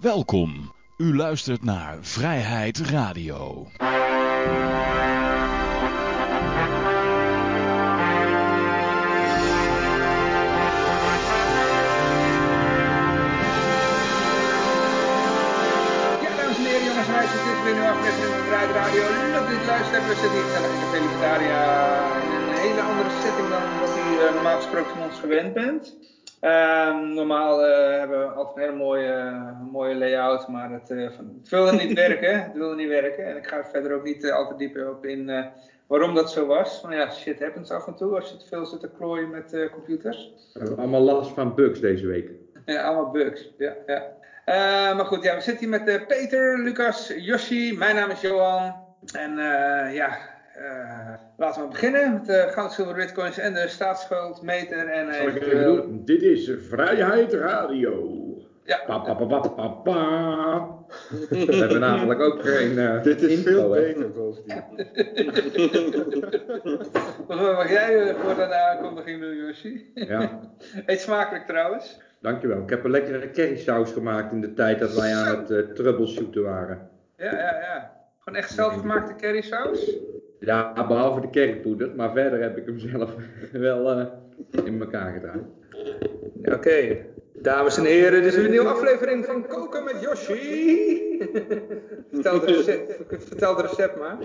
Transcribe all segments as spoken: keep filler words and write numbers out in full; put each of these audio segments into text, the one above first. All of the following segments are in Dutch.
Welkom. U luistert naar Vrijheid Radio. Wij zitten dit weer in een aflevering van Vrijheid Radio. Leuk dat je luistert. We zitten hier gezellig in Café Libertaria in een hele andere setting dan wat u uh, normaal gesproken van ons gewend bent. Uh, normaal uh, hebben we altijd een hele mooie, uh, mooie layout, maar het, uh, het wilde niet werken. Het wilde niet werken. En ik ga er verder ook niet uh, al te diep op in uh, waarom dat zo was. Maar ja, shit happens af en toe als je te veel zit te klooien met uh, computers. We hebben allemaal last van bugs deze week. Ja, allemaal bugs. Ja, ja. Uh, maar goed, ja, we zitten hier met uh, Peter, Lucas, Yoshi. Mijn naam is Johan. En uh, ja, uh, laten we beginnen met de goud, zilver, bitcoins en de staatsschuldmeter. En Zal ik even doen? Dit is Vrijheid Radio. Ja. Pa, pa, pa, pa, pa, pa. We hebben namelijk ook geen uh, Dit is intro, veel hè? beter bovendien. Wat mag jij uh, voor de aankondiging doen, Yoshi? Ja. Eet smakelijk trouwens. Dankjewel. Ik heb een lekkere currysaus gemaakt in de tijd dat wij aan het uh, troubleshooten waren. Ja, ja, ja. Gewoon echt zelfgemaakte currysaus? Ja, behalve de currypoeder, maar verder heb ik hem zelf wel uh, in elkaar gedraaid. Oké. Okay. Dames en heren, dit is weer een nieuwe aflevering van Koken met Yoshi. Vertel het recept, vertel het recept maar.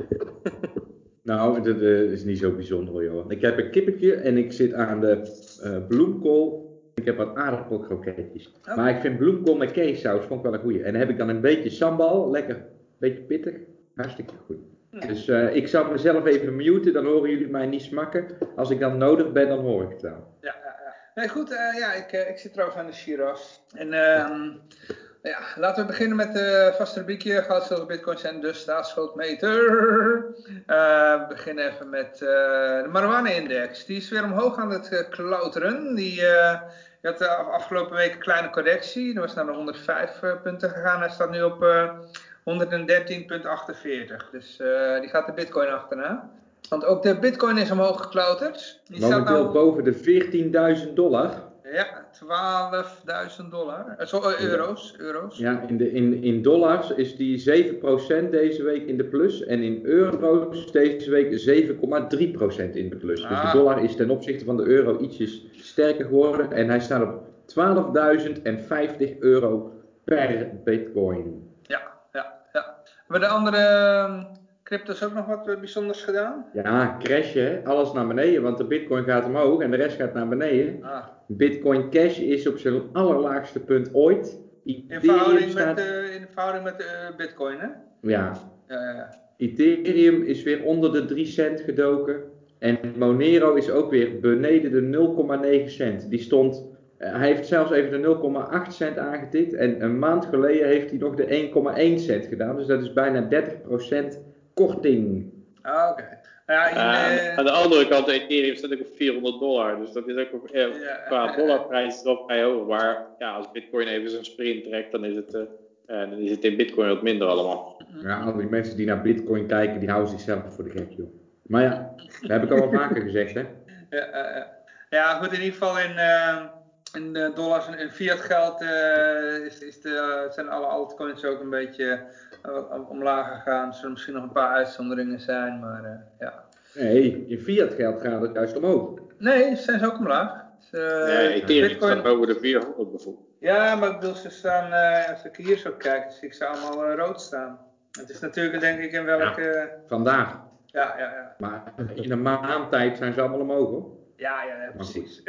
Nou, dat uh, is niet zo bijzonder, joh. Ik heb een kippetje en ik zit aan de uh, bloemkool. Ik heb wat aardappelkroketjes. Oh. Maar ik vind bloemkool met keessaus vond ik wel een goeie. En dan heb ik dan een beetje sambal, lekker, een beetje pittig. Hartstikke goed. Ja. Dus uh, ik zal mezelf even muten, dan horen jullie mij niet smakken. Als ik dan nodig ben, dan hoor ik het wel. Ja, ja, ja. Nee, goed, uh, ja, ik, uh, ik zit trouwens aan de Shiraz. En uh, ja, laten we beginnen met de vaste rubriekje. Goud, zilver, bitcoins en de staatsschuldmeter. Uh, we beginnen even met uh, de marijuana-index. Die is weer omhoog aan het uh, klauteren. Die, uh, die had uh, afgelopen week een kleine correctie. Die was naar de honderdvijf uh, punten gegaan. Hij staat nu op uh, honderddertien komma achtenveertig. Dus uh, die gaat de bitcoin achterna. Want ook de bitcoin is omhoog geklauterd. Die Momenteel staat nou boven de veertienduizend dollar. Ja, twaalfduizend dollar. Uh, so, uh, euro's, euro's. Ja, in, de, in, in dollars is die zeven procent deze week in de plus. En in euro's deze week zeven komma drie procent in de plus. Ah. Dus de dollar is ten opzichte van de euro ietsjes sterker geworden. En hij staat op twaalfduizend vijftig euro per bitcoin. Ja, ja, ja. Hebben de andere crypto's ook nog wat bijzonders gedaan? Ja, crash hè. Alles naar beneden. Want de bitcoin gaat omhoog en de rest gaat naar beneden. Ah. Bitcoin Cash is op zijn allerlaagste punt ooit. In verhouding, staat... met, uh, in verhouding met uh, bitcoin, hè? Ja. Ja, ja. Ethereum is weer onder de drie cent gedoken. En Monero is ook weer beneden de nul komma negen cent. Die stond, uh, hij heeft zelfs even de nul komma acht cent aangetikt. En een maand geleden heeft hij nog de één komma één cent gedaan. Dus dat is bijna dertig procent korting. Ah, oké. Okay. Ja, in, uh, uh... Aan de andere kant, de Ethereum staat ook op vierhonderd dollar. Dus dat is ook op, eh, ja. Qua dollarprijs is wel vrij hoog. Maar ja, als Bitcoin even zijn sprint trekt, dan is het, uh, uh, dan is het in Bitcoin wat minder allemaal. Ja, al die mensen die naar Bitcoin kijken, die houden zichzelf voor de gek, joh. Maar ja, dat heb ik al wel vaker gezegd, hè. Ja, uh, uh. ja, goed, in ieder geval in, uh, in de dollars en in fiat geld uh, is, is de, uh, zijn alle altcoins ook een beetje uh, omlaag gegaan. Er zullen misschien nog een paar uitzonderingen zijn, maar uh, ja. Nee, in fiat geld gaat het juist omhoog. Nee, zijn ze ook omlaag. Dus, uh, nee, Ethereum Bitcoin... staat boven de vierhondond bijvoorbeeld. Ja, maar ik bedoel, ze staan, uh, als ik hier zo kijk, dan zie ik ze allemaal uh, rood staan. Het is natuurlijk denk ik in welke... Ja, vandaag. Ja, ja, ja. Maar in een maand tijd zijn ze allemaal omhoog, hoor. Ja, ja, ja, precies.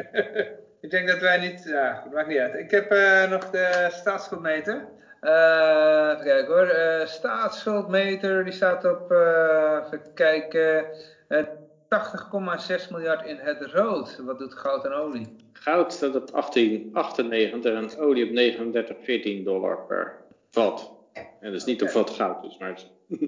Ik denk dat wij niet... Ja, goed, maakt niet uit. Ik heb uh, nog de staatsschuldmeter. Uh, even kijken hoor. Uh, staatsschuldmeter, die staat op... Uh, even kijken... Uh, tachtig komma zes miljard in het rood. Wat doet goud en olie? Goud staat op achttien achtennegentig en olie op negenendertig komma veertien dollar per vat. En dat is niet okay. Op vat goud, dus maar het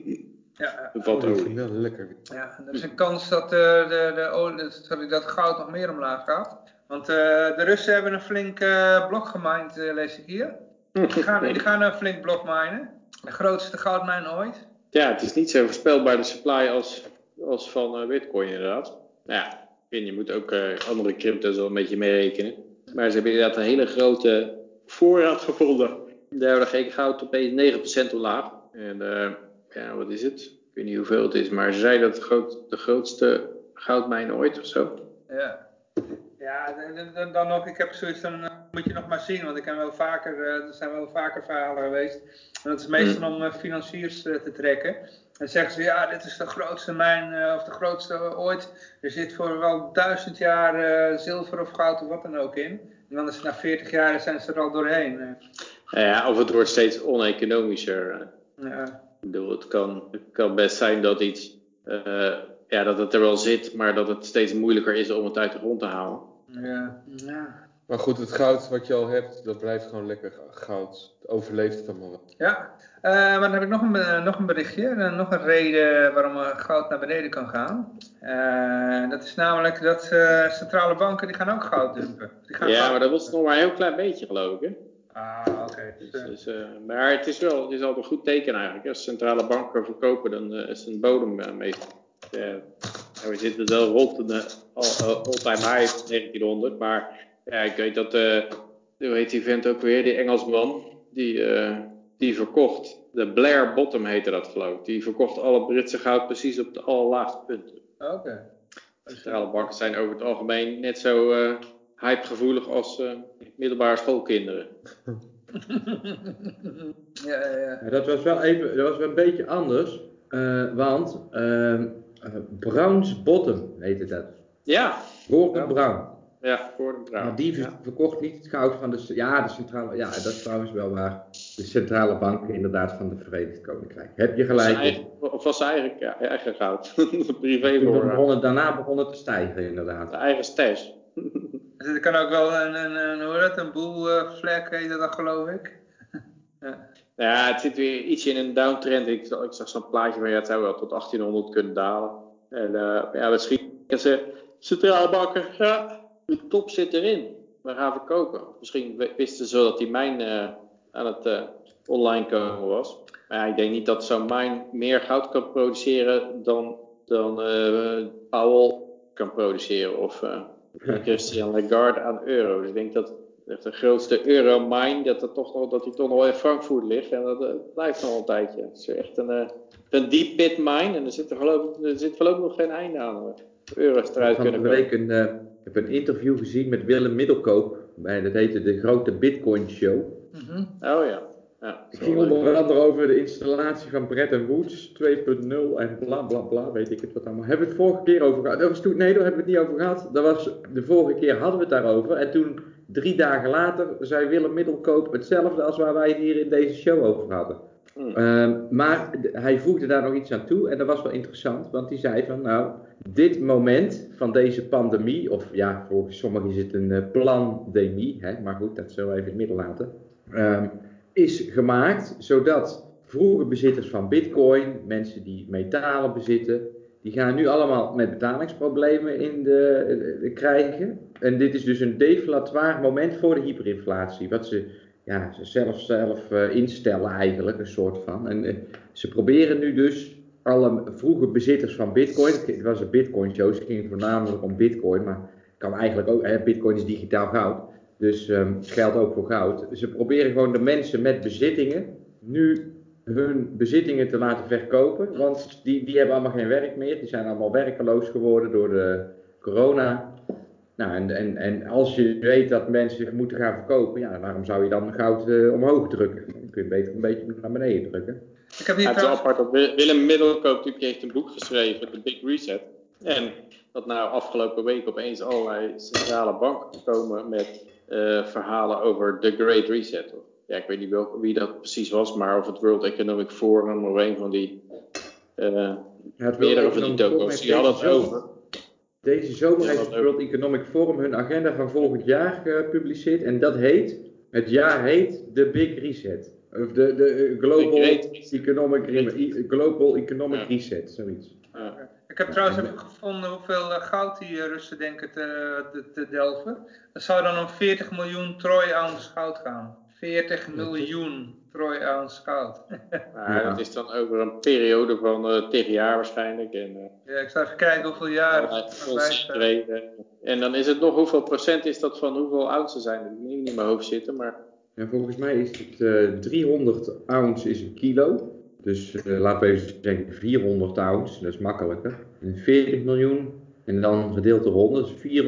ja, een vat olie. olie. Wel lekker. Ja, er is een kans dat, uh, de, de olie, sorry, dat goud nog meer omlaag gaat. Want uh, de Russen hebben een flink uh, blok gemined, uh, lees ik hier. Die gaan, die gaan een flink blok minen. De grootste goudmijn ooit. Ja, het is niet zo voorspelbaar de supply als, als van uh, Bitcoin inderdaad. Nou ja, en je moet ook uh, andere crypto's wel een beetje meerekenen. Maar ze hebben inderdaad een hele grote voorraad gevonden Daar ging goud opeens negen procent omlaag. En uh, ja, wat is het? Ik weet niet hoeveel het is, maar ze zeiden dat het groot, de grootste goudmijn ooit of zo. Ja, ja dan, dan nog, ik heb zoiets van, uh, moet je nog maar zien, want ik heb wel vaker, uh, er zijn wel vaker verhalen geweest. En dat is meestal om uh, financiers uh, te trekken. En zeggen ze, ja, dit is de grootste mijn, uh, of de grootste ooit. Er zit voor wel duizend jaar uh, zilver of goud of wat dan ook in. En dan is het na veertig jaar zijn ze er al doorheen. Uh. Ja, of het wordt steeds oneconomischer. Ja. Ik bedoel, het kan, het kan best zijn dat iets, uh, ja, dat het er wel zit, maar dat het steeds moeilijker is om het uit de grond te halen. Ja, ja. Maar goed, het goud wat je al hebt, dat blijft gewoon lekker goud. Het overleeft het allemaal wel. Ja, uh, maar dan heb ik nog een, uh, nog een berichtje. Uh, nog een reden waarom uh, goud naar beneden kan gaan. Uh, dat is namelijk dat uh, centrale banken die gaan ook goud dumpen. Die gaan ja, goud maar dat was nog maar een heel klein beetje, geloof ik, hè? Ah, oké. Okay. Dus, dus, uh, maar het is wel, het is altijd een goed teken eigenlijk. Als centrale banken verkopen, dan uh, is een bodem uh, meestal. Uh, we zitten wel rond de all-time high negentienhonderd, maar ja, ik weet dat, uh, hoe heet die vent ook weer, die Engelsman, die, uh, die verkocht, de Blair Bottom heette dat geloof ik, die verkocht alle Britse goud precies op de allerlaagste punten. Oké. Okay. Centrale banken zijn over het algemeen net zo uh, hypegevoelig als uh, middelbare schoolkinderen. ja, ja, ja. Ja, dat was wel even, dat was wel een beetje anders, uh, want uh, uh, Brown's Bottom heette dat. Ja. Gordon ja. Brown. Ja, Gordon Brown. Maar die ja. verkocht niet het goud van de, ja, de centrale, ja, dat is trouwens wel waar. De centrale banken inderdaad van het Verenigd Koninkrijk. Heb je gelijk. Of, eigen, of was zijn eigen, ja, eigen goud. Privé Toen voor. begonnen, daarna begon het te stijgen inderdaad. De eigen stash. Dus er kan ook wel een, een, een hoe heet dat, een boel uh, vlek heet dat geloof ik. ja. ja, het zit weer ietsje in een downtrend. Ik, ik zag zo'n plaatje van ja, het zou wel tot achttienhonderd kunnen dalen. En uh, ja, misschien ze centrale banken, ja, de top zit erin. We gaan verkopen. Misschien wisten ze dat die mijn uh, aan het uh, online komen was. Maar ja, ik denk niet dat zo'n mine meer goud kan produceren dan, dan uh, Powell kan produceren. Of uh, Christian Lagarde aan euro. Dus ik denk dat de grootste euro-mine, dat, dat, toch nog, dat die toch nog wel in Frankfurt ligt. En dat uh, blijft nog een tijdje. Het is echt een, uh, een deep pit mine. En er zit er geloof ik, er zit geloof ik nog geen einde aan. Uh, euro's eruit Van kunnen de week komen. een, uh, ik heb een interview gezien met Willem Middelkoop. Bij, dat heette de Grote Bitcoin Show. Mm-hmm. Oh ja. ja Het ging onder andere over de installatie van Bretton Woods twee punt nul en bla bla bla, weet ik het wat allemaal. Hebben we het vorige keer over gehad? Dat was toen, nee, daar hebben we het niet over gehad. Dat was, de vorige keer hadden we het daarover. En toen, drie dagen later, zei Willem Middelkoop hetzelfde als waar wij het hier in deze show over hadden. Hmm. Uh, maar d- hij voegde daar nog iets aan toe en dat was wel interessant, want hij zei van nou, dit moment van deze pandemie, of ja, volgens sommigen is het een uh, plandemie, hè, maar goed, dat zullen we even in het midden laten, um, is gemaakt zodat vroege bezitters van bitcoin, mensen die metalen bezitten, die gaan nu allemaal met betalingsproblemen in de, de, de krijgen. En dit is dus een deflatoire moment voor de hyperinflatie, wat ze ja, zelf, zelf uh, instellen eigenlijk, een soort van. En uh, ze proberen nu dus alle vroege bezitters van bitcoin, het was een bitcoin show, het ging voornamelijk om bitcoin, maar kan eigenlijk ook, hè, bitcoin is digitaal goud, dus um, het geldt ook voor goud. Ze proberen gewoon de mensen met bezittingen nu hun bezittingen te laten verkopen, want die, die hebben allemaal geen werk meer, die zijn allemaal werkeloos geworden door de corona. Nou, en, en, en als je weet dat mensen moeten gaan verkopen, ja, waarom zou je dan goud uh, omhoog drukken? Dan kun je beter een beetje naar beneden drukken. Ik heb hier ja, het is trouwens... apart dat Willem Middelkoop die heeft een boek geschreven, The Big Reset. En dat nou afgelopen week opeens allerlei centrale banken komen met uh, verhalen over The Great Reset. Ja, ik weet niet welke, wie dat precies was, maar of het World Economic Forum of een van die uh, ja, meerdere van die toko's, die hadden het over. Deze zomer heeft het World Economic Forum hun agenda van volgend jaar gepubliceerd en dat heet, het jaar heet The Big Reset. Of de, de Global Economic, Re- Global Economic ja. Reset, zoiets. Ja. Ik heb trouwens even gevonden hoeveel goud die Russen denken te, te, te delven. Dat zou dan om veertig miljoen troy ounce goud gaan. veertig miljoen troy ounce goud. Ja, ja. Dat is dan over een periode van uh, tegen jaar waarschijnlijk. En, uh, ja, ik zal even kijken hoeveel jaar. En dan is het nog, hoeveel procent is dat van hoeveel ounces zijn er? Ik moet niet in mijn hoofd zitten, maar Ja, volgens mij is het uh, driehonderd ounce is een kilo. Dus uh, laten we even zeggen vierhonderd ounce, dat is makkelijker. En veertig miljoen en dan gedeeld door honderd, dus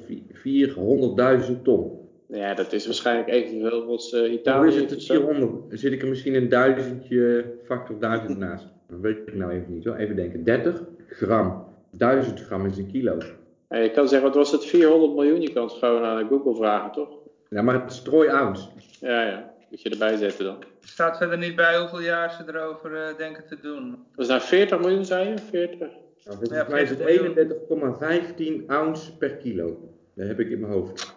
vierhonderdduizend ton. Ja, dat is waarschijnlijk evenveel als uh, Of Italië is het heeft de of zo. vierhonderd? Dan zit ik er misschien een duizendje, factor duizend naast. Dat weet ik nou even niet hoor. Even denken, dertig gram. duizend gram is een kilo. Ja, je kan zeggen, wat was het, vierhonderd miljoen? Je kan het gewoon aan Google vragen, toch? Ja, maar het is troy ounce. Ja, ja. Moet je erbij zetten dan. Er staat verder niet bij hoeveel jaar ze erover uh, denken te doen. Was nou veertig miljoen, zei je? veertig? Nou, volgens Ja, mij is het eenendertig komma vijftien ounce per kilo. Dat heb ik in mijn hoofd.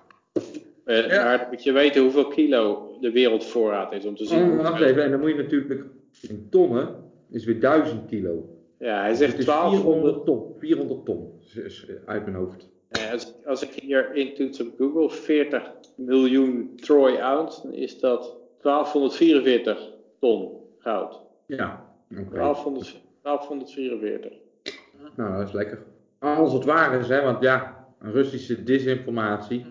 Uh, Ja. Maar dan moet je weten hoeveel kilo de wereldvoorraad is om te zien. Oh, wacht even. En dan moet je natuurlijk in tonnen is weer duizend kilo. Ja, hij Dus zegt het is twaalfhonderd. vierhonderd ton. vierhonderd ton. Dus uit mijn hoofd. Uh, als, als ik hier intoets op Google veertig miljoen troy ounce, dan is dat twaalfhonderdvierenveertig ton goud. Ja, oké. Okay. twaalfhonderd, twaalfhonderdvierenveertig. Nou, dat is lekker. Als het waar is, hè, want ja, Russische disinformatie.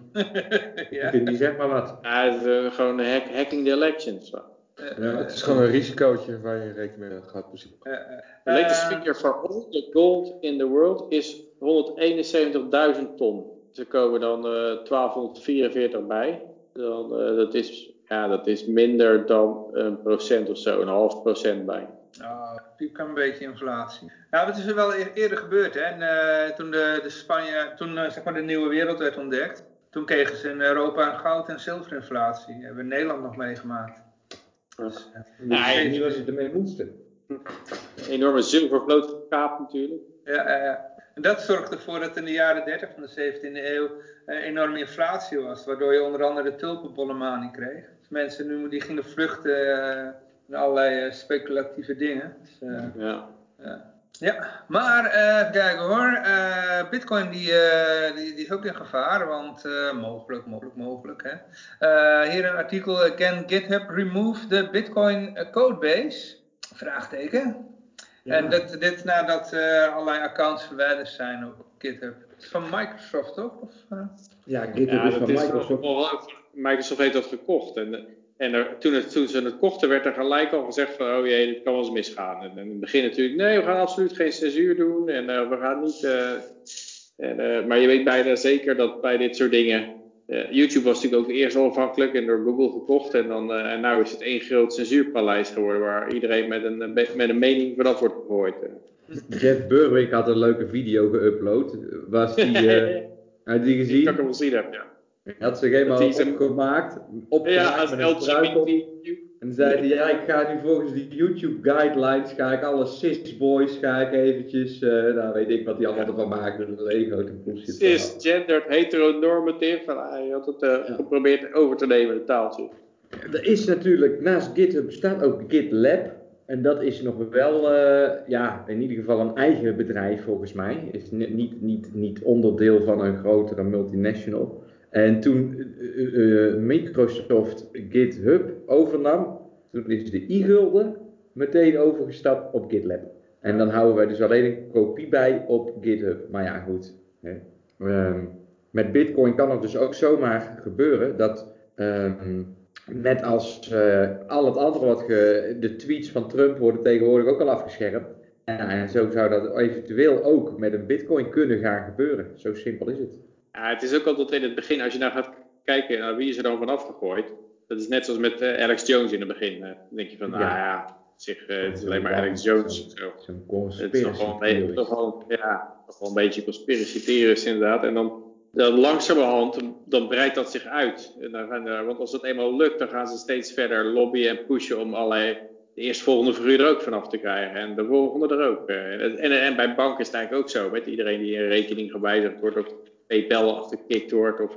Ja. Die zegt maar wat. Ja, het is uh, gewoon hack, hacking the elections. Ja, het is gewoon een risicootje waar je rekening mee gaat precies. Uh, uh, The latest uh, figure for all the gold in the world is honderdeenenzeventigduizend ton. Dus er komen dan uh, twaalfhonderdvierenveertig bij. Dan, uh, dat, is, ja, dat is minder dan een procent of zo, een half procent bij. Oh, piep kan een beetje inflatie. Nou, het is er wel e- eerder gebeurd, hè. En, uh, toen de, de Spanje, toen uh, zeg maar de nieuwe wereld werd ontdekt, toen kregen ze in Europa een goud- en zilverinflatie. Dat hebben we in Nederland nog meegemaakt. Dus, uh, Ja, ik weet niet wat ze ermee moesten. Een enorme zilvervloot gekaapt natuurlijk. Ja, uh, en dat zorgde ervoor dat in de jaren dertig van de zeventiende eeuw uh, enorme inflatie was, waardoor je onder andere de tulpenbollenmanie kreeg. Dus mensen nu die gingen vluchten uh, naar allerlei uh, speculatieve dingen. Dus, uh, ja. Uh, ja, maar uh, even kijken hoor. Uh, Bitcoin die, uh, die, die is ook in gevaar, want uh, mogelijk, mogelijk, mogelijk. Hè. Uh, hier een artikel. Can GitHub remove the Bitcoin codebase? Vraagteken. Ja. En dit, dit nadat uh, allerlei accounts verwijderd zijn op GitHub. Het is van Microsoft toch? Of, uh? Ja, GitHub ja, is van is Microsoft. Wel, Microsoft heeft dat gekocht. En, en er, toen, het, toen ze het kochten werd er gelijk al gezegd van, oh jee, dit kan wel eens misgaan. En, en in het begin natuurlijk, nee, we gaan absoluut geen censuur doen. En uh, we gaan niet... Uh, en, uh, maar je weet bijna zeker dat bij dit soort dingen... Uh, YouTube was natuurlijk ook eerst al afhankelijk en door Google gekocht. En, dan, uh, en nu is het één groot censuurpaleis geworden waar iedereen met een, met een mening vanaf wordt gegooid. Jeff Burwick had een leuke video geüpload. Was die... Uh, had die gezien? Die kan ik hem wel zien hebben, ja. Hij had zich helemaal opgemaakt, opgemaakt ja, met een trui op. En dan zei hij, ja, ik ga nu volgens de YouTube guidelines, ga ik alle cis-boys, ga ik eventjes, uh, nou weet ik wat hij allemaal ervan maakte, een Lego te bullshit. Cisgendered, heteronormative, hij had het uh, ja. geprobeerd over te nemen, het taaltje. Er is natuurlijk, naast GitHub bestaat ook GitLab. En dat is nog wel, uh, ja, in ieder geval een eigen bedrijf volgens mij. Is niet, niet, niet onderdeel van een grotere multinational. En toen uh, uh, Microsoft GitHub overnam, toen is de i-gulden meteen overgestapt op GitLab. En dan houden wij dus alleen een kopie bij op GitHub. Maar ja, goed. Hè. Um, met Bitcoin kan het dus ook zomaar gebeuren dat... Um, Net als uh, al het andere wat ge, de tweets van Trump worden tegenwoordig ook al afgeschermd. Ja, en zo zou dat eventueel ook met een Bitcoin kunnen gaan gebeuren. Zo simpel is het. Ja, het is ook altijd in het begin, als je nou gaat kijken naar wie is er dan vanaf gegooid. Dat is net zoals met uh, Alex Jones in het begin. Uh, dan denk je van, ja. nou ja, zich, uh, het is alleen maar Alex Jones. Zo'n zo. zo conspiracy theorie. Toch wel, ja, toch wel een beetje conspiracy theories inderdaad. En dan... Dan langzamerhand, dan breidt dat zich uit. En dan gaan er, want als dat eenmaal lukt, dan gaan ze steeds verder lobbyen en pushen om allerlei de eerstvolgende figuur er ook vanaf te krijgen. En de volgende er ook. En, en, en bij banken is het eigenlijk ook zo. Met iedereen die in rekening gewijzigd wordt of PayPal afgekikt wordt. Of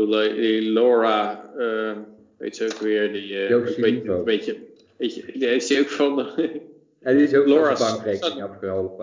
die Laura, uh, weet ze ook weer. Die, uh, ook weet, een beetje, weet je, die is die ook van... ja, die is ook Laura's van de bankrekening afgeholpen.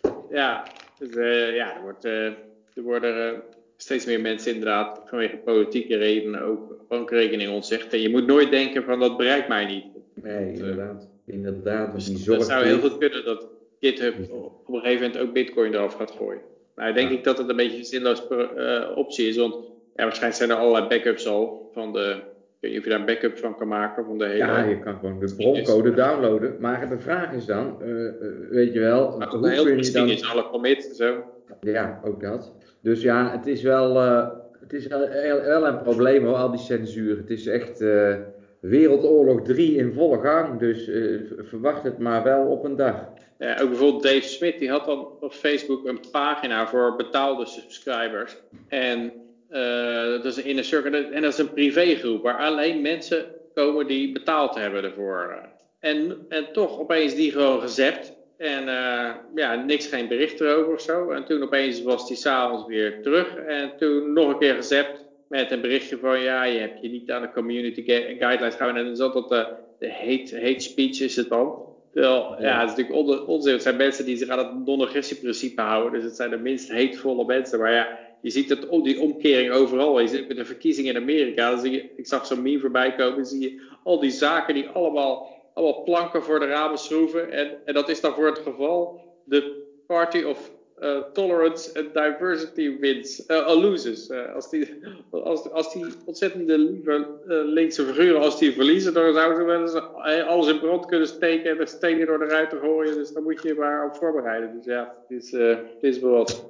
Ja, dus uh, ja, er, wordt, uh, er worden... Uh, steeds meer mensen inderdaad vanwege politieke redenen ook bankrekeningen ontzegd. En je moet nooit denken van dat bereikt mij niet. Nee, dat, inderdaad. inderdaad dus die zorg het zou heel goed kunnen dat GitHub op een gegeven moment ook Bitcoin eraf gaat gooien. Nou, denk ja. ik dat het een beetje een zinloos uh, optie is. Want ja, waarschijnlijk zijn er allerlei backups al van de, weet niet of je daar een backup van kan maken van de hele... Ja, je kan gewoon de broncode downloaden. Maar de vraag is dan, uh, weet je wel, maar hoe heel kun je dan... is alle commits en zo. Ja, ook dat. Dus ja, het is wel, uh, het is wel, wel een probleem hoor, al die censuur. Het is echt uh, Wereldoorlog drie in volle gang. Dus uh, verwacht het maar wel op een dag. Ja, ook bijvoorbeeld Dave Smith, die had dan op Facebook een pagina voor betaalde subscribers. En uh, dat is een inner circle, en dat is een privégroep waar alleen mensen komen die betaald hebben ervoor. En, en toch opeens die gewoon gezapt. En uh, ja, niks, geen bericht erover of zo. En toen opeens was die s'avonds weer terug. En toen nog een keer gezapt met een berichtje van, ja, je hebt je niet aan de community guidelines gehouden. En dan is altijd de, de hate, hate speech is het dan. Wel, ja, het is natuurlijk onzin. Het zijn mensen die zich aan het non-agressie-principe houden. Dus het zijn de minst hatevolle mensen. Maar ja, je ziet het, die omkering overal. Je ziet met de verkiezingen in Amerika. Dan zie je, ik zag zo'n meme voorbij komen. Dan zie je al die zaken die allemaal, allemaal planken voor de ramen schroeven. En, en dat is dan voor het geval de Party of uh, Tolerance and Diversity wins, uh, loses. Uh, als, die, als, als die ontzettende lieve uh, linkse figuren, als die verliezen, dan zouden ze wel eens alles in brand kunnen steken en de stenen door de ruiten gooien. Dus daar moet je je maar op voorbereiden. Dus ja, het is, uh, het is wel wat.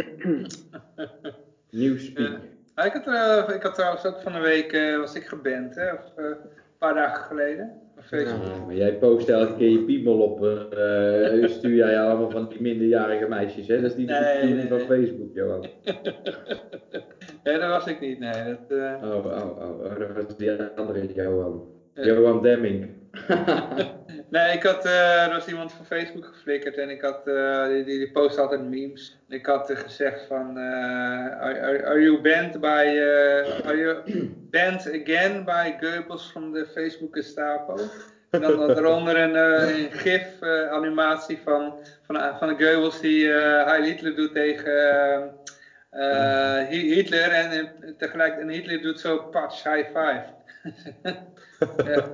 Nieuwspeak. Uh, ik, had, uh, ik had trouwens ook van de week, uh, was ik geband, hè, of, uh, een paar dagen geleden. Op Facebook. Ja, maar jij post elke keer je piemel op, uh, stuur jij allemaal van die minderjarige meisjes, hè? Dat is niet de nee, bedoeling nee, van nee. Facebook, Johan. Nee, dat was ik niet, nee. Dat, uh... Oh, oh, oh, oh, dat was die andere Johan. Ja. Johan Demming. Nee, ik had, uh, er was iemand van Facebook geflikkerd en ik had, uh, die, die, die post altijd memes. Ik had uh, gezegd van, uh, are, are, are you banned by, uh, are you banned again by Goebbels from the Facebook Gestapo? En dan daaronder een, uh, een gif uh, animatie van, van, uh, van de Goebbels die uh, Heil Hitler doet tegen uh, uh, Hitler en, en tegelijk en Hitler doet zo patch high five. Ja.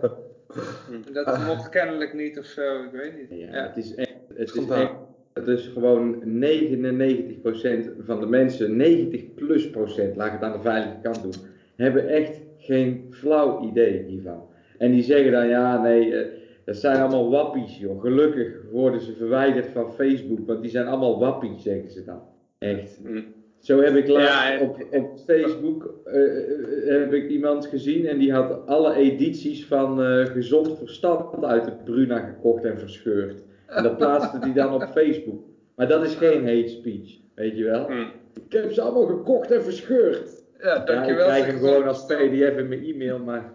Dat mocht kennelijk niet of zo, ik weet niet. Ja, ja. Het is echt, het is echt, dus gewoon negenennegentig procent van de mensen, negentig plus procent, laat ik het aan de veilige kant doen, hebben echt geen flauw idee hiervan. En die zeggen dan, ja nee, dat zijn allemaal wappies joh. Gelukkig worden ze verwijderd van Facebook, want die zijn allemaal wappies, zeggen ze dan. Echt. Zo heb ik laatst ja, op, op Facebook uh, heb ik iemand gezien en die had alle edities van uh, Gezond Verstand uit de Bruna gekocht en verscheurd. En dat plaatste die dan op Facebook. Maar dat is geen hate speech, weet je wel. Mm. Ik heb ze allemaal gekocht en verscheurd. Ja, dankjewel. Ja, ik krijg hem gewoon als P D F in mijn e-mail, maar...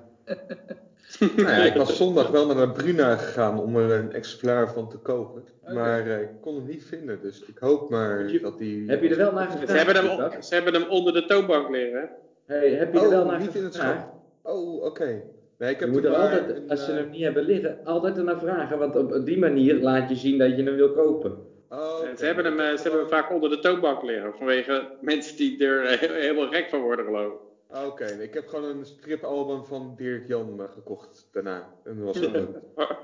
Nou ja, ik was zondag wel naar de Bruna gegaan om er een exemplaar van te kopen. Okay. Maar uh, ik kon hem niet vinden, dus ik hoop maar je, dat die... Heb je er wel naar gevraagd? Ze hebben hem, ze hebben hem onder de toonbank liggen. Hey, heb je oh, er wel naar niet in het schap. Oh, oké. Okay. Nee, ik heb je moet er altijd, een, als ze hem niet hebben liggen, altijd er naar vragen. Want op die manier laat je zien dat je hem wil kopen. Oh, okay. Ze hebben hem, ze gewoon... hebben hem vaak onder de toonbank liggen. Vanwege mensen die er helemaal gek van worden, geloof ik. Oké, okay. Ik heb gewoon een stripalbum van Dirk Jan uh, gekocht daarna. En dat was wel leuk.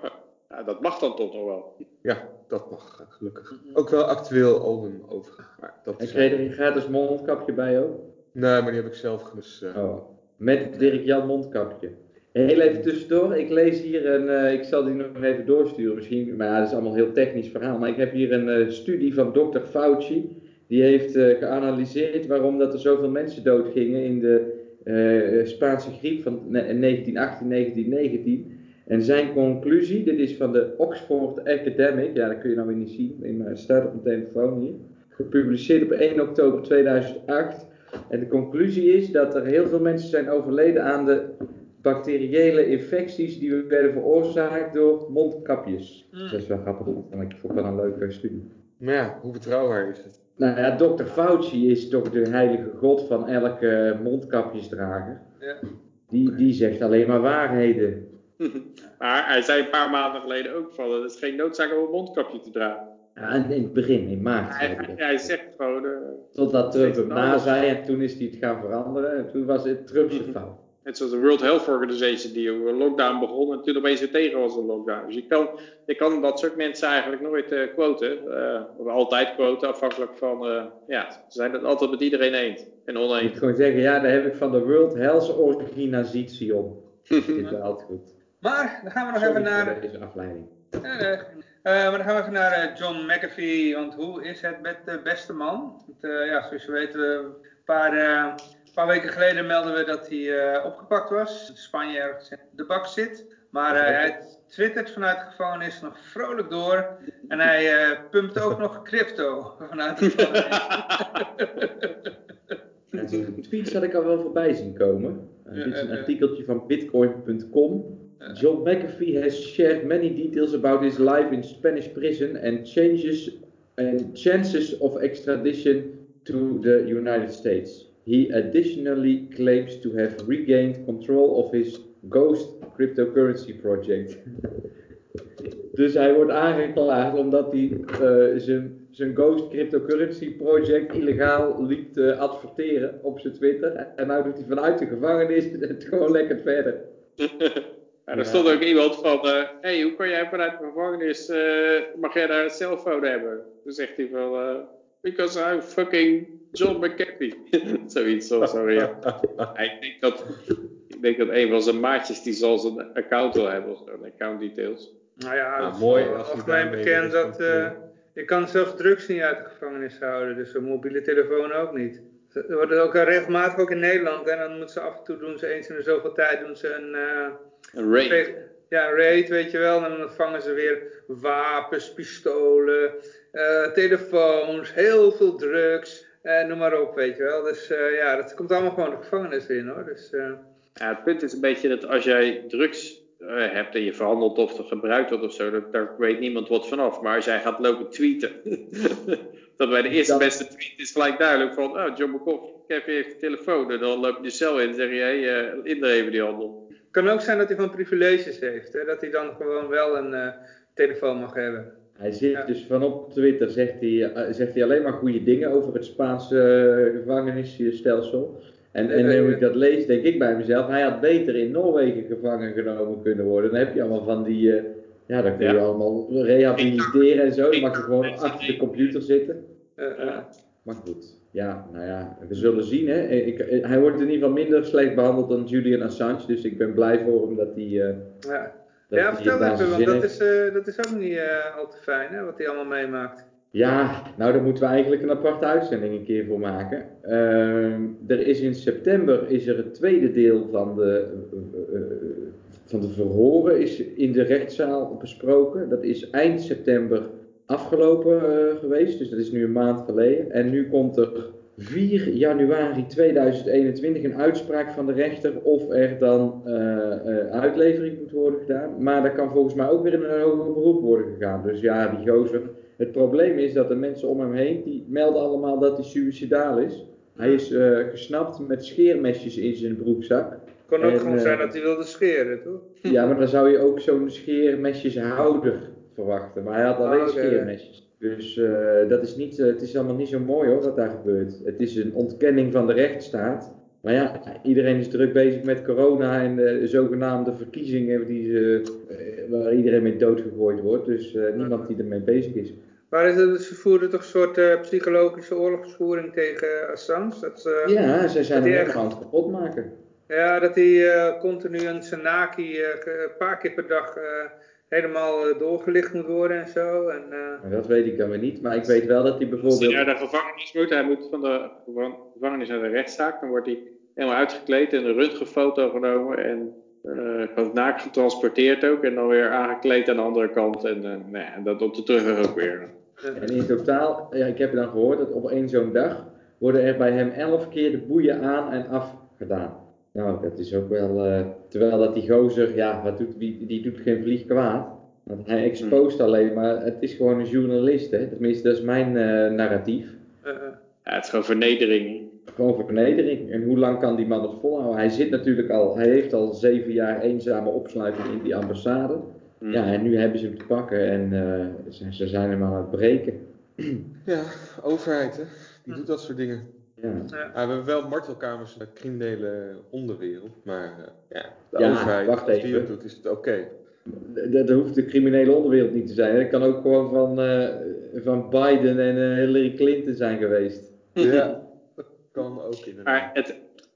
Ja, dat mag dan toch nog wel? Ja, dat mag, uh, gelukkig. Ook wel actueel album overigens. Maar dat en kreeg je er een gratis mondkapje bij ook? Nee, maar die heb ik zelf dus. Uh... Oh, met Dirk Jan mondkapje. Heel even tussendoor, ik lees hier een, uh, ik zal die nog even doorsturen misschien, maar ja, dat is allemaal een heel technisch verhaal. Maar ik heb hier een uh, studie van dokter Fauci. Die heeft uh, geanalyseerd waarom dat er zoveel mensen doodgingen in de uh, Spaanse griep van negentien achttien negentien negentien. En zijn conclusie, dit is van de Oxford Academic, ja dat kun je nou weer niet zien, maar het staat op mijn telefoon hier. Gepubliceerd op één oktober tweeduizend acht. En de conclusie is dat er heel veel mensen zijn overleden aan de bacteriële infecties die werden veroorzaakt door mondkapjes. Mm. Dat is wel grappig, ik vond dat een leuke studie. Maar ja, hoe betrouwbaar is het? Nou ja, dokter Fauci is toch de heilige god van elke mondkapjesdrager. Ja. Die, die zegt alleen maar waarheden. Maar hij zei een paar maanden geleden ook van, het is geen noodzaak om een mondkapje te dragen. Ja, in het begin, in maart. Hij, hij, hij zegt gewoon... Uh, Totdat Trump hem na zei en toen is hij het gaan veranderen en toen was het Trumps fout. Net zoals de World Health Organization die een lockdown begon en toen opeens weer tegen was een lockdown. Dus je kan, je kan dat soort mensen eigenlijk nooit uh, quoten. Uh, of altijd quoten, afhankelijk van... Uh, ja, ze zijn het altijd met iedereen eens en oneens. Ik moet gewoon zeggen, ja, daar heb ik van de World Health Organisatie om. Dat zit wel altijd goed. Maar dan gaan we nog Sorry even naar... voor deze afleiding. Nee, nee. Uh, maar dan gaan we even naar uh, John McAfee, want hoe is het met de beste man? Want, uh, ja, zoals je weet, uh, een paar, uh, paar weken geleden melden we dat hij uh, opgepakt was. In Spanje ergens in de bak zit. Maar uh, hij twittert vanuit de gevangenis nog vrolijk door. En hij uh, pumpt ook nog crypto vanuit de gevangenis. Ja, zijn tweets had ik al wel voorbij zien komen. Uh, ja, dit is een uh, artikeltje van bitcoin punt com. John McAfee has shared many details about his life in Spanish prison and changes and chances of extradition to the United States. He additionally claims to have regained control of his ghost cryptocurrency project. Dus hij wordt aangeklaagd omdat hij uh, zijn, zijn ghost cryptocurrency project illegaal liet uh, adverteren op zijn Twitter. En nu doet hij vanuit de gevangenis het gewoon lekker verder. Ja, er stond ook iemand van, hé, uh, hey, hoe kan jij vanuit de gevangenis, uh, mag jij daar een cellfoon hebben? Toen zegt hij van, uh, because I'm fucking John McAfee. Zoiets of zo, ja. Ja, ik, denk dat, ik denk dat een van zijn maatjes, die zal zijn account wel hebben, of zo, een account details. Nou ja, nou, het mooi, is als algemeen bekend dat uh, je kan zelfs drugs niet uit de gevangenis houden, dus een mobiele telefoon ook niet. Er wordt ook regelmatig ook in Nederland, en dan moeten ze af en toe doen ze eens in de zoveel tijd doen ze een... Uh, Een raid. Ja, een raid, weet je wel. En dan vangen ze weer wapens, pistolen, uh, telefoons, heel veel drugs. Uh, noem maar op, weet je wel. Dus uh, ja, dat komt allemaal gewoon de gevangenis in, hoor. Dus, uh... ja, het punt is een beetje dat als jij drugs uh, hebt en je verhandelt of er gebruikt wordt of zo, dat, daar weet niemand wat vanaf. Maar als jij gaat lopen tweeten, dat bij de eerste dat... beste tweet is gelijk duidelijk van, oh, John McAfee heeft de telefoon. En dan loop je de cel in en zeg je, hé, hey, uh, indreven die handel. Het kan ook zijn dat hij van privileges heeft, hè? Dat hij dan gewoon wel een uh, telefoon mag hebben. Hij zit ja. dus van op Twitter, zegt hij, uh, zegt hij alleen maar goede dingen over het Spaanse uh, gevangenisstelsel. En, en nu ik dat lees, denk ik bij mezelf, hij had beter in Noorwegen gevangen genomen kunnen worden. Dan heb je allemaal van die, uh, ja, dan kun je ja. allemaal rehabiliteren en zo. Dan mag je gewoon achter de computer zitten. Ja. Maar goed, ja, nou ja, we zullen zien, hè. Ik, hij wordt in ieder geval minder slecht behandeld dan Julian Assange, dus ik ben blij voor hem dat hij... Uh, ja, dat ja vertel even, want dat is, uh, dat is ook niet uh, al te fijn, hè, wat hij allemaal meemaakt. Ja, nou daar moeten we eigenlijk een aparte uitzending een keer voor maken. Uh, er is in september is er het tweede deel van de, uh, uh, van de verhoren is in de rechtszaal besproken. Dat is eind september afgelopen uh, geweest, dus dat is nu een maand geleden. En nu komt er vier januari tweeduizend eenentwintig een uitspraak van de rechter of er dan uh, uh, uitlevering moet worden gedaan. Maar dat kan volgens mij ook weer in een hoger beroep worden gegaan. Dus ja, die gozer... Het probleem is dat de mensen om hem heen, die melden allemaal dat hij suïcidaal is. Hij is uh, gesnapt met scheermesjes in zijn broekzak. Het kon ook en, gewoon uh, zijn dat hij wilde scheren, toch? Ja, maar dan zou je ook zo'n scheermesjeshouder verwachten. Maar hij had alleen oh, okay. scheermesjes. Dus uh, dat is niet, uh, het is allemaal niet zo mooi hoor, wat daar gebeurt. Het is een ontkenning van de rechtsstaat. Maar ja, iedereen is druk bezig met corona en de zogenaamde verkiezingen die ze, uh, waar iedereen mee doodgegooid wordt. Dus uh, niemand die ermee bezig is. Maar is het, ze voeren toch een soort uh, psychologische oorlogsvoering tegen Assange? Dat, uh, ja, zij zijn hem helemaal aan het kapot maken. Ja, dat hij uh, continu een Senaki uh, een paar keer per dag uh, helemaal uh, doorgelicht moet worden en zo. En, uh... maar dat weet ik dan weer niet, maar ik weet wel dat hij bijvoorbeeld... Als hij naar de gevangenis moet, hij moet van de gevangenis naar de rechtszaak, dan wordt hij helemaal uitgekleed en een röntgenfoto genomen en uh, naakt getransporteerd ook en dan weer aangekleed aan de andere kant en uh, nou ja, dat op de terugweg ook weer. En in totaal, ja, ik heb dan gehoord dat op één zo'n dag worden er bij hem elf keer de boeien aan en af gedaan. Nou, dat is ook wel, uh, terwijl dat die gozer, ja, wat doet, die, die doet geen vlieg kwaad. Want hij exposeert alleen, maar het is gewoon een journalist, hè. Tenminste, dat is mijn uh, narratief. Uh, ja, het is gewoon vernedering. Gewoon vernedering. En hoe lang kan die man het volhouden? Hij zit natuurlijk al, hij heeft al zeven jaar eenzame opsluiting in die ambassade. Mm. Ja, en nu hebben ze hem te pakken en uh, ze, ze zijn hem aan het breken. Ja, overheid, hè. Die doet dat soort dingen. Ja. Ja. Ah, we hebben wel martelkamers in de criminele onderwereld, maar uh, ja, de ja, overheid, wacht als even. die dat doet, is het oké. Okay. Dat, dat hoeft de criminele onderwereld niet te zijn. Dat kan ook gewoon van, uh, van Biden en uh, Hillary Clinton zijn geweest. Ja, dat kan ook inderdaad. Maar het,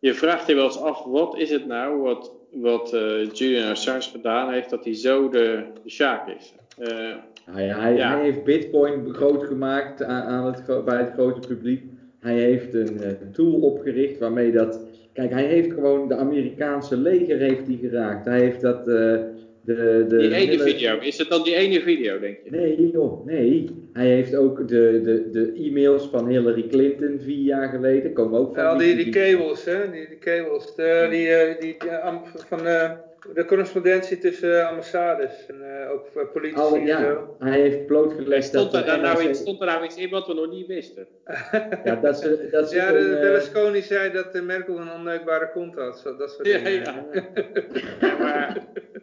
je vraagt je wel eens af, wat is het nou wat, wat uh, Julian Assange gedaan heeft, dat hij zo de, de Sjaak is? Uh, hij, hij, ja. hij heeft Bitcoin groot gemaakt aan, aan het, bij het grote publiek. Hij heeft een uh, tool opgericht waarmee dat... Kijk, hij heeft gewoon de Amerikaanse leger heeft hij geraakt. Hij heeft dat... Uh, de, de die ene hele... video, is het dan die ene video, denk je? Nee joh, nee. Hij heeft ook de, de, de e-mails van Hillary Clinton vier jaar geleden, komen ook van... Al die, die cables, hè, die, die cables, de, die, uh, die, die uh, van uh, de correspondentie tussen uh, ambassades en uh, ook uh, politici Alle, ja, en zo. Hij heeft blootgelegd stond dat... Er nou iets, stond er nou iets in wat we nog niet wisten? ja, dat ze, dat ze ja, een, de Berlusconi uh... zei dat uh, Merkel een onneukbare kont had, zo, dat soort ja, dingen. Ja, ja. ja maar...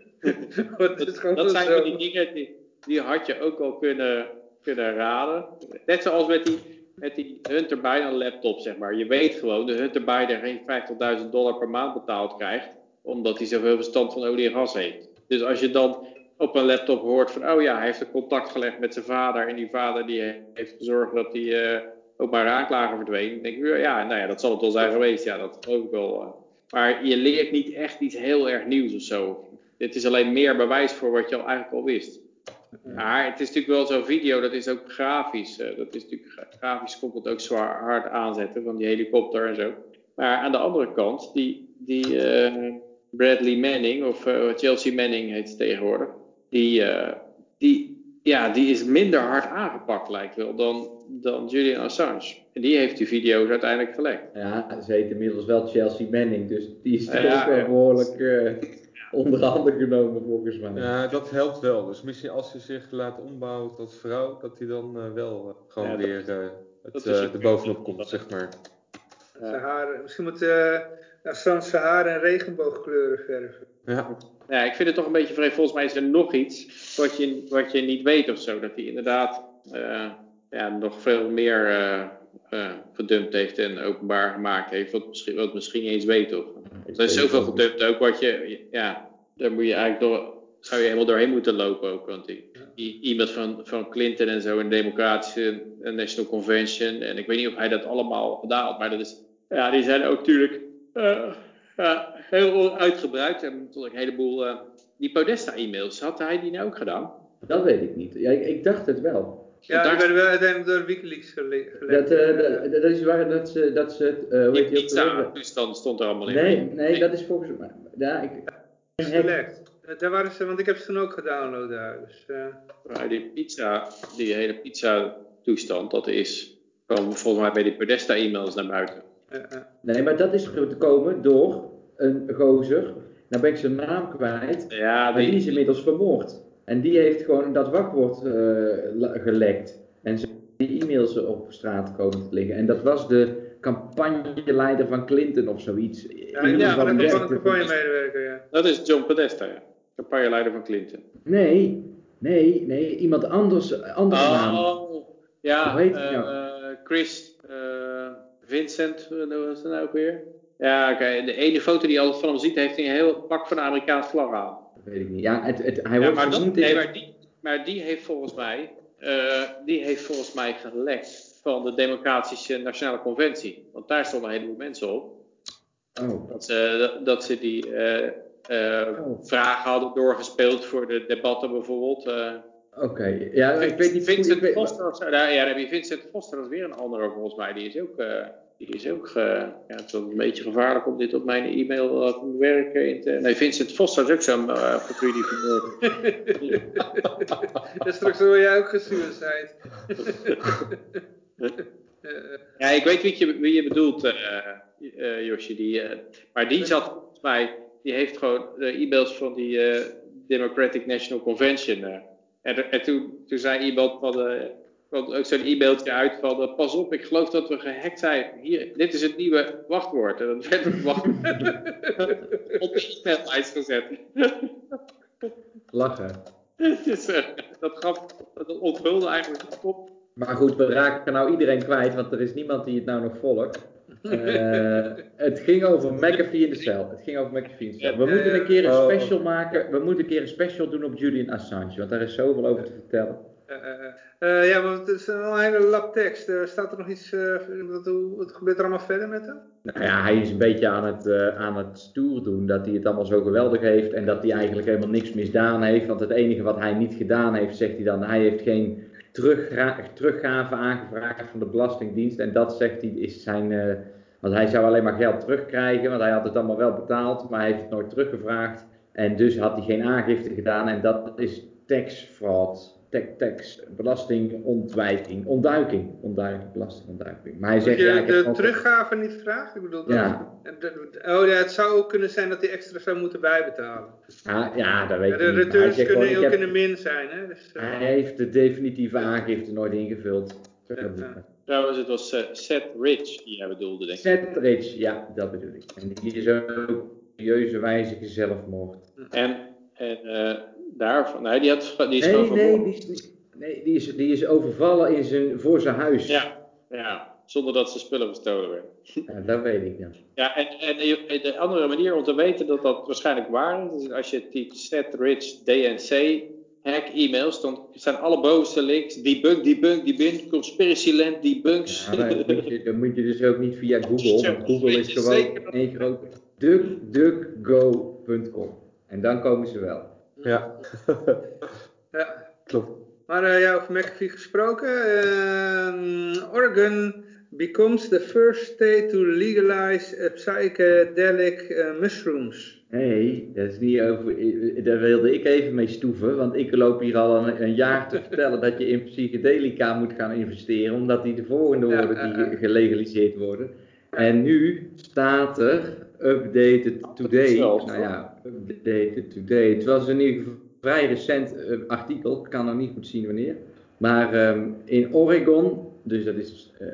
dat, dat zijn zo. Die dingen, die, die had je ook al kunnen, kunnen raden. Net zoals met die, met die Hunter Biden laptop, zeg maar. Je weet gewoon, de Hunter Biden geen vijftigduizend dollar per maand betaald krijgt, omdat hij zoveel verstand van olie en gas heeft. Dus als je dan op een laptop hoort van, oh ja, hij heeft een contact gelegd met zijn vader, en die vader die heeft gezorgd dat hij uh, ook maar aanklager verdween, dan denk ik, ja, nou ja, dat zal het wel zijn geweest. Ja, dat geloof ik wel. Uh. Maar je leert niet echt iets heel erg nieuws of zo. Dit is alleen meer bewijs voor wat je al eigenlijk al wist. Maar het is natuurlijk wel zo'n video, dat is ook grafisch. Uh, dat is natuurlijk grafisch, komt het ook zwaar hard aanzetten van die helikopter en zo. Maar aan de andere kant, die, die uh, Bradley Manning, of uh, Chelsea Manning heet het tegenwoordig, die, uh, die, ja, die is minder hard aangepakt, lijkt wel, dan, dan Julian Assange. En die heeft die video's uiteindelijk gelekt. Ja, ze heet inmiddels wel Chelsea Manning, dus die is toch ja, ook wel ja. behoorlijk uh, onder handen genomen volgens mij. Ja, dat helpt wel. Dus misschien als hij zich laat ombouwen tot vrouw, dat hij dan uh, wel uh, gewoon ja, dat, weer uh, het, uh, er bovenop komt, zeg maar. Ja. Zijn haar, misschien moet uh, Assange zijn haar in regenboogkleuren verven. Ja. Ja, ik vind het toch een beetje vreemd. Volgens mij is er nog iets wat je, wat je niet weet of zo. Dat hij inderdaad uh, ja, nog veel meer uh, uh, gedumpt heeft en openbaar gemaakt heeft. Wat misschien, wat misschien niet eens weet. Of. Er is zoveel gedumpt ook wat je... Ja, daar moet je eigenlijk door... Zou je helemaal doorheen moeten lopen ook. Want die, die e-mails van, van Clinton en zo, een democratische National Convention. En ik weet niet of hij dat allemaal gedaan had. Maar dat is... Ja, die zijn ook natuurlijk... Uh, Ja, heel uitgebreid. En natuurlijk een heleboel... Uh, die Podesta-e-mails, had hij die nou ook gedaan? Dat weet ik niet. Ja, ik, ik dacht het wel. Ja, die werden wel uiteindelijk door Wikileaks gelegd. Dat, uh, dat, dat is waar dat ze... Dat ze uh, hoe die heet pizza-toestand stond er allemaal in. Nee, nee, nee, dat is volgens mij... Ja, ik... is gelekt. Daar waren ze, want ik heb ze toen ook gedownload daar. Dus, uh... ja, die pizza, die hele pizza-toestand, dat is... kwam volgens mij bij die Podesta-e-mails naar buiten. Uh, uh. Nee, maar dat is gekomen door een gozer. Nou ben ik zijn naam kwijt. Ja, die... maar die is inmiddels vermoord. En die heeft gewoon dat wachtwoord uh, gelekt. En ze die e-mails op straat komen te liggen. En dat was de campagneleider van Clinton of zoiets. Ja, iemand ja, van een campagnemedewerker, ja. Dat is John Podesta, ja. Campagneleider van Clinton. Nee, nee, nee. Iemand anders, andere oh, naam. Oh, ja. Hoe heet uh, nou? Chris, uh, Vincent, hoe was dat nou ook weer? Ja, oké. Okay. De ene foto die je altijd van hem ziet, heeft hij een heel pak van de Amerikaanse vlag aan. Dat weet ik niet. Ja, het, het, hij ja, wordt maar, genoemd dat, in... nee, maar, die, maar die heeft volgens mij, uh, die heeft volgens mij gelekt van de Democratische Nationale Conventie. Want daar stonden een heleboel mensen op. Oh. Dat ze, dat ze die uh, uh, oh. vragen hadden doorgespeeld voor de debatten bijvoorbeeld. Uh, Oké, okay. ja, Vin, ik weet niet Vincent goed. Ik Foster, weet... ja, ja, dan heb je Vincent Foster, dat is weer een andere volgens mij. Die is ook, uh, die is ook uh, ja, het is wel een beetje gevaarlijk om dit op mijn e-mail uh, van mijn werk in te... Nee, Vincent Foster is ook zo'n uh, figuur die vermoord. Dus straks word jij ook gesuicide. Ja, ik weet wie je, wie je bedoelt, uh, uh, Josje. Die, uh, maar die zat volgens mij, die heeft gewoon de e-mails van die uh, Democratic National Convention. Uh, en en toen, toen zei iemand van, uh, kwam ook zo'n e-mailtje uit van, uh, pas op, ik geloof dat we gehackt zijn. Hier, dit is het nieuwe wachtwoord. En dat werd het wachtwoord op de e-maillijst gezet. Lachen. Dus, uh, dat gaf, dat onthulde eigenlijk de kop. Maar goed, we raken nou iedereen kwijt, want er is niemand die het nou nog volgt. Uh, het ging over McAfee in de cel. Het ging over McAfee in de cel. We ja, moeten een keer een special oh, maken. We moeten een keer een special doen op Julian Assange, want daar is zoveel over te vertellen. Uh, uh, ja, maar het is wel een hele lap tekst. Uh, staat er nog iets, uh, wat, hoe, wat gebeurt er allemaal verder met hem? Nou ja, hij is een beetje aan het, uh, aan het stoer doen dat hij het allemaal zo geweldig heeft en dat hij eigenlijk helemaal niks misdaan heeft. Want het enige wat hij niet gedaan heeft, zegt hij dan, hij heeft geen teruggra- teruggave aangevraagd van de Belastingdienst. En dat, zegt hij, is zijn, uh, want hij zou alleen maar geld terugkrijgen, want hij had het allemaal wel betaald, maar hij heeft het nooit teruggevraagd. En dus had hij geen aangifte gedaan en dat is tax fraud. Tax, belastingontwijking, ontduiking, ontduiking, belastingontduiking. Maar hij zegt, je ja, ik de heb teruggave niet vraagt? Ik bedoel, dat, ja. Oh ja, het zou ook kunnen zijn dat hij extra zou moeten bijbetalen. Ja, ja dat weet ja, ik de niet. returns Hij kunnen gewoon, ook heb... in de min zijn, hè? Dus, uh... Hij heeft de definitieve aangifte nooit ingevuld. Ja, ja. Trouwens, het was uh, Seth Rich die jij bedoelde, denk ik. Seth Rich, ja, dat bedoel ik. En die is ook op serieuze wijze gezelfmoord. En, en uh, daarvan, nee, die, had, die is nee, gewoon nee, vermoord. die is, nee die, is, die is overvallen in zijn, voor zijn huis. Ja, ja, zonder dat zijn spullen gestolen werden. Ja, dat weet ik dan. Ja, en, en de andere manier om te weten dat dat waarschijnlijk waar is, is als je typt Seth Rich D N C hack e-mails, dan zijn alle bovenste links debunk, debunk, debunk, conspiracyland, debunks. Ja, maar moet je, dan moet je dus ook niet via Google, want Google is gewoon één groot duck duck go punt com. En dan komen ze wel. Ja. Ja. Klopt. Maar uh, ja, over McAfee gesproken. Uh, Oregon becomes the first state to legalize uh, psychedelic uh, mushrooms. Nee, dat is niet over. Daar wilde ik even mee stoeven, want ik loop hier al een, een jaar te vertellen dat je in psychedelica moet gaan investeren, omdat die de volgende ja, worden die uh, uh. gelegaliseerd worden. Ja. En nu staat er updated today. Nou ja, updated today. Het was in ieder geval een vrij recent uh, artikel, ik kan nog niet goed zien wanneer. Maar um, in Oregon, dus dat is, uh,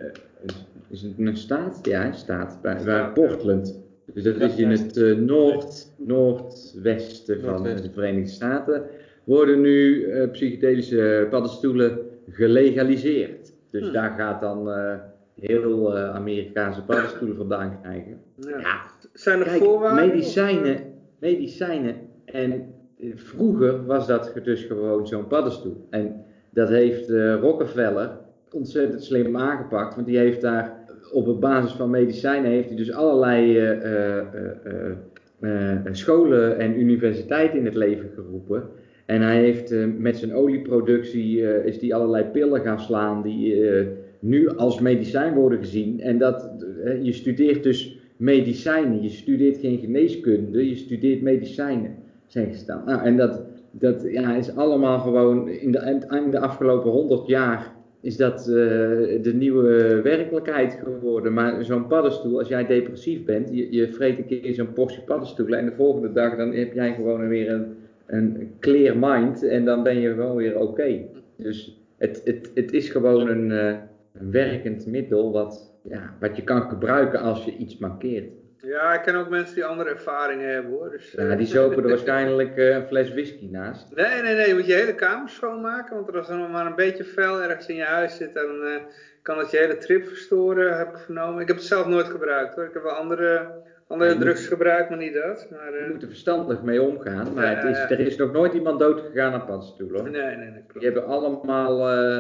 is het een staat? Ja, een staat, bij, bij Portland. Dus dat is in het uh, noord, noordwesten van de Verenigde Staten. Worden nu uh, psychedelische paddenstoelen gelegaliseerd. Dus hmm. daar gaat dan uh, heel uh, Amerikaanse paddenstoelen vandaan krijgen. Ja. Ja, zijn er kijk, voorwaarden? Medicijnen, medicijnen. En uh, vroeger was dat dus gewoon zo'n paddenstoel. En dat heeft uh, Rockefeller ontzettend slim aangepakt. Want die heeft daar op basis van medicijnen heeft hij dus allerlei uh, uh, uh, uh, scholen en universiteiten in het leven geroepen. En hij heeft uh, met zijn olieproductie uh, is die allerlei pillen gaan slaan die uh, nu als medicijn worden gezien. En dat, uh, je studeert dus medicijnen, je studeert geen geneeskunde, je studeert medicijnen, zijn gestaan. Nou, en dat, dat ja, is allemaal gewoon in de, in de afgelopen honderd jaar is dat uh, de nieuwe werkelijkheid geworden. Maar zo'n paddenstoel, als jij depressief bent, je, je vreet een keer zo'n portie paddenstoelen en de volgende dag dan heb jij gewoon weer een, een clear mind en dan ben je gewoon weer oké. Okay. Dus het, het, het is gewoon een, uh, een werkend middel wat, ja, wat je kan gebruiken als je iets mankeert. Ja, ik ken ook mensen die andere ervaringen hebben hoor. Dus, ja, die zopen er waarschijnlijk uh, een fles whisky naast. Nee, nee, nee. Je moet je hele kamer schoonmaken. Want als er nog maar een beetje vuil ergens in je huis zit, dan uh, kan het je hele trip verstoren, heb ik vernomen. Ik heb het zelf nooit gebruikt hoor. Ik heb wel andere, andere ja, drugs moet, gebruikt, maar niet dat. Maar, uh... je moet er verstandig mee omgaan. Maar ja, het is, ja, ja. er is nog nooit iemand dood gegaan aan paddenstoelen hoor. Nee, nee, nee. Klopt. Die hebben allemaal uh,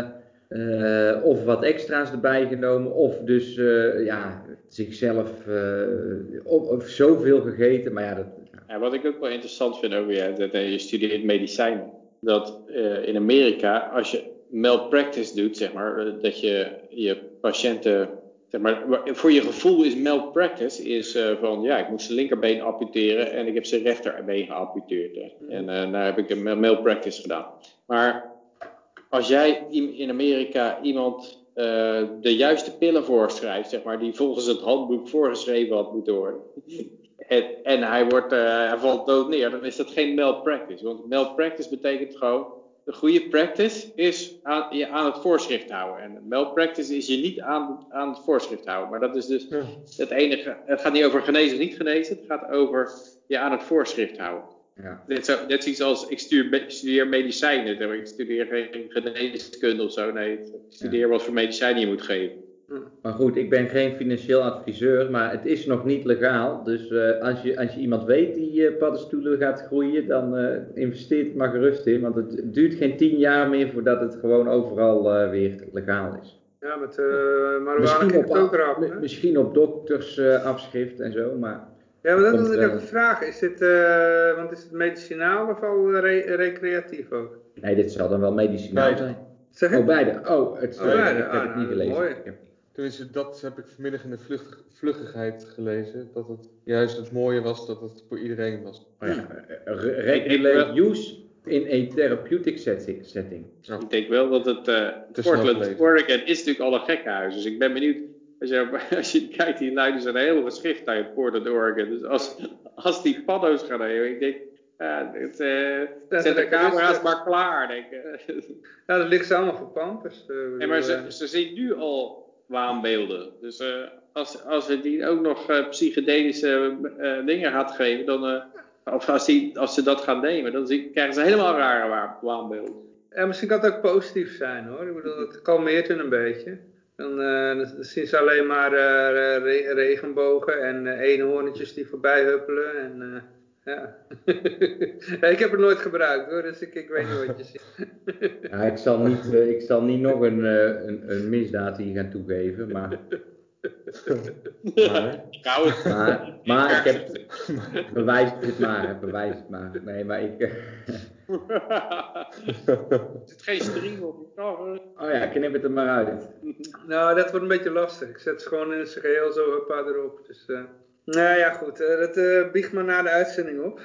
uh, of wat extra's erbij genomen, of dus uh, ja, zichzelf uh, of, of zoveel gegeten. Maar ja, dat... Ja, wat ik ook wel interessant vind over je, dat je studeert medicijnen. Dat uh, in Amerika, als je malpractice doet, zeg maar, dat je je patiënten, zeg maar, voor je gevoel is malpractice, is uh, van, ja, ik moest zijn linkerbeen amputeren en ik heb zijn rechterbeen geamputeerd. Hè. En uh, daar heb ik een malpractice gedaan. Maar als jij in Amerika iemand uh, de juiste pillen voorschrijft, zeg maar, die volgens het handboek voorgeschreven had moeten worden, en, en hij, wordt, uh, hij valt dood neer, dan is dat geen malpractice. Want malpractice betekent gewoon, de goede practice is aan, je aan het voorschrift houden. En malpractice is je niet aan, aan het voorschrift houden. Maar dat is dus ja. het enige, het gaat niet over genezen of niet genezen, het gaat over je aan het voorschrift houden. Ja. Net, zo, net zoiets als, ik stuur, studeer medicijnen, ik studeer geen geneeskunde of zo, nee, ik studeer ja. wat voor medicijnen je moet geven. Maar goed, ik ben geen financieel adviseur, maar het is nog niet legaal. Dus uh, als, je, als je iemand weet die uh, paddenstoelen gaat groeien, dan uh, investeert maar gerust in. Want het duurt geen tien jaar meer voordat het gewoon overal uh, weer legaal is. Ja, met uh, marijuana misschien ging op, het ook rap, hè? Misschien op doktersafschrift uh, en zo, maar... Ja, maar dat wil ik even vragen. Is dit, uh, want is het medicinaal of al re recreatief ook? Nee, dit zal dan wel medicinaal beide. zijn. Zeg je? Oh, beide. Oh, het, oh, beide. ik heb ah, het nou, niet gelezen. Mooi. Tenminste, dat heb ik vanmiddag in de vluchtig, vluchtigheid gelezen. Dat het juist het mooie was dat het voor iedereen was. Oh ja, re regulate use in a therapeutic setting. Oh. Ik denk wel dat het... Uh, Portland, Oregon is natuurlijk al een gekkenhuis. Dus ik ben benieuwd... Als je, als je kijkt, die luiden zijn een hele geschift uit Portland, Oregon. Dus als, als die paddo's gaan nemen, ik denk... Ja, het, uh, zet de camera's maar klaar, denk ik. Ja, dat ligt ze allemaal voor pampers. Uh, hey, maar ze, ze zien nu al waanbeelden. Dus uh, als, als we die ook nog uh, psychedelische uh, dingen gaat geven, dan... Uh, of als, die, als ze dat gaan nemen, dan zien, krijgen ze helemaal rare waanbeelden. Ja, misschien kan het ook positief zijn, hoor. Ik bedoel, het kalmeert hun een beetje. Dan, uh, dan zien ze alleen maar uh, re regenbogen en uh, eenhoornetjes die voorbij huppelen. En, uh, ja. Ik heb het nooit gebruikt, hoor, dus ik, ik weet niet wat je ziet. Ja, ik, zal niet, uh, ik zal niet nog een, uh, een, een misdaad hier gaan toegeven, maar... maar, maar, maar ik heb... Bewijs het maar, bewijs het maar. Nee, maar ik... Uh... Is het geen stream of niet? Oh ja, knip het er maar uit. Nou, dat wordt een beetje lastig. Ik zet ze gewoon in zijn geheel zo huppa erop. Dus, uh... nou ja, goed. Uh, dat uh, biegt maar na de uitzending op.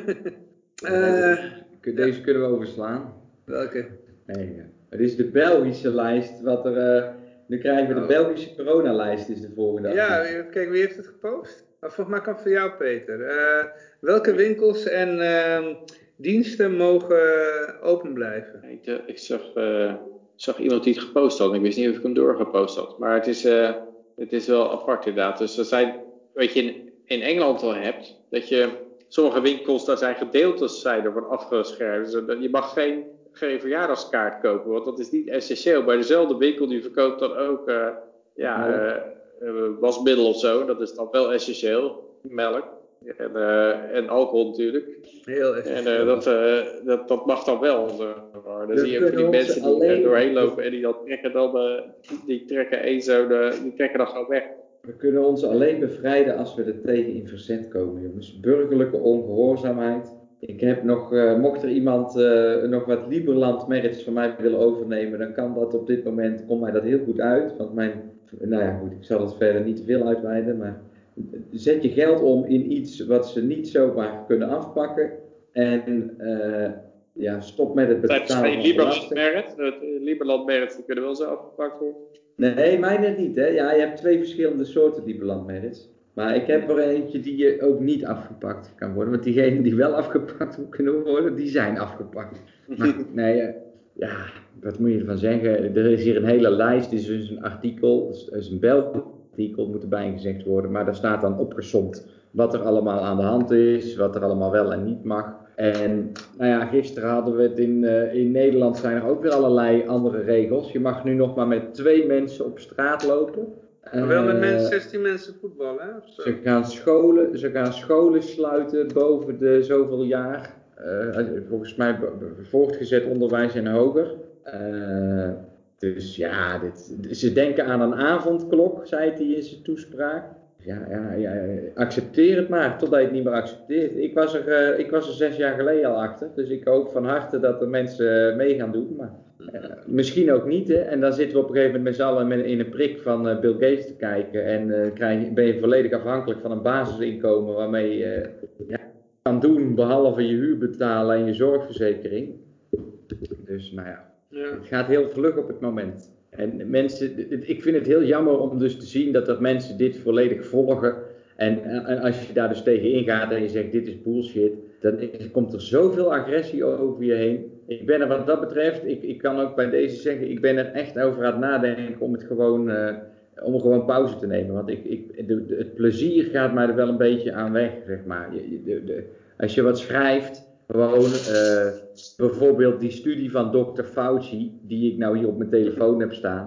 uh, Deze ja. kunnen we overslaan. Welke? Nee, ja. Het is de Belgische lijst. Wat er, uh, nu krijgen we de oh. Belgische coronalijst is de volgende. Ja, kijk, wie heeft het gepost? Oh, volgens mij kan het voor jou, Peter. Uh, welke winkels en uh, diensten mogen open blijven? Ik, uh, ik zag, uh, zag iemand die het gepost had. Ik wist niet of ik hem doorgepost had. Maar het is, uh, het is wel apart inderdaad. Dus er zijn, wat je in, in Engeland al hebt, dat je sommige winkels, daar zijn gedeeltes zijn ervan afgeschermd. Dus je mag geen, geen verjaardagskaart kopen, want dat is niet essentieel. Bij dezelfde winkel die verkoopt dan ook uh, ja, uh, uh, wasmiddel of zo. Dat is dan wel essentieel. Melk. En, uh, en alcohol natuurlijk. Heel essentieel. En uh, dat, uh, dat, dat mag dan wel. Uh, maar dan zie je ook die mensen die alleen... uh, doorheen lopen en die dan trekken dan, uh, die trekken één zo'n, uh, die trekken dan gewoon weg. We kunnen ons alleen bevrijden als we er tegen in verzet komen, jongens. Burgerlijke ongehoorzaamheid. Ik heb nog, uh, mocht er iemand uh, nog wat Liberland merits van mij willen overnemen, dan kan dat op dit moment, komt mij dat heel goed uit. Want mijn, nou ja goed, ik zal het verder niet te veel uitweiden, maar zet je geld om in iets wat ze niet zomaar kunnen afpakken. En uh, ja, stop met het betalen van belasting. Liberland merits, het Liberland merits, die kunnen wel zo afgepakt worden. Nee, mij net niet, hè. Ja, je hebt twee verschillende soorten Liberland merits. Maar ik heb er eentje die je ook niet afgepakt kan worden. Want diegenen die wel afgepakt kunnen worden, die zijn afgepakt. Maar nee, ja, wat moet je ervan zeggen? Er is hier een hele lijst, dit is dus een artikel, het is een Belgisch artikel, moet erbij gezegd worden. Maar daar staat dan opgesomd wat er allemaal aan de hand is, wat er allemaal wel en niet mag. En nou ja, gisteren hadden we het in, uh, in Nederland zijn er ook weer allerlei andere regels. Je mag nu nog maar met twee mensen op straat lopen. Maar wel met mensen, zestien mensen voetballen, hè? Of zo. Ze gaan scholen, ze gaan scholen sluiten boven de zoveel jaar. Uh, volgens mij voortgezet onderwijs en hoger. Uh, dus ja, dit, ze denken aan een avondklok, zei hij in zijn toespraak. Ja, ja, ja, accepteer het maar, totdat je het niet meer accepteert. Ik was, er, uh, ik was er zes jaar geleden al achter, dus ik hoop van harte dat er mensen mee gaan doen. Maar uh, misschien ook niet, hè. En dan zitten we op een gegeven moment met z'n allen in een prik van uh, Bill Gates te kijken. En uh, krijg, ben je volledig afhankelijk van een basisinkomen waarmee je uh, ja, kan doen, behalve je huur betalen en je zorgverzekering. Dus nou ja, ja. Het gaat heel vlug op het moment. En mensen, ik vind het heel jammer om dus te zien dat er mensen dit volledig volgen. En, en als je daar dus tegen ingaat en je zegt dit is bullshit, dan komt er zoveel agressie over je heen. Ik ben er wat dat betreft, ik, ik kan ook bij deze zeggen, ik ben er echt over aan het nadenken om het gewoon, uh, om gewoon pauze te nemen. Want ik, ik, de, de, het plezier gaat mij er wel een beetje aan weg, zeg maar. Je, de, de, als je wat schrijft, gewoon uh, bijvoorbeeld die studie van dokter Fauci, die ik nou hier op mijn telefoon heb staan.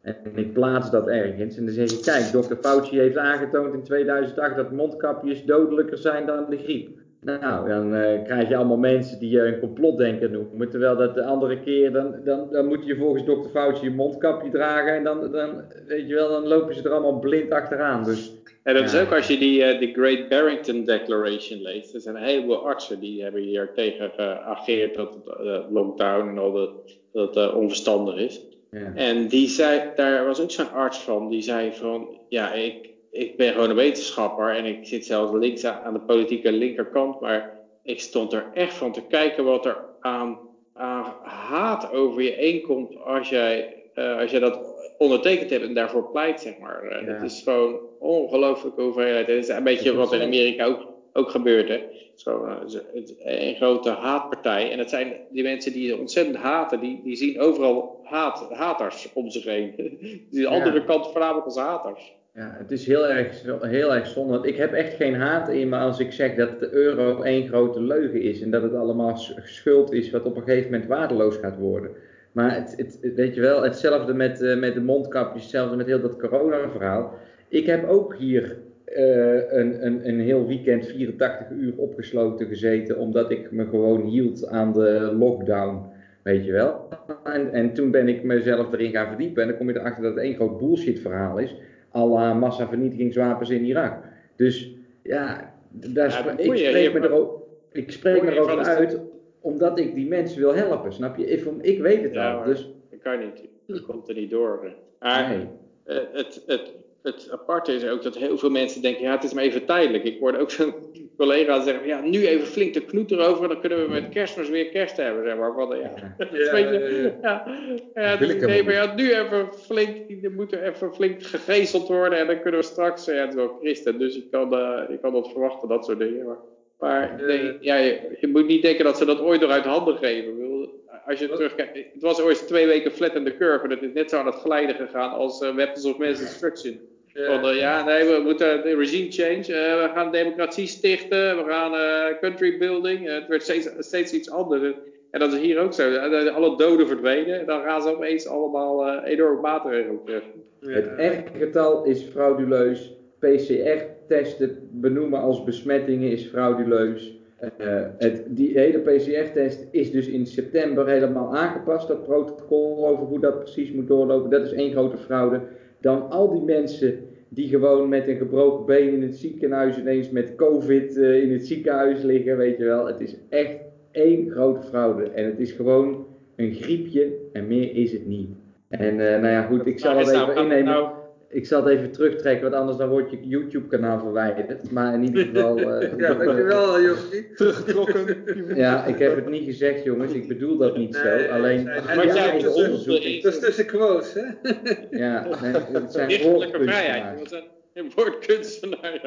En ik plaats dat ergens en dan zeg ik, kijk, dokter Fauci heeft aangetoond in tweeduizend acht dat mondkapjes dodelijker zijn dan de griep. Nou, dan uh, krijg je allemaal mensen die je een complotdenker noemen, terwijl dat de andere keer, dan, dan, dan moet je volgens dokter Fauci een mondkapje dragen en dan, dan, weet je wel, dan lopen ze er allemaal blind achteraan. Dus, en dat ja. is ook als je die uh, de Great Barrington Declaration leest. Er zijn een heleboel artsen die hebben hier tegen geageerd dat het uh, lockdown en al dat dat uh, onverstandig is. Ja. En die zei, daar was ook zo'n arts van, die zei van, ja, ik, ik ben gewoon een wetenschapper en ik zit zelfs links aan, aan de politieke linkerkant, maar ik stond er echt van te kijken wat er aan, aan haat over je heen komt als jij, uh, als jij dat ondertekend hebt en daarvoor pleit, zeg maar. Uh, Ja. Dat is gewoon ongelooflijke hoeveelheid. Het is een beetje wat in Amerika ook, ook gebeurt, hè. Het is gewoon uh, het, een grote haatpartij. En het zijn die mensen die je ontzettend haten, die, die zien overal haat, haters om zich heen. Die andere Ja. kant voornamelijk als haters. Ja, het is heel erg, heel erg zonde. Want ik heb echt geen haat in me als ik zeg dat de euro één grote leugen is. En dat het allemaal schuld is wat op een gegeven moment waardeloos gaat worden. Maar het, het, weet je wel, hetzelfde met, uh, met de mondkapjes, hetzelfde met heel dat corona-verhaal. Ik heb ook hier uh, een, een, een heel weekend vierentachtig uur opgesloten gezeten, omdat ik me gewoon hield aan de lockdown, weet je wel. En, en toen ben ik mezelf erin gaan verdiepen en dan kom je erachter dat het één groot bullshit verhaal is. À la massavernietigingswapens in Irak. Dus ja, daar Ja, spre- het ik mooie spreek me, hiervan- ero- ik spreek me mooie erover hiervan is uit dat- omdat ik die mensen wil helpen, snap je? Ik, ik weet het Ja, al, maar dus dat kan niet. Dat komt er niet door. Maar nee. uh, het, het, het aparte is ook dat heel veel mensen denken, ja, het is maar even tijdelijk. Ik hoorde ook zo'n collega zeggen, ja, nu even flink de knoet erover, dan kunnen we met kerstmis weer kerst hebben, zeg maar. Van, ja, dat is Ja, een beetje, ja, ja. ja, ja, Dat het wil is ik het idee, maar helemaal ja, nu even flink, die moeten even flink gegezeld worden en dan kunnen we straks, ja, het is wel christen, dus je kan, uh, je kan dat verwachten, dat soort dingen. Maar, maar nee, ja, je, je moet niet denken dat ze dat ooit nog uit handen geven. Ik bedoel, als je terugkijkt, het was ooit twee weken flat in de curve en het is net zo aan het glijden gegaan als uh, Weapons of Mass Destruction. Ja. Van, uh, ja, nee, we moeten de regime change, uh, we gaan democratie stichten, we gaan uh, country building. Uh, het werd steeds, steeds iets anders. En dat is hier ook zo. Alle doden verdwenen en dan gaan ze opeens allemaal uh, enorme maatregelen treffen. Het R-getal is frauduleus. P C R-testen benoemen als besmettingen is frauduleus. Uh, het, die hele P C R-test is dus in september helemaal aangepast, dat protocol over hoe dat precies moet doorlopen. Dat is één grote fraude. Dan al die mensen die gewoon met een gebroken been in het ziekenhuis ineens met COVID uh, in het ziekenhuis liggen, weet je wel. Het is echt één grote fraude. En het is gewoon een griepje en meer is het niet. En uh, nou ja, goed, ik zal het even innemen. Nou... Ik zal het even terugtrekken, want anders dan wordt je YouTube-kanaal verwijderd. Maar in ieder geval... Uh, ja, dankjewel, Jochie. Teruggetrokken. Ja, ik heb het niet gezegd, jongens. Ik bedoel dat niet nee, zo. Alleen, zijn, doe je ja, eigen onderzoek. Dat is tussen quotes, hè? Ja, nee, het zijn Dichtelijke vrijheid. woordkunstenaars. Je was een woordkunstenaar.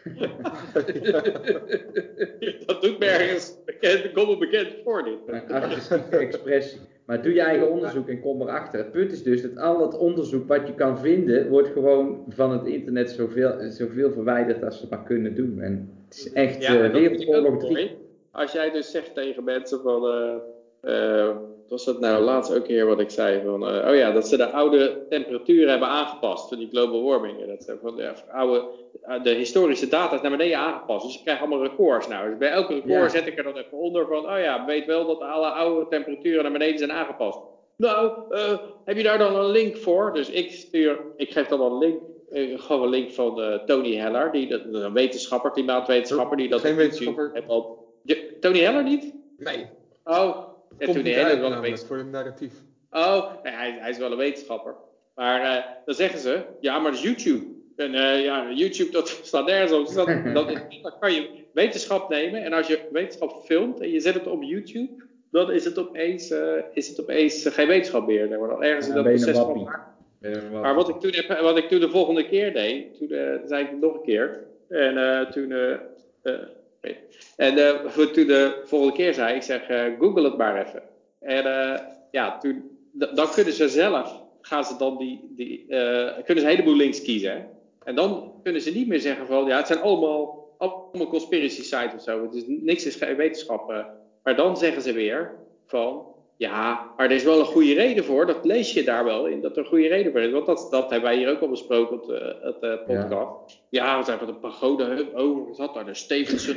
Dat doet me ergens bekend, kom bekend voor dit. Een artistieke expressie. Maar doe je eigen onderzoek en kom erachter. Het punt is dus dat al het onderzoek wat je kan vinden, wordt gewoon van het internet zoveel, zoveel verwijderd als ze maar kunnen doen. En het is echt ja, uh, Wereldoorlog drie. Als jij dus zegt tegen mensen van, uh, uh, was dat nou laatst ook een keer wat ik zei, van, uh, oh ja, dat ze de oude temperaturen hebben aangepast, van die global warming. Dat ze van de, oude, de historische data is naar beneden aangepast, dus je krijgt allemaal records nou. Dus bij elke record ja. zet ik er dan even onder van, oh ja, weet wel dat alle oude temperaturen naar beneden zijn aangepast. Nou, uh, heb je daar dan een link voor? Dus ik stuur, ik geef dan een link. Uh, gewoon een link van uh, Tony Heller, die, dat, een wetenschapper, klimaatwetenschapper. Die dat Geen wetenschapper? al... Je, Tony Heller niet? Nee. Oh, ja, Komt Tony niet Heller uit, is wel een namelijk, voor een narratief. Oh, nee, hij, hij is wel een wetenschapper. Maar uh, dan zeggen ze, ja, maar dat is YouTube. En uh, ja, YouTube, dat staat nergens op. Dus dat, dat, dan kan je wetenschap nemen. En als je wetenschap filmt en je zet het op YouTube, dan is het opeens, uh, is het opeens uh, geen wetenschap meer. Dan wordt ergens ja, in dat proces van maar wat ik, toen, wat ik toen de volgende keer deed, toen uh, zei ik het nog een keer. En uh, toen, uh, uh, en uh, toen de volgende keer zei ik, zeg, uh, google het maar even. En uh, ja, toen, d- dan kunnen ze zelf, gaan ze dan die, die uh, kunnen ze een heleboel links kiezen. Hè? En dan kunnen ze niet meer zeggen van, ja, het zijn allemaal, allemaal conspiracy sites of zo. Het is, niks is geen wetenschap. Uh, maar dan zeggen ze weer van, Ja, maar er is wel een goede reden voor. Dat lees je daar wel in, dat er een goede reden voor is. Want dat, dat hebben wij hier ook al besproken op de, het uh, podcast. Ja, ja, we zijn van de pagode. Oh, wat had daar de Stevenson.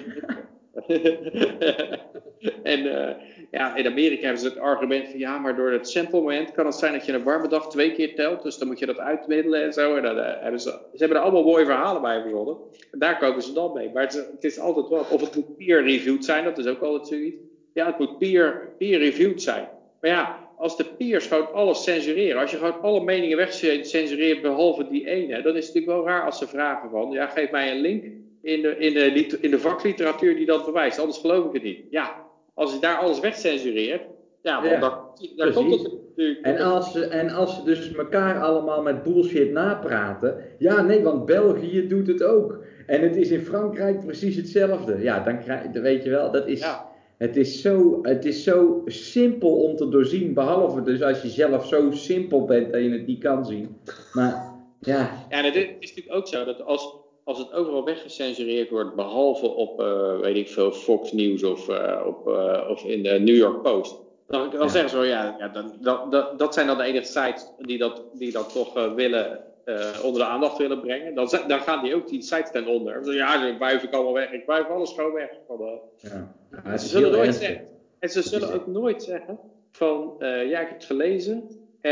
En uh, ja, in Amerika hebben ze het argument van ja, maar door het sample moment kan het zijn dat je een warme dag twee keer telt. Dus dan moet je dat uitmiddelen en zo. En dan, uh, hebben ze, ze hebben er allemaal mooie verhalen bij verzonnen. En daar kopen ze dan mee. Maar het is, het is altijd wat. Of het moet peer-reviewed zijn, dat is ook altijd zoiets. Ja, het moet peer, peer-reviewed zijn. Maar ja, als de peers gewoon alles censureren, als je gewoon alle meningen wegcensureert behalve die ene, dan is het natuurlijk wel raar als ze vragen van, ja, geef mij een link in de, in de, in de vakliteratuur die dat bewijst, anders geloof ik het niet. Ja, als je daar alles wegcensureert, ja, dan, ja, dan, dan komt het natuurlijk. En als, ze, en als ze dus elkaar allemaal met bullshit napraten, ja, nee, want België doet het ook. En het is in Frankrijk precies hetzelfde. Ja, dan krijg je, weet je wel, dat is... Ja. Het is, zo, het is zo simpel om te doorzien, behalve dus als je zelf zo simpel bent dat je het niet kan zien. Maar ja. Ja, en het is, het is natuurlijk ook zo dat als, als het overal weggecensureerd wordt, behalve op, uh, weet ik veel, Fox News of, uh, op, uh, of in de New York Post. Dan, dan ja. zeggen ze wel, ja, ja dan, dat, dat, dat zijn dan de enige sites die dat, die dat toch uh, willen, uh, onder de aandacht willen brengen. Dan, dan gaan die ook die sites ten onder. Ja, dan wuif ik allemaal weg. Ik wuif alles gewoon weg. Van, uh, ja. Ja, ze zullen nooit zeggen, en ze zullen ook nooit zeggen van, uh, ja, ik heb het gelezen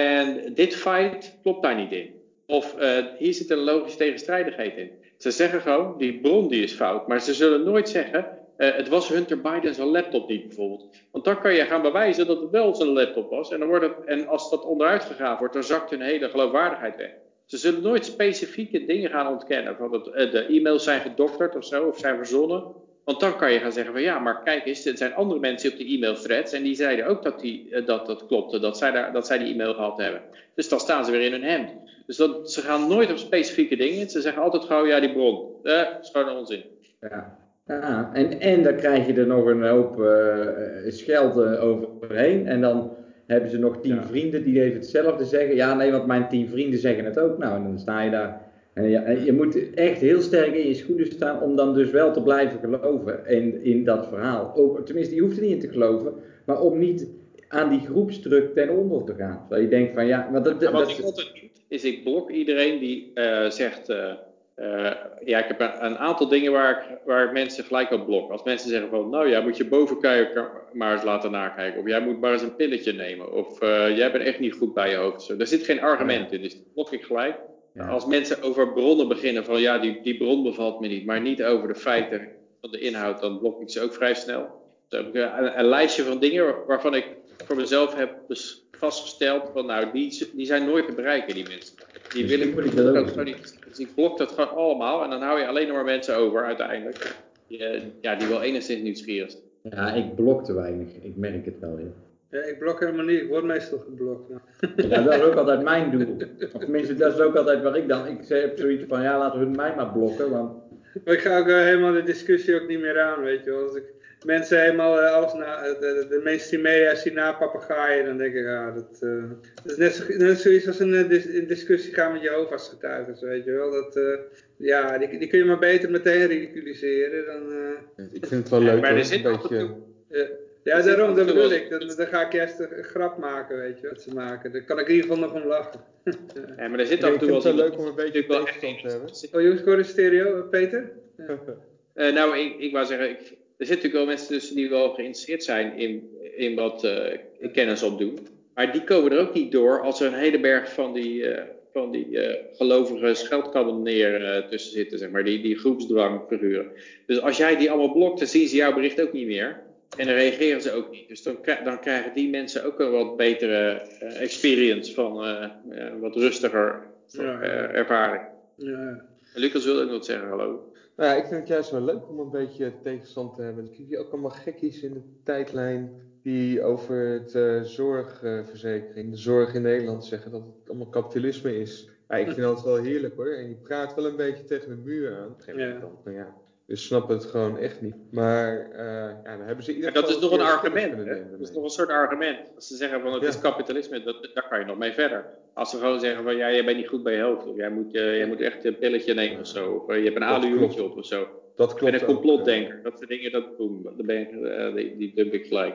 en dit feit klopt daar niet in. Of uh, hier zit een logische tegenstrijdigheid in. Ze zeggen gewoon, die bron die is fout. Maar ze zullen nooit zeggen, uh, het was Hunter Biden zijn laptop niet bijvoorbeeld. Want dan kan je gaan bewijzen dat het wel zijn laptop was. En, dan wordt het, en als dat onderuit gegraven wordt, dan zakt hun hele geloofwaardigheid weg. Ze zullen nooit specifieke dingen gaan ontkennen. Bijvoorbeeld uh, de e-mails zijn gedokterd of zo, of zijn verzonnen. Want dan kan je gaan zeggen van ja, maar kijk eens, er zijn andere mensen op de e-mail threads. En die zeiden ook dat die, uh, dat, dat klopte, dat zij, daar, dat zij die e-mail gehad hebben. Dus dan staan ze weer in hun hemd. Dus dat, ze gaan nooit op specifieke dingen. Ze zeggen altijd gewoon, ja, die bron. Eh, dat is gewoon onzin. Ja, ja. En, en dan krijg je er nog een hoop uh, schelden overheen. En dan hebben ze nog tien ja. vrienden die even hetzelfde zeggen. Ja, nee, want mijn tien vrienden zeggen het ook. Nou, en dan sta je daar. En je, en je moet echt heel sterk in je schoenen staan om dan dus wel te blijven geloven in, in dat verhaal. Ook, tenminste, je hoeft er niet in te geloven. Maar om niet aan die groepsdruk ten onder te gaan. Dat je denkt van ja, maar dat... Ja, wat dat, ik altijd doe, is ik blok iedereen die uh, zegt... Uh, uh, ja, ik heb een, een aantal dingen waar ik, waar ik mensen gelijk op blok. Als mensen zeggen van, nou ja, moet je bovenkijken maar eens laten nakijken. Of jij moet maar eens een pilletje nemen. Of uh, jij bent echt niet goed bij je hoofd. Zo, daar zit geen argument ja. in, dus dat blok ik gelijk. Ja. Als mensen over bronnen beginnen van, ja, die, die bron bevalt me niet. Maar niet over de feiten van de inhoud, dan blok ik ze ook vrij snel. Dus heb ik een, een lijstje van dingen waarvan ik voor mezelf heb dus vastgesteld van nou, die, die zijn nooit te bereiken, die mensen. Die willen ik dat dat gewoon niet. Dus ik blok dat gewoon allemaal en dan hou je alleen nog maar mensen over uiteindelijk. Die, ja, die wel enigszins nieuwsgierig zijn. Ja, ik blok te weinig. Ik merk het wel, ja. Ja, ik blok helemaal niet. Ik word meestal geblokt. Maar. Ja, dat is ook altijd mijn doel. Of tenminste, dat is ook altijd waar ik dan... Ik heb zoiets van, ja, laten we mij maar blokken, want... Maar ik ga ook uh, helemaal de discussie ook niet meer aan, weet je wel. Als ik mensen helemaal uh, alles na... Uh, de, de mainstream media zien na papegaaien, dan denk ik, ja, dat... Uh, dat is net, zo, net zoiets als een, uh, dis, een discussie gaan met Jehovah's getuigen, weet je wel. Dat... Uh, Ja, die, die kun je maar beter meteen ridiculiseren dan... Uh... Ik vind het wel leuk, ja, maar hoor. er zit een beetje... Ja, ja daarom, dat bedoel ik. Dan, dan ga ik juist een grap maken, weet je wat ze maken. Dan kan ik in ieder geval nog om lachen. Ja, maar er zit nee, af en toe wel... Ik vind het wel leuk dat om een beetje tegenstand te hebben. Oh, jongens, ik hoor een stereo. Peter? Ja. uh, nou, ik, ik wou zeggen, ik, er zitten natuurlijk wel mensen tussen die wel geïnteresseerd zijn in, in wat uh, kennis opdoen. Maar die komen er ook niet door als er een hele berg van die... Uh, van die uh, gelovige scheldkanonneer uh, tussen zitten, zeg maar, die, die groepsdrangfiguren. Dus als jij die allemaal blokt, dan zien ze jouw bericht ook niet meer. En dan reageren ze ook niet. Dus dan, dan krijgen die mensen ook een wat betere uh, experience van uh, uh, wat rustiger uh, ja, ja. ervaring. Ja. Lucas wil ook nog wat zeggen, hallo. Nou ja, ik vind het juist wel leuk om een beetje tegenstand te hebben. Ik zie ook allemaal gekkies in de tijdlijn die over het uh, zorgverzekering, uh, de zorg in Nederland zeggen dat het allemaal kapitalisme is. Ja, ik vind dat wel heerlijk hoor. En je praat wel een beetje tegen de muur aan. Op een gegeven moment dan, van ja, dus snappen het gewoon echt niet. Maar uh, ja, dan hebben ze in ieder geval... Maar dat is nog een argument, hè? Dat is nog een soort argument. Als ze zeggen van het ja. is kapitalisme, dat, daar kan je nog mee verder. Als ze gewoon zeggen van ja, jij bent niet goed bij je hoofd. Of jij moet, uh, jij moet echt een pilletje nemen of zo. Of uh, je hebt een aluhoedje op of zo. Dat klopt. En een complotdenker. Dat soort dingen, dat, boem, dat ben ik, uh, die, die dump ik gelijk.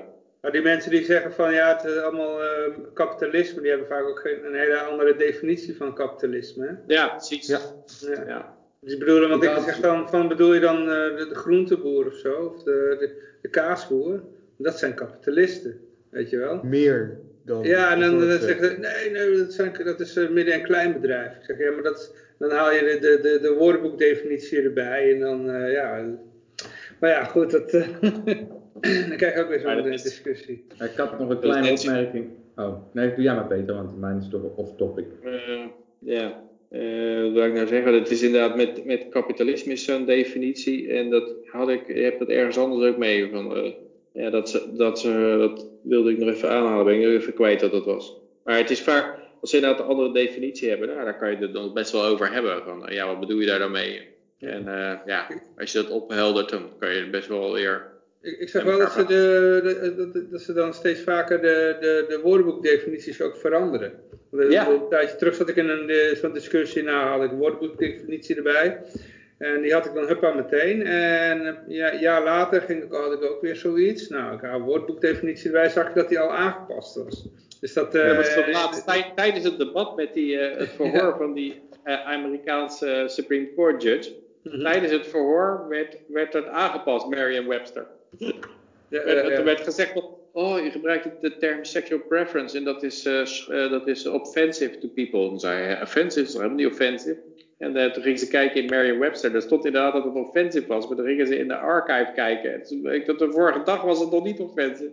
Nou, die mensen die zeggen van ja, het is allemaal uh, kapitalisme, die hebben vaak ook geen, een hele andere definitie van kapitalisme. Hè? Ja, precies. Ja. Ja. Ja. Dus ik bedoel, want ik zeg dan van, bedoel je dan uh, de, de groenteboer of zo, of de, de, de kaasboer? Dat zijn kapitalisten, weet je wel? Meer dan. Ja, en dan, dan zeggen ze, nee, nee, dat, zijn, dat is uh, midden- en kleinbedrijf. Ik zeg, ja, maar dat is, dan haal je de, de, de, de woordenboekdefinitie erbij en dan, uh, ja... Maar ja, goed, dat, uh, dan krijg je ook weer zo'n uh, discussie. Ik had nog een kleine opmerking. Oh, nee, doe jij maar Peter, want mijn is toch off-topic. Uh, ja, uh, wat wil ik nou zeggen? Het is inderdaad met, met kapitalisme is zo'n definitie. En dat had ik, je hebt dat ergens anders ook mee. Van, uh, ja, dat, ze, dat, ze, dat wilde ik nog even aanhalen, ben ik even kwijt dat dat was. Maar het is vaak, als ze inderdaad een andere definitie hebben, nou, daar kan je het dan best wel over hebben. Van, ja, wat bedoel je daar dan mee? En uh, ja, als je dat opheldert, dan kan je het best wel weer... Ik, ik zag wel dat ze, de, de, de, dat ze dan steeds vaker de, de, de woordenboekdefinities ook veranderen. Want ja. Een tijdje terug zat ik in een, zo'n discussie, nou had ik een woordenboekdefinitie erbij. En die had ik dan huppa meteen. En ja, een jaar later ging ik, had ik ook weer zoiets. Nou, ik hou een woordenboekdefinitie erbij, zag ik dat die al aangepast was. Dus dat, uh, ja, dat was de laatste tijd, tijdens het debat met die, uh, het verhoor ja. van die uh, Amerikaanse Supreme Court judge. Mm-hmm. Tijdens het verhoor werd, werd het aangepast, Merriam-Webster. Ja, werd, ja, ja. Er werd gezegd, oh, je gebruikt de term sexual preference en dat is, uh, uh, dat is offensive to people. En dan zei hij, offensive is helemaal niet offensive. En uh, toen gingen ze kijken in Merriam-Webster. Daar stond inderdaad dat het offensive was. Maar toen gingen ze in de archive kijken. En toen bleek dat de vorige dag was het nog niet offensive.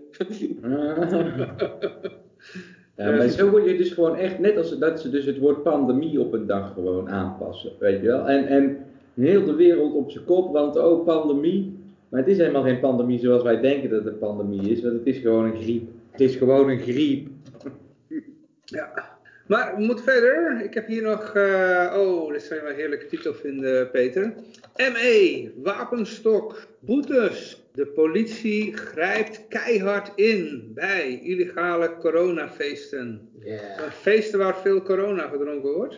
Ja, maar zo word je dus gewoon echt, net als dat ze dus het woord pandemie op een dag gewoon aanpassen, weet je wel. En, en heel de wereld op zijn kop, want ook pandemie, maar het is helemaal geen pandemie zoals wij denken dat het een pandemie is, want het is gewoon een griep. Het is gewoon een griep. Ja, maar we moeten verder. Ik heb hier nog, uh, oh, dit zou je wel een heerlijke titel vinden, Peter. M E, wapenstok, boetes. De politie grijpt keihard in bij illegale coronafeesten. Yeah. Feesten waar veel corona gedronken wordt.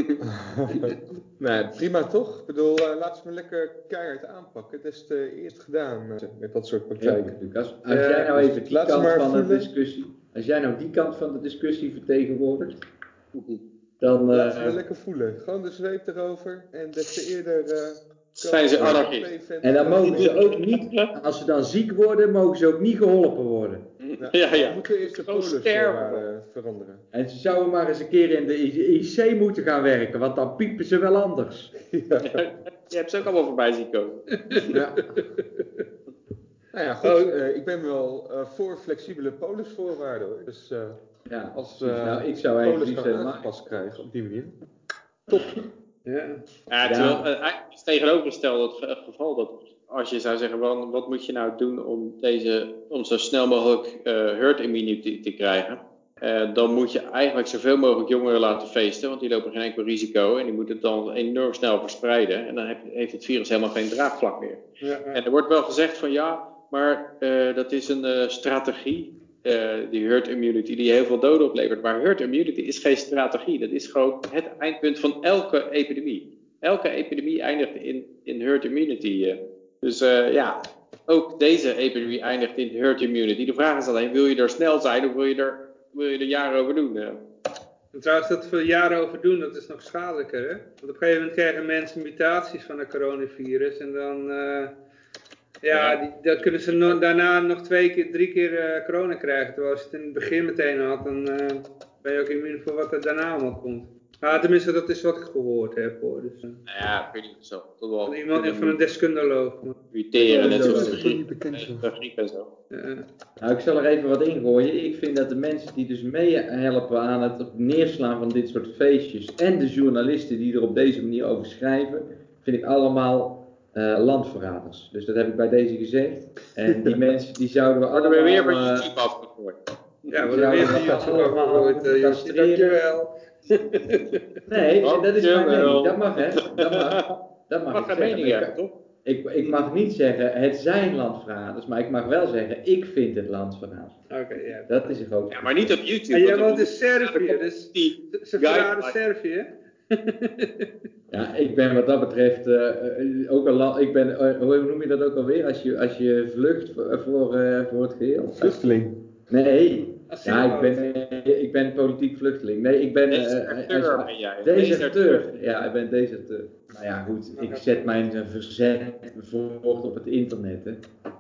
Nee, prima toch? Ik bedoel, uh, laten ze me lekker keihard aanpakken. Dat is te eerst gedaan uh, met dat soort praktijken. Goed, als als uh, jij nou dus even die kant van voelen. de discussie, als jij nou die kant van de discussie vertegenwoordigt, dan... Uh, laat ze me lekker voelen. Gewoon de zweep erover en des te eerder... Uh, zijn ze anarchist. En dan mogen ze ook niet, als ze dan ziek worden, mogen ze ook niet geholpen worden. Ja, ja, ja. We moeten eerst de polisvoorwaarden veranderen. En ze zouden maar eens een keer in de I C moeten gaan werken, want dan piepen ze wel anders. Ja. Je hebt ze ook allemaal voorbij zien komen. Ja. Nou ja, goed. Uh, ik ben wel uh, voor flexibele polisvoorwaarden hoor. Dus uh, ja, als uh, nou, ik zou polis kan aangepast krijgen op die manier. Top. Ja, ja, terwijl uh, eigenlijk is het tegenovergestelde het geval dat als je zou zeggen, wat, wat moet je nou doen om, deze, om zo snel mogelijk uh, herd immunity te krijgen, uh, dan moet je eigenlijk zoveel mogelijk jongeren laten feesten, want die lopen geen enkel risico en die moeten het dan enorm snel verspreiden en dan heb, heeft het virus helemaal geen draagvlak meer. Ja, ja. En er wordt wel gezegd van ja, maar uh, dat is een uh, strategie. Uh, die herd immunity die heel veel doden oplevert. Maar herd immunity is geen strategie. Dat is gewoon het eindpunt van elke epidemie. Elke epidemie eindigt in, in herd immunity. Uh. Dus uh, ja, ook deze epidemie eindigt in herd immunity. De vraag is alleen, wil je er snel zijn of wil je er, wil je er jaren over doen? Uh? Trouwens, dat voor jaren over doen, dat is nog schadelijker. Hè? Want op een gegeven moment krijgen mensen mutaties van het coronavirus. En dan... Uh... Ja, die, dan kunnen ze no- daarna nog twee keer, drie keer uh, corona krijgen. Terwijl als je het in het begin meteen had, dan uh, ben je ook immuun voor wat er daarna allemaal komt. Maar tenminste, dat is wat ik gehoord heb hoor. Dus, uh, nou ja, ik weet niet zo. Van iemand en van een deskundeloog. Muteren, net zoals de griep, de griep en zo. Ja. Nou, ik zal er even wat ingooien. Ik vind dat de mensen die dus meehelpen aan het neerslaan van dit soort feestjes en de journalisten die er op deze manier over schrijven, vind ik allemaal... Uh, landverraders. Dus dat heb ik bij deze gezegd. En die mensen die zouden we allemaal... Worden we weer van YouTube afgegooid. Ja, worden we weer van YouTube afgegooid, uh, Josje. Dankjewel. Nee, dat is mijn mening. Dat mag, hè. Dat mag. Dat mag, mag ik zeggen. Mening, ik, toch? Ik, ik mag niet zeggen, het zijn landverraders. Maar ik mag wel zeggen, ik vind het landverraad. Oké, okay, ja. Dat is een groot... Ja, maar niet op YouTube. En jij woont in Servië, dus ze verraden Servië. Ja, ik ben wat dat betreft uh, ook al, ik ben, uh, hoe noem je dat ook alweer, als je, als je vlucht voor, voor, uh, voor het geheel? Vluchteling. Nee, ja, ik ben, uh, ik ben politiek vluchteling. Nee, ik ben... Uh, deserteur ben jij. Deserteur, ja, ik ben deserteur. Nou ja, goed, ik zet mijn verzet voort op het internet, hè.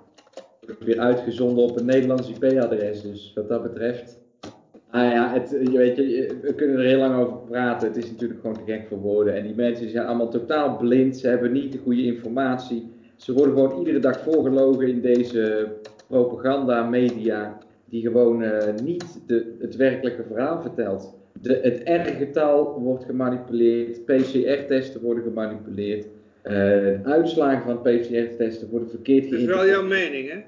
Weer uitgezonden op een Nederlands I P-adres, dus wat dat betreft... Ah ja, het, je weet je, we kunnen er heel lang over praten. Het is natuurlijk gewoon te gek voor woorden. En die mensen zijn allemaal totaal blind. Ze hebben niet de goede informatie. Ze worden gewoon iedere dag voorgelogen in deze propaganda, media, die gewoon uh, niet de, het werkelijke verhaal vertelt. De, het R-getal wordt gemanipuleerd. P C R-testen worden gemanipuleerd. Uh, de uitslagen van P C R-testen worden verkeerd geïnterpreteerd. Dat is wel jouw mening, hè?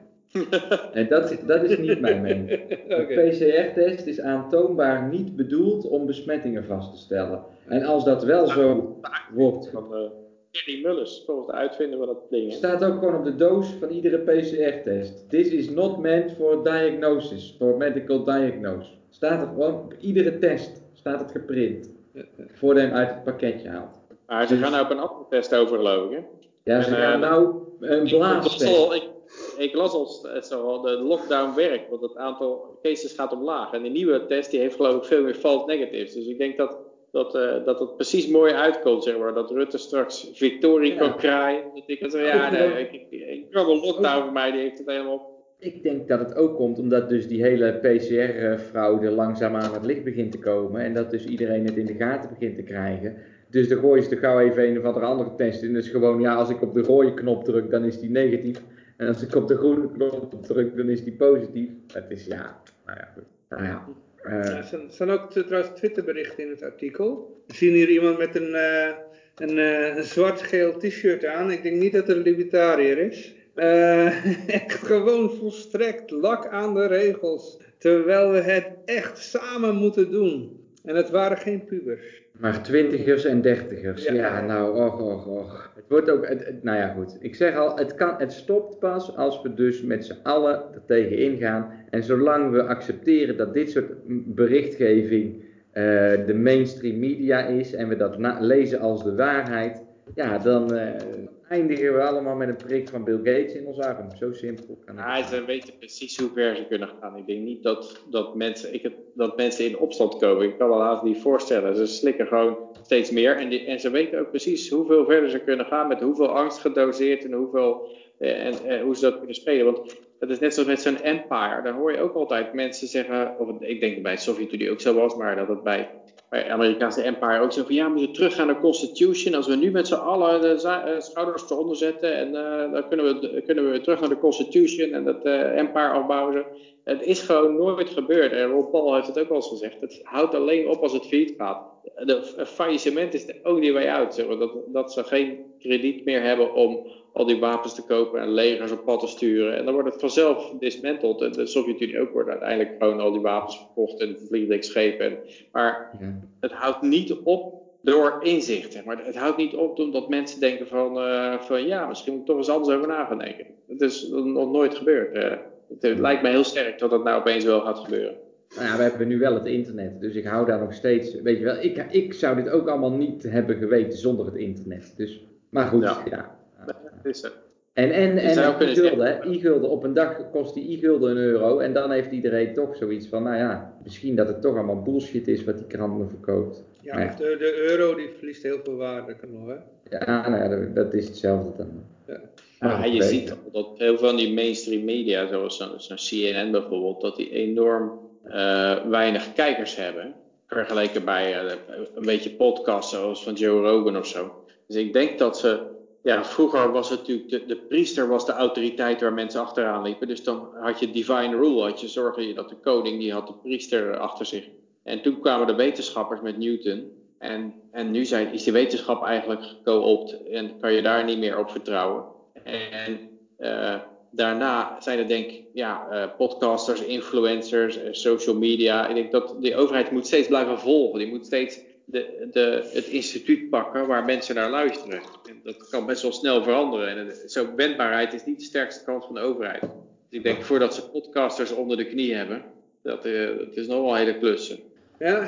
En dat, dat is niet mijn mening. De Okay. P C R-test is aantoonbaar niet bedoeld om besmettingen vast te stellen. En als dat wel zo wordt... Van uh, Kenny Mullis, volgens de uitvinder van dat ding. Het staat ook gewoon op de doos van iedere P C R-test. This is not meant for diagnosis, for medical diagnosis. Staat er gewoon op iedere test, staat het geprint. Voordat je hem uit het pakketje haalt. Maar ze dus... gaan nou op een andere test over, geloof ik, hè? Ja, en, ze gaan uh, nou een blaastest. Ik las al, de lockdown werkt, want het aantal cases gaat omlaag. En die nieuwe test die heeft geloof ik veel meer false negatives. Dus ik denk dat dat, uh, dat het precies mooi uitkomt, zeg maar. Dat Rutte straks victorie ja. kan kraaien. Dat ik zo, ja, nee, ik, ik, ik kwam een lockdown ook. Voor mij, die heeft het helemaal... Ik denk dat het ook komt omdat dus die hele P C R-fraude langzaam aan het licht begint te komen. En dat dus iedereen het in de gaten begint te krijgen. Dus dan gooi je er gauw even een of andere andere test in. Dus gewoon, ja, als ik op de rode knop druk, dan is die negatief. En als ik op de groene knop druk, dan is die positief. Het is, ja, nou ja, goed. Nou ja. Uh... Ja, er staan ook trouwens Twitterberichten in het artikel. We zien hier iemand met een, uh, een, uh, een zwart-geel t-shirt aan. Ik denk niet dat het een libertariër is. Uh, gewoon volstrekt lak aan de regels. Terwijl we het echt samen moeten doen. En het waren geen pubers. Maar twintigers en dertigers, ja, ja nou, och, och, och. Het wordt ook, het, het, nou ja goed, ik zeg al, het, kan, het stopt pas als we dus met z'n allen er tegen ingaan. En zolang we accepteren dat dit soort berichtgeving uh, de mainstream media is en we dat na- lezen als de waarheid, ja, dan uh, eindigen we allemaal met een prik van Bill Gates in ons arm. Zo simpel kan het. Ja, ze weten precies hoe ver ze kunnen gaan. Ik denk niet dat, dat, mensen, ik heb, dat mensen in opstand komen. Ik kan me haast niet voorstellen. Ze slikken gewoon steeds meer. En, die, en ze weten ook precies hoeveel verder ze kunnen gaan. Met hoeveel angst gedoseerd en, hoeveel, eh, en eh, hoe ze dat kunnen spelen. Want dat is net zoals met zo'n empire. Daar hoor je ook altijd mensen zeggen. Of ik denk dat bij de Sovjet-Unie ook zo was. Maar dat het bij... bij Amerikaanse empire ook zo van ja, we moeten terug gaan naar de Constitution. Als we nu met z'n allen de za- schouders eronder zetten en uh, dan kunnen we, kunnen we weer terug naar de Constitution en dat uh, empire afbouwen. Het is gewoon nooit gebeurd. En Ron Paul heeft het ook al eens gezegd. Het houdt alleen op als het failliet gaat. De uh, faillissement is de only way out. Zeg maar. dat, dat ze geen krediet meer hebben om al die wapens te kopen en legers op pad te sturen. En dan wordt het vanzelf dismanteld. En de Sovjet-Unie ook wordt uiteindelijk gewoon al die wapens verkocht en vliegdekschepen. En, maar ja. Het houdt niet op door inzicht. Zeg maar. Het houdt niet op omdat mensen denken van, uh, van ja, misschien moet ik toch eens anders over na gaan denken. Het is nog nooit gebeurd. Uh, het, het lijkt mij heel sterk dat dat nou opeens wel gaat gebeuren. Nou ja, we hebben nu wel het internet, dus ik hou daar nog steeds, weet je wel, ik, ik zou dit ook allemaal niet hebben geweten zonder het internet. Dus, maar goed, ja. ja. Dat is het. En, en, en e-gulden, hè, e-gulden, op een dag kost die e-gulden een euro en dan heeft iedereen toch zoiets van, nou ja, misschien dat het toch allemaal bullshit is wat die krant me verkoopt. Ja, nou ja. De, de euro die verliest heel veel waarde, kan nog, hè? Ja, nou ja, dat, dat is hetzelfde dan. Ja. Ja, je ziet al dat heel veel van die mainstream media, zoals zo'n zo C N N bijvoorbeeld, dat die enorm uh, weinig kijkers hebben. Vergeleken bij uh, een beetje podcasts zoals van Joe Rogan of zo. Dus ik denk dat ze, ja, vroeger was het natuurlijk, de, de priester was de autoriteit waar mensen achteraan liepen. Dus dan had je divine rule, had je zorgen dat de koning, die had de priester achter zich. En toen kwamen de wetenschappers met Newton. En, en nu zijn, is die wetenschap eigenlijk geco-opt en kan je daar niet meer op vertrouwen. En uh, daarna zijn er denk ik ja, uh, podcasters, influencers, uh, social media. Ik denk dat de overheid moet steeds blijven volgen. Die moet steeds de, de, het instituut pakken waar mensen naar luisteren. En dat kan best wel snel veranderen. En zo wendbaarheid is niet de sterkste kant van de overheid. Dus ik denk voordat ze podcasters onder de knie hebben, dat, uh, dat is nog wel een hele klus. Ja,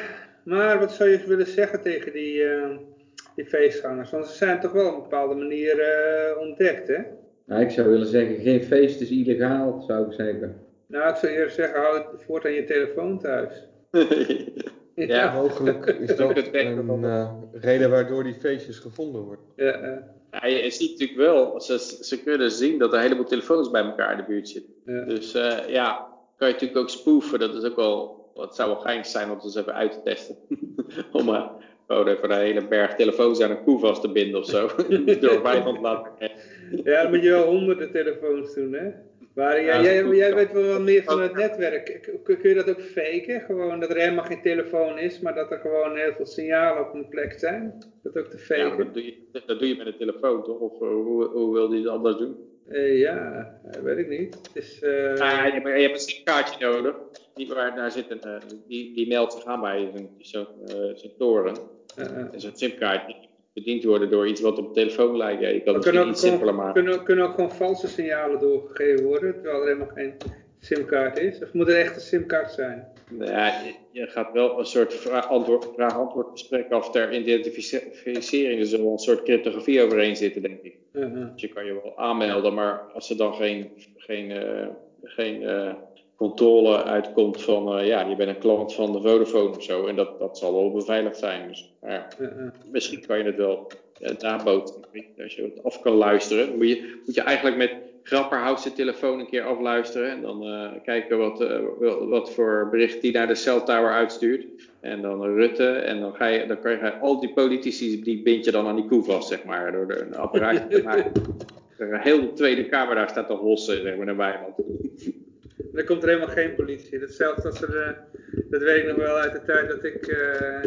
Maar wat zou je willen zeggen tegen die, uh, die feestgangers? Want ze zijn toch wel op een bepaalde manier uh, ontdekt, hè? Nou, ik zou willen zeggen, geen feest is illegaal, zou ik zeggen. Nou, ik zou eerder zeggen, hou het voort aan je telefoon thuis. ja. ja, mogelijk is dat een uh, reden waardoor die feestjes gevonden worden. Ja, uh. ja, je ziet natuurlijk wel, ze, ze kunnen zien dat er een heleboel telefoons bij elkaar in de buurt zitten. Ja. Dus uh, ja, kan je natuurlijk ook spoofen, dat is ook wel, het zou wel geinig zijn om het eens even uit te testen. om uh, gewoon even een hele berg telefoons aan een koe vast te binden of zo. Door vijand laten kijken. Ja, dan moet je wel honderden telefoons doen, hè? Maar ja, ja, jij, jij weet wel wat meer van het netwerk. Kun je dat ook faken? Gewoon dat er helemaal geen telefoon is, maar dat er gewoon heel veel signalen op een plek zijn? Dat ook te faken? Ja, dat doe je, dat doe je met een telefoon, toch? Of uh, hoe, hoe wil je het anders doen? Uh, ja, weet ik niet. Het is, uh... ah, je, hebt, je hebt een simkaartje nodig. Die waar daar zit een, uh, die, die meldt zich aan bij zo'n zo, uh, toren. Uh, uh. En zo'n simkaartje bediend worden door iets wat op de telefoon lijkt. Ja, je kan het misschien iets gewoon, simpeler maken. Kunnen, kunnen ook gewoon valse signalen doorgegeven worden, terwijl er helemaal geen simkaart is? Of moet het echt een simkaart zijn? Ja, je, je gaat wel een soort vraag-antwoord gesprek af ter identificering. Er zal wel een soort cryptografie overheen zitten, denk ik. Uh-huh. Dus je kan je wel aanmelden, maar als er dan geen, geen, uh, geen uh, controle uitkomt van, uh, ja, je bent een klant van de Vodafone of zo. En dat, dat zal wel beveiligd zijn. Dus ja, uh-huh. Misschien kan je het wel uh, nabootsen. Als je het af kan luisteren, moet je, moet je eigenlijk met Grapperhaus de telefoon een keer afluisteren. En dan uh, kijken wat, uh, wat voor bericht die naar de Cell Tower uitstuurt. En dan Rutte. En dan, ga je, dan kan je al die politici, die bind je dan aan die koe vast, zeg maar. Door er een apparaatje te maken. Heel de Tweede Kamer daar staat te hossen, zeg maar, naar Wijnand. Er komt er helemaal geen politie. Hetzelfde als er, dat weet ik nog wel uit de tijd dat ik... Uh,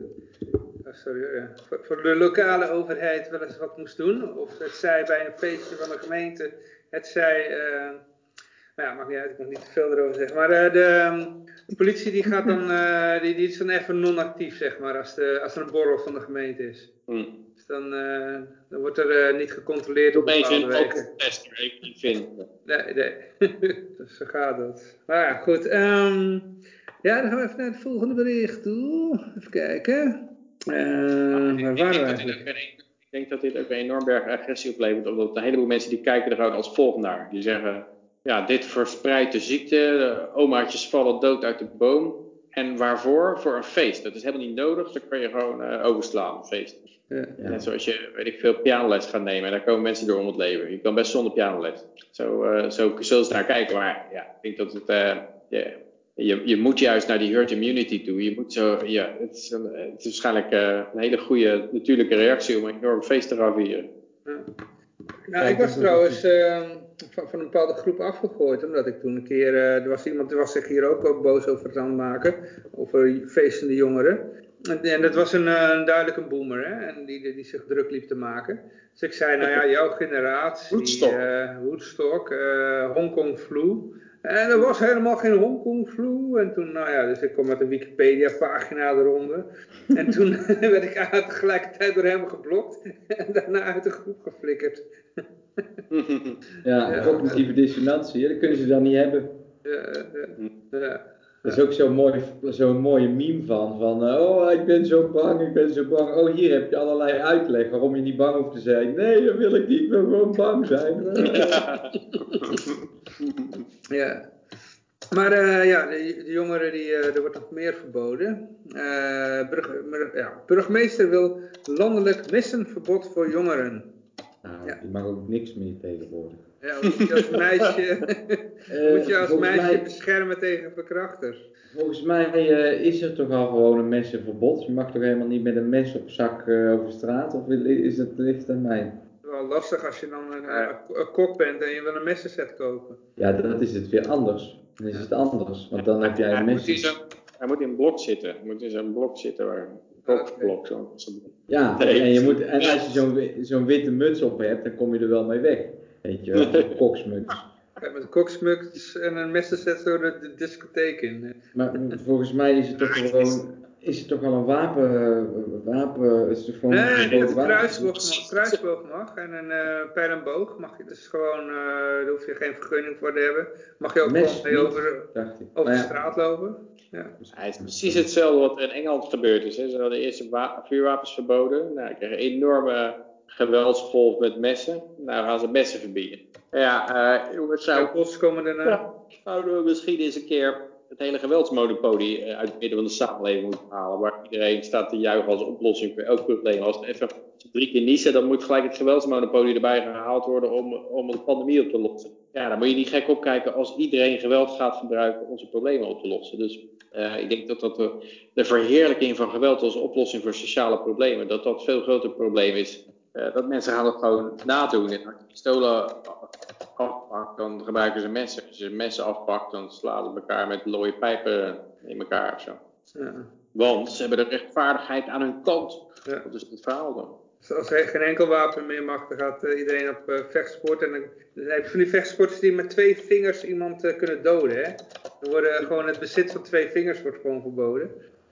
Oh, sorry, ja. voor, voor de lokale overheid wel eens wat moest doen. Of het zij bij een feestje van de gemeente. Het zij, uh, nou ja, maakt niet uit, ik mag niet te veel erover zeggen. Maar uh, de, um, de politie die gaat dan, uh, die, die is dan even non-actief, zeg maar, als, de, als er een borrel van de gemeente is. Hmm. Dus dan, uh, dan wordt er uh, niet gecontroleerd op bepaalde wegen. Even een tester, even niet vinden. Nee, nee. Dus zo gaat dat. Maar ja, goed. Um, ja, dan gaan we even naar het volgende bericht toe. Even kijken. Uh, waar waren we eigenlijk? Ik denk dat dit ook een enorm berg agressie oplevert, omdat een heleboel mensen die kijken er gewoon als volgt naar. Die zeggen, ja, dit verspreidt de ziekte, de omaatjes vallen dood uit de boom. En waarvoor? Voor een feest. Dat is helemaal niet nodig, dan kan je gewoon uh, overslaan, een feest. Ja. Net zoals je, weet ik veel, pianoles gaat nemen en daar komen mensen door om het leven. Je kan best zonder pianoles. Zo, uh, zo zullen ze naar kijken, maar ja, ik denk dat het... Uh, yeah. Je, je moet juist naar die herd immunity toe. Je moet zo, ja, het, is een, het is waarschijnlijk uh, een hele goede natuurlijke reactie om een enorm feest te gaan vieren. Ja. Nou, ik was trouwens uh, van, van een bepaalde groep afgegooid, omdat ik toen een keer, uh, er was iemand die was zich hier ook, ook boos over het aan het maken, over feestende jongeren. En, en dat was een, een duidelijk een boomer, hè, en die, die, die zich druk liep te maken. Dus ik zei, nou ja, jouw generatie, Woodstock, uh, Woodstock uh, Hongkong flu. En er was helemaal geen Hongkong flu. En toen, nou ja, dus ik kwam met een Wikipedia pagina eronder. En toen werd ik tegelijkertijd door hem geblokt. En daarna uit de groep geflikkerd. Ja, ja, cognitieve dissonantie, dat kunnen ze dan niet hebben. Ja, ja, ja. Er is ook zo'n mooi, zo'n mooie meme van, van uh, oh, ik ben zo bang, ik ben zo bang. Oh, hier heb je allerlei uitleg waarom je niet bang hoeft te zijn. Nee, dat wil ik niet, ik wil gewoon bang zijn. Ja. Maar uh, ja, de, de jongeren, die, uh, er wordt nog meer verboden. Uh, burg, ja, burgemeester wil landelijk messenverbod voor jongeren. Nou, ja. die mag ook niks meer tegenwoordig. Ja, hoe moet je als meisje, uh, moet je als meisje mij, beschermen tegen verkrachters? Volgens mij uh, is er toch al gewoon een messenverbod. Je mag toch helemaal niet met een mes op zak uh, over straat? Of is het ligt aan mij? Het is wel lastig als je dan een, een, een kok bent en je wil een messenset kopen. Ja, dat is het weer anders. Dan is het anders, want dan heb jij een mes. Hij moet in een blok zitten. Hij moet in zo'n blok zitten waar een kookblok. Zo, zo. Ja, nee, en, je moet, en als je zo'n zo'n witte muts op hebt, dan kom je er wel mee weg. Weet je wel, zo'n koksmuts. Ja, met een koksmuts en een messenset zo de, de discotheek in. Maar volgens mij is het toch gewoon, is het toch al een wapen, wapen, is het gewoon nee, een nee, een wapen? kruisboog mag, kruisboog mag en een uh, pijl en boog mag je dus gewoon, uh, daar hoef je geen vergunning voor te hebben. Mag je ook Mes gewoon mee over, dacht ik. over ja. de straat lopen. Ja. Ja, het is precies hetzelfde wat er in Engeland gebeurd is. Hè. Ze hadden eerst wa- vuurwapens verboden. Nou, kregen een enorme geweldsgolf met messen. Nou gaan ze messen verbieden. Ja, uh, jongens, zou... Appels komen daarna. Ja, zouden we misschien eens een keer het hele geweldsmonopolie uh, uit het midden van de samenleving moeten halen. Waar iedereen staat te juichen als oplossing voor elk probleem. Als we even drie keer niezen, dan moet gelijk het geweldsmonopolie erbij gehaald worden om, om de pandemie op te lossen. Ja, dan moet je niet gek opkijken als iedereen geweld gaat gebruiken om onze problemen op te lossen. Dus uh, ik denk dat, dat de, de verheerlijking van geweld als oplossing voor sociale problemen, dat dat veel groter probleem is. Uh, dat mensen gaan dat gewoon nadoen. En als je pistolen afpakt, dan gebruiken ze messen. Als je messen afpakt, dan slaan ze elkaar met looie pijpen in elkaar of zo. Ja. Want ze hebben de rechtvaardigheid aan hun kant. Ja. Dat is het verhaal dan. Dus als er geen enkel wapen meer mag, dan gaat uh, iedereen op uh, vechtsport. En dan, dan heb je van die vechtsporters die met twee vingers iemand uh, kunnen doden. Hè? Dan worden gewoon het bezit van twee vingers wordt gewoon verboden.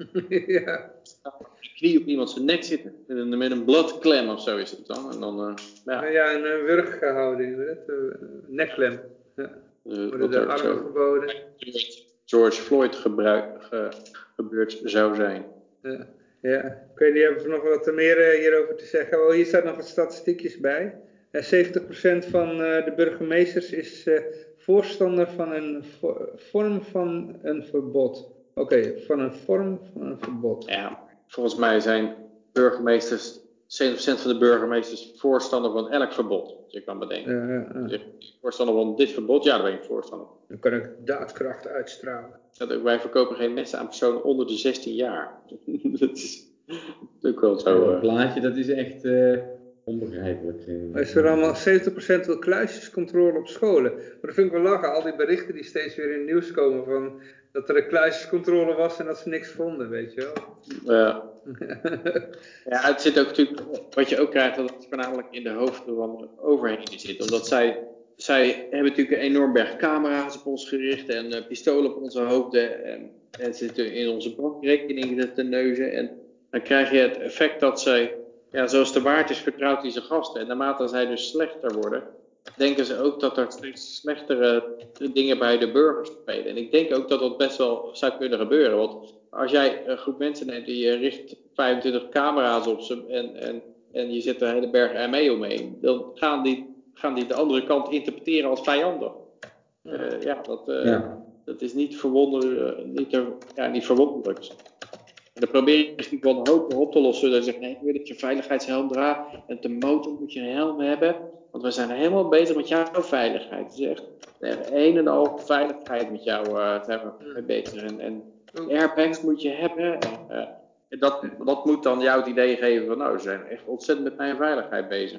Ja. Je knie op iemand zijn nek zitten. Met een, met een bloedklem of zo is het dan. En dan uh, ja. ja, een uh, wurghouding. Uh, nekklem. Ja. Uh, worden de armen zo verboden. George Floyd gebruik, ge, gebeurd zou zijn. Ja. Ja, ik weet niet, hebben we nog wat meer uh, hierover te zeggen? Oh, hier staat nog wat statistiekjes bij. Uh, zeventig procent van uh, de burgemeesters is uh, voorstander van een vo vorm van een verbod. Oké, okay, van een vorm van een verbod. Ja, volgens mij zijn burgemeesters, zeventig procent van de burgemeesters voorstander van elk verbod. Dus je kan bedenken. Uh, uh, uh. Dus voorstander van dit verbod, ja, daar ben ik voorstander. Dan kan ik daadkracht uitstralen. Dat ook, wij verkopen geen messen aan personen onder de zestien jaar. Dat is natuurlijk wel zo. Dat uh... plaatje, dat is echt uh, onbegrijpelijk. Er is er allemaal zeventig procent wil kluisjescontrole op scholen. Maar dat vind ik wel lachen, al die berichten die steeds weer in het nieuws komen van dat er een kluisjescontrole was en dat ze niks vonden, weet je wel. Ja. Ja, het zit ook natuurlijk, wat je ook krijgt, dat het voornamelijk in de hoofden van de overheden zit. Omdat zij, zij hebben natuurlijk een enorm berg camera's op ons gericht en uh, pistolen op onze hoofden. En, en zitten in onze bankrekeningen te neuzen. En dan krijg je het effect dat zij, ja, zoals de waard is, vertrouwt hij zijn gasten. En naarmate zij dus slechter worden, denken ze ook dat er steeds slechtere dingen bij de burgers spelen. En ik denk ook dat dat best wel zou kunnen gebeuren. Want als jij een groep mensen neemt die je richt vijfentwintig camera's op ze en, en, en je zet er een hele berg M E omheen, dan gaan die, gaan die de andere kant interpreteren als vijanden. Uh, ja, dat, uh, ja, dat is niet, verwonder, uh, niet, er, ja, niet verwonderlijk. En dan probeer je natuurlijk wel een hoop op te lossen. Dan zeg je, nee, ik wil dat je veiligheidshelm draagt. En op de motor moet je een helm hebben. Want we zijn helemaal bezig met jouw veiligheid. Het is echt een en al veiligheid met jou uh, zijn we mee bezig. En, en airbags moet je hebben. En, uh, en dat, dat moet dan jou het idee geven van, nou, ze zijn echt ontzettend met mijn veiligheid bezig.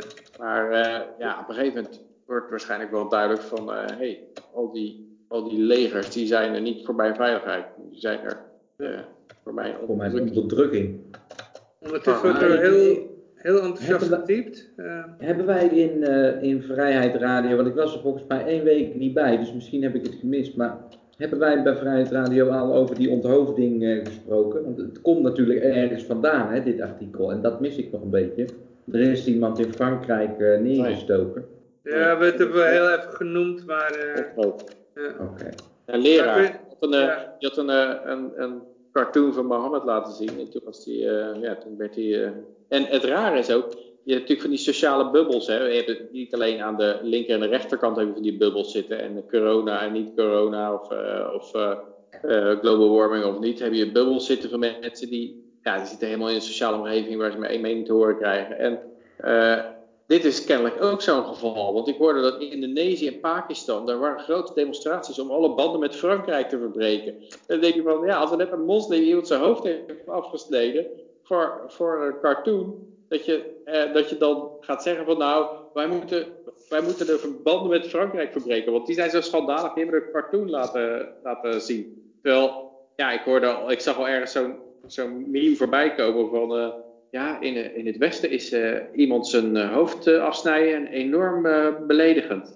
Maar uh, ja, op een gegeven moment wordt waarschijnlijk wel duidelijk van, hé, uh, hey, al, die, al die legers, die zijn er niet voor mijn veiligheid. Die zijn er... Uh, Voor mijn Voor mijn onderdrukking. Ondertussen wordt er heel, heel enthousiast getypt. Uh. Hebben wij in, uh, in Vrijheid Radio, want ik was er volgens mij één week niet bij, dus misschien heb ik het gemist, maar hebben wij bij Vrijheid Radio al over die onthoofding uh, gesproken? Want het komt natuurlijk ergens vandaan, hè, dit artikel, en dat mis ik nog een beetje. Er is iemand in Frankrijk uh, neergestoken. Ja, we hebben we heel even genoemd, maar... Uh, ja. Oké. Okay. Ja, leraar. Je had, een, ja. je had een, een, een cartoon van Mohammed laten zien. En toen was die, uh, ja, toen werd hij. Uh... En het rare is ook, je hebt natuurlijk van die sociale bubbels. Hè. Je hebt niet alleen aan de linker en de rechterkant heb je van die bubbels zitten. En corona en niet corona of, uh, of uh, uh, global warming of niet. Heb je bubbels zitten van mensen die, ja, die zitten helemaal in een sociale omgeving waar ze maar één mening te horen krijgen. En uh, dit is kennelijk ook zo'n geval, want ik hoorde dat in Indonesië en Pakistan, daar waren grote demonstraties om alle banden met Frankrijk te verbreken. Dan denk je van, ja, als er net een moslim iemand zijn hoofd heeft afgesneden voor, voor een cartoon, dat je, eh, dat je dan gaat zeggen van, nou, wij moeten, wij moeten de banden met Frankrijk verbreken, want die zijn zo schandalig, die hebben een cartoon laten, laten zien. Terwijl, ja, ik hoorde al, ik zag al ergens zo'n zo'n meme voorbij komen van... Uh, Ja, in, in het Westen is uh, iemand zijn uh, hoofd uh, afsnijden enorm uh, beledigend.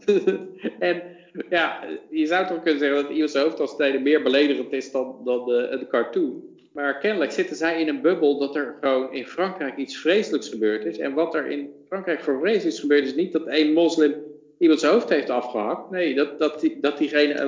En ja, je zou toch kunnen zeggen dat iemand zijn hoofd afsnijden meer beledigend is dan, dan de, de cartoon. Maar kennelijk zitten zij in een bubbel dat er gewoon in Frankrijk iets vreselijks gebeurd is. En wat er in Frankrijk voor vreselijks is gebeurd is niet dat één moslim iemand zijn hoofd heeft afgehakt. Nee, dat, dat, die, dat diegene een,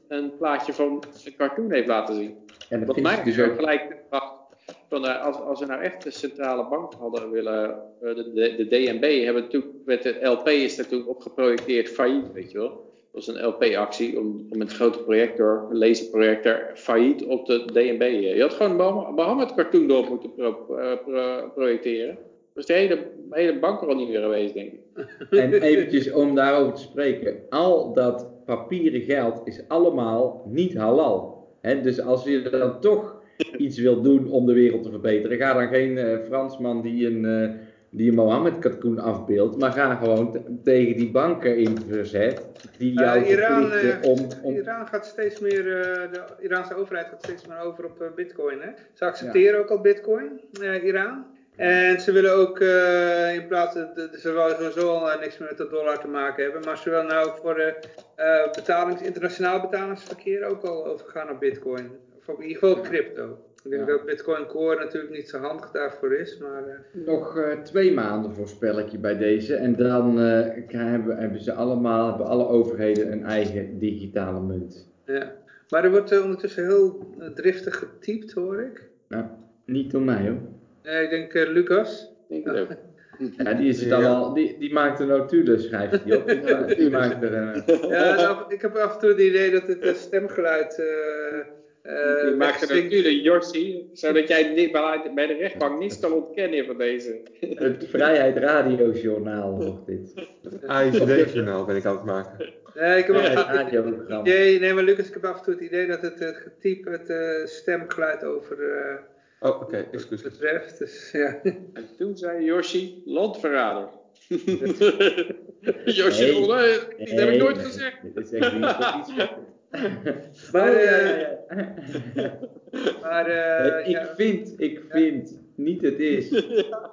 een plaatje van een cartoon heeft laten zien. En dat Wat vind mij ik dus ook ook. gelijk gebracht. Van, uh, als, als we nou echt de centrale bank hadden willen, uh, de, de, de D N B hebben toen, met de L P is er toen op geprojecteerd failliet, weet je wel. Dat was een L P-actie om, om met een grote projector, een laserprojector, failliet op de D N B. Je had gewoon een Mohammed cartoon door moeten pro, uh, pro, projecteren. Dus de hele, hele bank er al niet meer geweest, denk ik. En eventjes om daarover te spreken. Al dat papieren geld is allemaal niet halal. He, dus als je dan toch iets wilt doen om de wereld te verbeteren, ga dan geen uh, Fransman die een, uh, die een Mohammed-cartoon afbeeldt, maar ga gewoon t- tegen die banken in verzet die jou uh, Iran, verplichten uh, om, om... Iran gaat steeds meer, uh, de Iraanse overheid gaat steeds meer over op uh, bitcoin. Hè? Ze accepteren ja. ook al bitcoin, uh, Iran. En ze willen ook uh, in plaats van, ze willen sowieso al uh, niks meer met de dollar te maken hebben, maar ze willen nou ook voor de uh, betalings, internationaal betalingsverkeer ook al overgaan naar bitcoin. Of op, in ieder geval crypto. Ik denk ja. dat Bitcoin Core natuurlijk niet zo handig daarvoor is, maar... Uh... Nog uh, twee maanden voorspel ik je bij deze en dan uh, hebben, hebben ze allemaal, hebben alle overheden een eigen digitale munt. Ja, maar er wordt uh, ondertussen heel uh, driftig getypt, hoor ik. Nou, niet door mij hoor. Nee, ik denk uh, Lucas. Ik denk het ook. Ja, die is het ja. allemaal, die, die maakt een notulen, schrijft hij op. Die, die maakt er een... Ja, af, ik heb af en toe het idee dat het uh, stemgeluid... Uh, Uh, die maakt er natuurlijk Jorsi, zodat jij bij de rechtbank niets kan ontkennen van deze. Het Vrijheid Radiojournaal wordt dit. A I V D-journaal ben ik aan het maken. Nee, ik heb ja, af en toe het idee, nee, maar Lucas, ik heb af en toe het idee dat het, het getype het uh, stemgeluid over uh, oh, oké, okay, excuus. betreft. Dus, ja. En toen zei Jorsi, landverrader. Jorsi, nee, oh, nee, dat nee, heb ik nooit nee, gezegd. Dit is echt iets. Maar, oh, uh, ja, ja, ja. maar uh, nee, ik ja. vind, ik vind, ja. niet het is.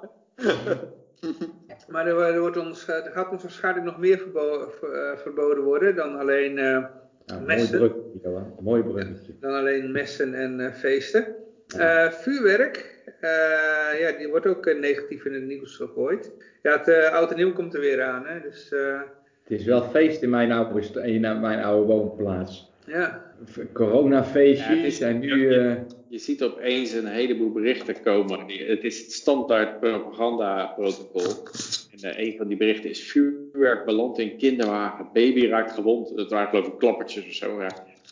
Maar er, er, wordt ons, er gaat ons waarschijnlijk nog meer verbo ver, verboden worden dan alleen uh, nou, messen. Mooi bruggetje, Johan. Mooi bruggetje. Dan alleen messen en uh, feesten. Ja. Uh, vuurwerk, uh, ja, die wordt ook uh, negatief in het nieuws gegooid. Ja, het uh, oud en nieuw komt er weer aan, hè. Dus, uh, het is wel feest in mijn oude, in mijn oude woonplaats. Ja. Coronafeestjes ja, en nu... Uh... Je ziet opeens een heleboel berichten komen. Het is het standaard propagandaprotocol. En uh, een van die berichten is vuurwerk belandt in kinderwagen. Baby raakt gewond. Dat waren geloof ik klappertjes of zo. Ja.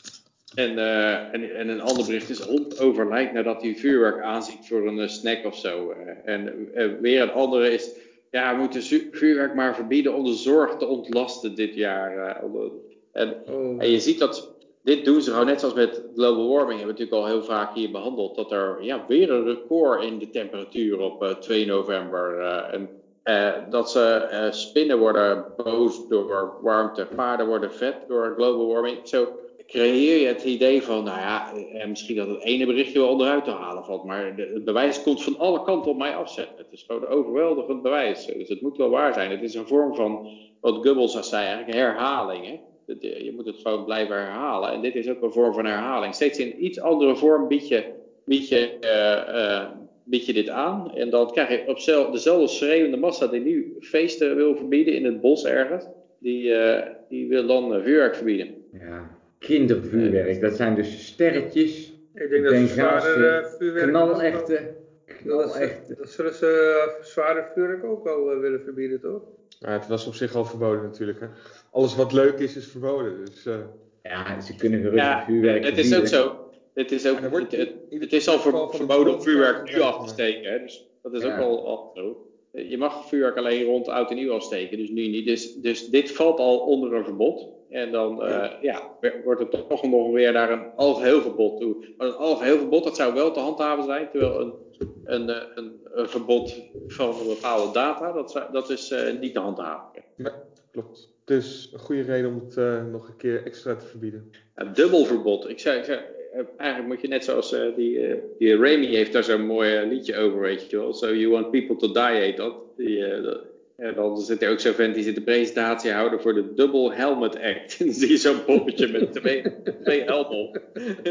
En, uh, en, en een ander bericht is hond overlijdt nadat hij vuurwerk aanziet voor een uh, snack of zo. Uh, en uh, weer een andere is... Ja, we moeten vuurwerk maar verbieden om de zorg te ontlasten dit jaar. Uh, en, oh. en je ziet dat... Dit doen ze gewoon net zoals met global warming, hebben we natuurlijk al heel vaak hier behandeld, dat er ja, weer een record in de temperatuur op uh, twee november. Uh, en uh, dat ze uh, spinnen worden boos door warmte, paarden worden vet door global warming. Zo creëer je het idee van, nou ja, uh, misschien dat het ene berichtje wel onderuit te halen valt, maar de, het bewijs komt van alle kanten op mij afzetten. Het is gewoon een overweldigend bewijs, dus het moet wel waar zijn. Het is een vorm van, wat Goebbels zei eigenlijk, herhaling, hè. Je moet het gewoon blijven herhalen. En dit is ook een vorm van herhaling. Steeds in iets andere vorm bied je, bied je, uh, uh, bied je dit aan. En dan krijg je op zel, dezelfde schreeuwende massa die nu feesten wil verbieden in het bos ergens. Die, uh, die wil dan uh, vuurwerk verbieden. Ja, kindervuurwerk. Dat zijn dus sterretjes. Ik denk dat ze zware vuurwerk knalechte. knalechte. Dat zullen ze uh, zware vuurwerk ook wel uh, willen verbieden, toch? Ja, het was op zich al verboden natuurlijk. Hè? Alles wat leuk is, is verboden. Dus, uh... ja, ze kunnen gerust ja, vuurwerk het verbieden. is ook zo. Het is, ook, ja, het, het, het is al ver, verboden om vuurwerk nu af te steken. Hè? Dus dat is ja. ook al, al zo. Je mag vuurwerk alleen rond oud en nieuw afsteken, dus nu niet. Dus, dus dit valt al onder een verbod. En dan uh, ja, wordt het toch nog weer naar een algeheel verbod toe. Maar een algeheel verbod, dat zou wel te handhaven zijn. Terwijl een, een, een, een verbod van een bepaalde data, dat, dat is uh, niet te handhaven. Nee, klopt. Dus een goede reden om het uh, nog een keer extra te verbieden. Ja, dubbel verbod. Ik zei, ik zei, eigenlijk moet je net zoals uh, die, uh, die Remy heeft daar zo'n mooi uh, liedje over, weet je wel. So you want people to die, heet dat. Die, uh, dat en dan zit er ook zo'n vent die zit de presentatie houden voor de Double Helmet Act. En dan zie je zo'n poppetje met twee, twee helmen op.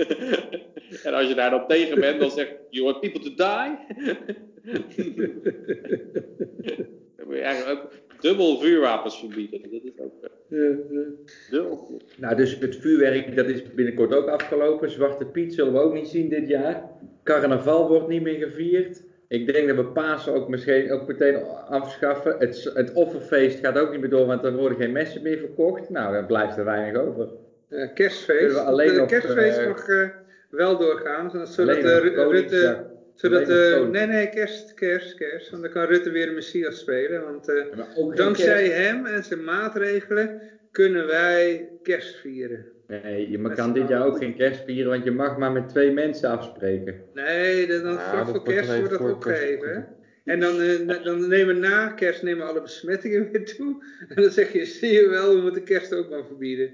En als je daar dan tegen bent, dan zegt you want people to die. Dan moet je eigenlijk ook dubbel vuurwapens verbieden. Dat is ook uh, Ja, ja. dubbel. Nou, dus het vuurwerk, dat is binnenkort ook afgelopen. Zwarte Piet zullen we ook niet zien dit jaar. Carnaval wordt niet meer gevierd. Ik denk dat we Pasen ook misschien ook meteen afschaffen. Het, het offerfeest gaat ook niet meer door, want er worden geen messen meer verkocht. Nou, dan blijft er weinig over. Ja, kerstfeest. We alleen de op, kerstfeest uh, mag uh, wel doorgaan. Zodat alleen uh, op Rutte... Koningsdag. Zodat, uh, nee, nee, kerst, kerst, kerst. Want dan kan Rutte weer de Messias spelen. Want uh, ja, dankzij kerst. hem en zijn maatregelen kunnen wij kerst vieren. Nee, je kan dit jaar ook geen kerst vieren, want je mag maar met twee mensen afspreken. Nee, dan, dan Ja, vlak dat voor wordt kerst wordt dat opgegeven. Hè? En dan, uh, dan nemen we na kerst nemen alle besmettingen weer toe. En dan zeg je, zie je wel, we moeten kerst ook maar verbieden.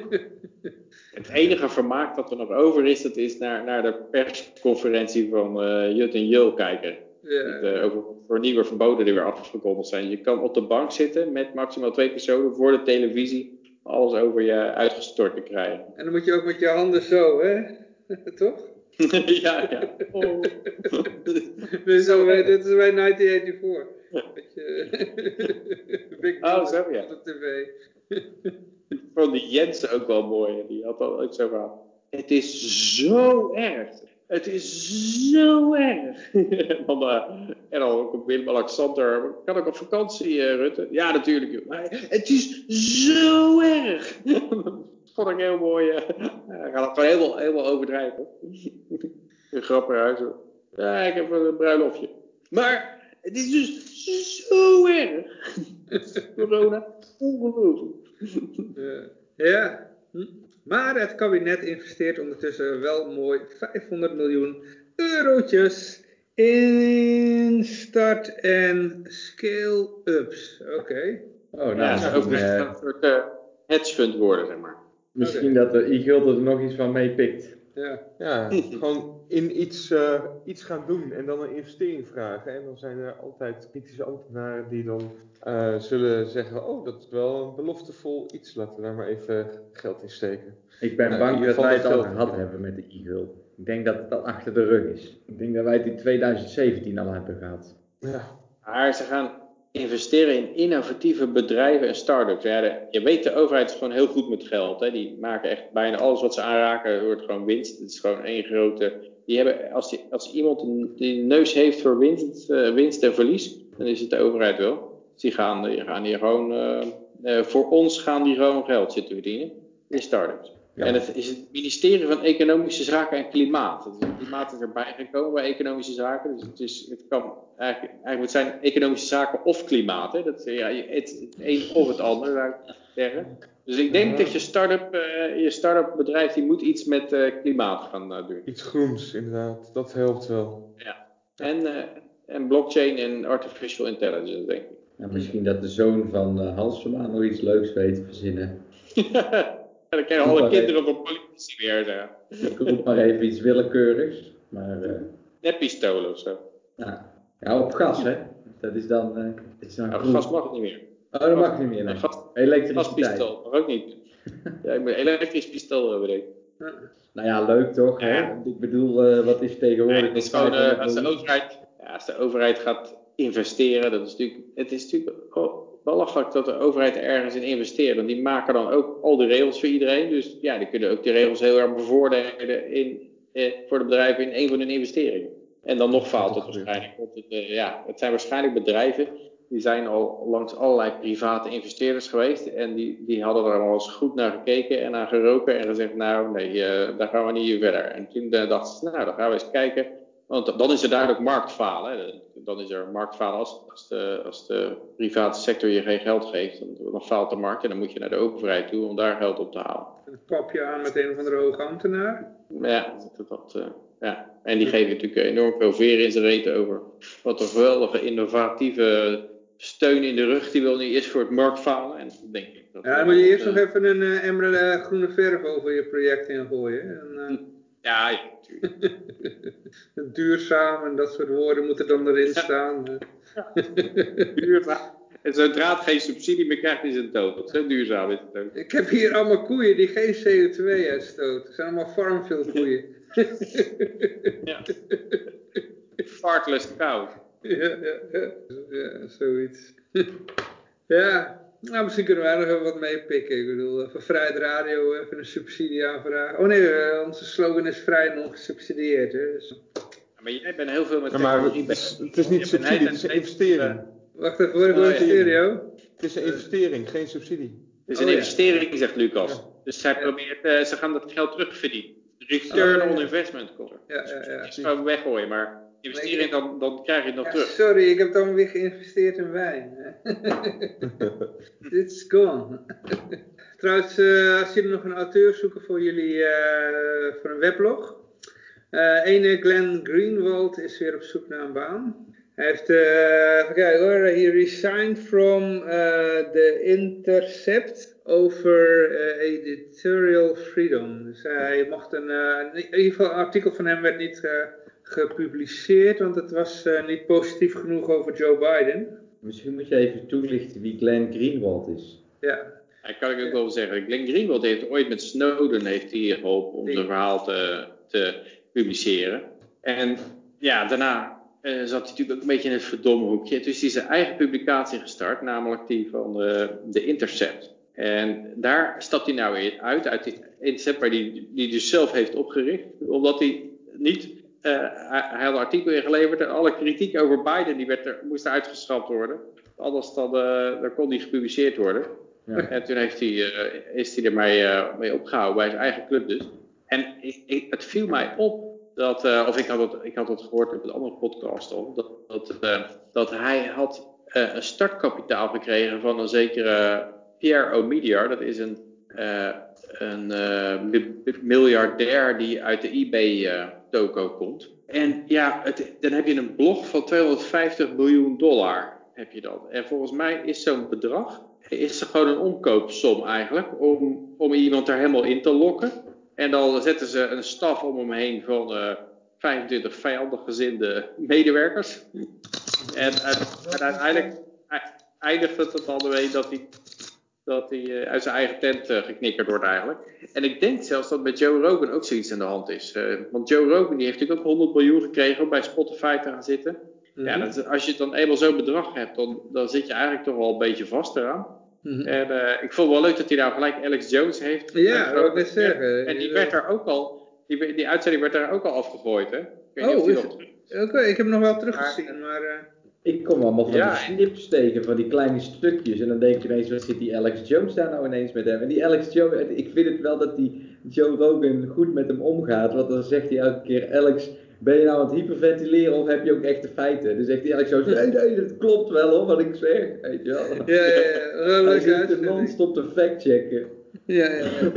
Het enige vermaak dat er nog over is, dat is naar, naar de persconferentie van uh, Jut en Jul kijken. Ja. Met, uh, over voor nieuwe verboden die weer afgekondigd zijn. Je kan op de bank zitten met maximaal twee personen voor de televisie alles over je uitgestort te krijgen. En dan moet je ook met je handen zo, hè? Toch? ja, ja. Oh. dus zo, wij, dit is bij negentien eenennegentig. Weet je, Big Brother oh, zo, ja. op tv. Ik vond die Jensen ook wel mooi. Die had al ook zo van, het is zo erg. Het is zo erg. en, dan, uh, en dan komt Willem-Alexander. Kan ik op vakantie, uh, Rutte? Ja, natuurlijk. Joh. Maar het is zo erg. Vond ik heel mooi. Uh, hij gaat het gewoon helemaal, helemaal overdrijven. Grappig uit. Hoor. Ja, ik heb een bruiloftje. Maar het is dus zo erg. Corona. Ongelooflijk. Uh, ja. Hm. Maar het kabinet investeert ondertussen wel mooi vijfhonderd miljoen eurotjes in start- en scale-ups. Oké. Okay. Oh, nou, ja, misschien, zo ook uh, een soort uh, hedgefund worden, zeg maar. Misschien okay. dat de e-gulden er nog iets van meepikt. Ja, ja gewoon in iets, uh, iets gaan doen en dan een investering vragen. En dan zijn er altijd kritische ambtenaren die dan uh, zullen zeggen, oh, dat is wel een beloftevol iets, laten we daar maar even geld in steken. Ik ben uh, bang dat wij het al gehad hebben met de e-gulden. Ik denk dat het al achter de rug is. Ik denk dat wij het in twintig zeventien al hebben gehad. Ja. Maar ze gaan investeren in innovatieve bedrijven en start-ups. Ja, de, je weet, de overheid is gewoon heel goed met geld. Hè. Die maken echt bijna alles wat ze aanraken, wordt gewoon winst. Het is gewoon één grote... Die hebben, als, die, als iemand een, die een neus heeft voor winst, uh, winst en verlies, dan is het de overheid wel. Dus die gaan, die gaan hier gewoon... Uh, uh, voor ons gaan die gewoon geld zitten verdienen. In start-ups. Ja. En het is het ministerie van Economische Zaken en Klimaat. Het klimaat is erbij gekomen bij Economische Zaken. Dus het, is, het kan eigenlijk, eigenlijk het zijn Economische Zaken of klimaat. Hè? Dat, ja, het, het een of het ander, zou ik zeggen. Dus ik denk ja. dat je start-up, uh, je start-up bedrijf die moet iets met uh, klimaat gaan uh, doen. Iets groens, inderdaad. Dat helpt wel. Ja. En, uh, en blockchain en artificial intelligence, denk ik. Ja, misschien dat de zoon van uh, Halsema nog iets leuks weet te verzinnen. Ja, dan krijgen alle kinderen van politici weer. Ja. Ik roep maar even iets willekeurigs. Maar, uh... Neppistolen of zo. Ja. ja, op gas, hè? Dat is dan. Uh, is dan ja, gas mag niet meer. Oh, dat mag niet meer. Nee. Gas, elektriciteit. Gaspistool mag ook niet. Ja, ik moet een elektrisch pistool hebben, denk ik. Nou ja, leuk toch? Ja. Hè? Ik bedoel, uh, wat is tegenwoordig? Nee, het is gewoon, uh, als, de overheid, ja, als de overheid gaat investeren, dat is natuurlijk, het is natuurlijk belachelijk dat de overheid ergens in investeert. Want die maken dan ook al de regels voor iedereen. Dus ja, die kunnen ook de regels heel erg bevoordelen in, eh, voor de bedrijven in een van hun investeringen. En dan nog faalt het waarschijnlijk. Want het, uh, ja, het zijn waarschijnlijk bedrijven die zijn al langs allerlei private investeerders geweest. En die, die hadden er al eens goed naar gekeken en naar geroken. En gezegd, nou nee, uh, daar gaan we niet verder. En toen uh, dachten ze, nou dan gaan we eens kijken. Want dan is er duidelijk marktfalen. Hè. Dan is er marktfalen als, als, de, als de private sector je geen geld geeft. Dan, dan faalt de markt en dan moet je naar de overheid toe om daar geld op te halen. Dan pap je aan met een of andere hoge ambtenaar. Ja, dat, dat, uh, ja. En die geven natuurlijk enorm veel veren in zijn reet over. Wat een geweldige innovatieve steun in de rug die wel niet is voor het marktfalen. En dan denk ik dat ja, dan moet je eerst uh, nog even een uh, emmer uh, groene verf over je project heen gooien. En, uh... ja, ja, natuurlijk. Duurzaam en dat soort woorden moeten dan erin staan. Ja. Duurzaam. En zodra het geen subsidie meer krijgt, is het dood. Zo duurzaam is het ook. Ik heb hier allemaal koeien die geen C O twee uitstoten. Het zijn allemaal farmfield koeien. Ja. Fartless cow. Ja, ja, ja. Ja, zoiets. Ja, nou, misschien kunnen wij nog even wat meepikken. Ik bedoel, voor Vrijheid Radio even een subsidie aanvragen. Oh nee, uh, onze slogan is vrij en ongesubsidieerd. Hè, dus... Ja, maar jij bent heel veel met ja, maar technologie het is, bezig. het is niet subsidie, het is een investering. Wacht even, hoor ik wel een stereo? Het is een investering, geen subsidie. Het is een oh, investering, ja. zegt Lucas. Ja. Dus zij ja. probeert, uh, ze gaan dat geld terugverdienen. Return oh, ja. on investment komt er. Ja, ja, ja. Het is gewoon weggooien, maar investering, dan, dan krijg je het nog ja, terug. Sorry, ik heb dan weer geïnvesteerd in wijn. It's gone. Trouwens, uh, als jullie nog een auteur zoeken voor jullie, uh, voor een weblog. Uh, ene Glenn Greenwald is weer op zoek naar een baan. Hij heeft, uh, even kijken hoor, he resigned from uh, The Intercept over uh, editorial freedom. Dus uh, hij mocht een, uh, in ieder geval een artikel van hem werd niet uh, gepubliceerd, want het was uh, niet positief genoeg over Joe Biden. Misschien moet je even toelichten wie Glenn Greenwald is. Ja. Dat kan ik ook wel zeggen. Glenn Greenwald heeft ooit met Snowden heeft hij geholpen om zijn verhaal te, te publiceren. En ja, daarna uh, zat hij natuurlijk ook een beetje in het verdomme hoekje. Dus hij is zijn eigen publicatie gestart, namelijk die van de, de Intercept. En daar stapt hij nou weer uit, uit die Intercept, waar hij die dus zelf heeft opgericht. Omdat hij niet, uh, hij, hij had een artikel ingeleverd en alle kritiek over Biden die werd er, moest er uitgeschrapt worden. Anders dan, uh, dan kon die gepubliceerd worden. Ja. En toen heeft hij, uh, is hij ermee uh, mee opgehouden bij zijn eigen club dus. En ik, ik, het viel mij op dat, uh, of ik had, het, ik had het gehoord op een andere podcast al, dat, dat, uh, dat hij had uh, een startkapitaal gekregen van een zekere Pierre Omidyar. Dat is een, uh, een uh, miljardair die uit de eBay-toko uh, komt. En ja, het, dan heb je een blog van tweehonderdvijftig miljoen dollar. Heb je dat. En volgens mij is zo'n bedrag is er gewoon een omkoopsom eigenlijk om, om iemand daar helemaal in te lokken. En dan zetten ze een staf om hem heen van uh, vijfentwintig vijandig gezinde medewerkers. En, en, en uiteindelijk eindigt het er dan mee dat hij, dat hij uh, uit zijn eigen tent uh, geknikkerd wordt eigenlijk. En ik denk zelfs dat met Joe Rogan ook zoiets aan de hand is. Uh, want Joe Rogan die heeft natuurlijk ook honderd miljoen gekregen om bij Spotify te gaan zitten. Mm-hmm. Ja, dat, als je dan eenmaal zo'n bedrag hebt, dan, dan zit je eigenlijk toch wel een beetje vast eraan. Mm-hmm. En uh, ik vond het wel leuk dat hij nou gelijk Alex Jones heeft. Ja, dat wil ik net zeggen. En die werd daar ook al, die, die uitzending werd daar ook al afgegooid, hè? Ik weet oh, niet of die is nog... Oké, okay, ik heb hem nog wel teruggezien, maar... Uh... Ik kom allemaal van ja, die snips tegen, van die kleine stukjes. En dan denk je ineens, wat zit die Alex Jones daar nou ineens met hem? En die Alex Jones, ik vind het wel dat die Joe Rogan goed met hem omgaat. Want dan zegt hij elke keer, Alex, ben je nou aan het hyperventileren of heb je ook echte feiten? Dan zegt die Alex Jones, nee, nee, dat klopt wel hoor, wat ik zeg. Weet je wel. Ja, ja, ja. Hij zit er non-stop te factchecken. Ja, ja, ja.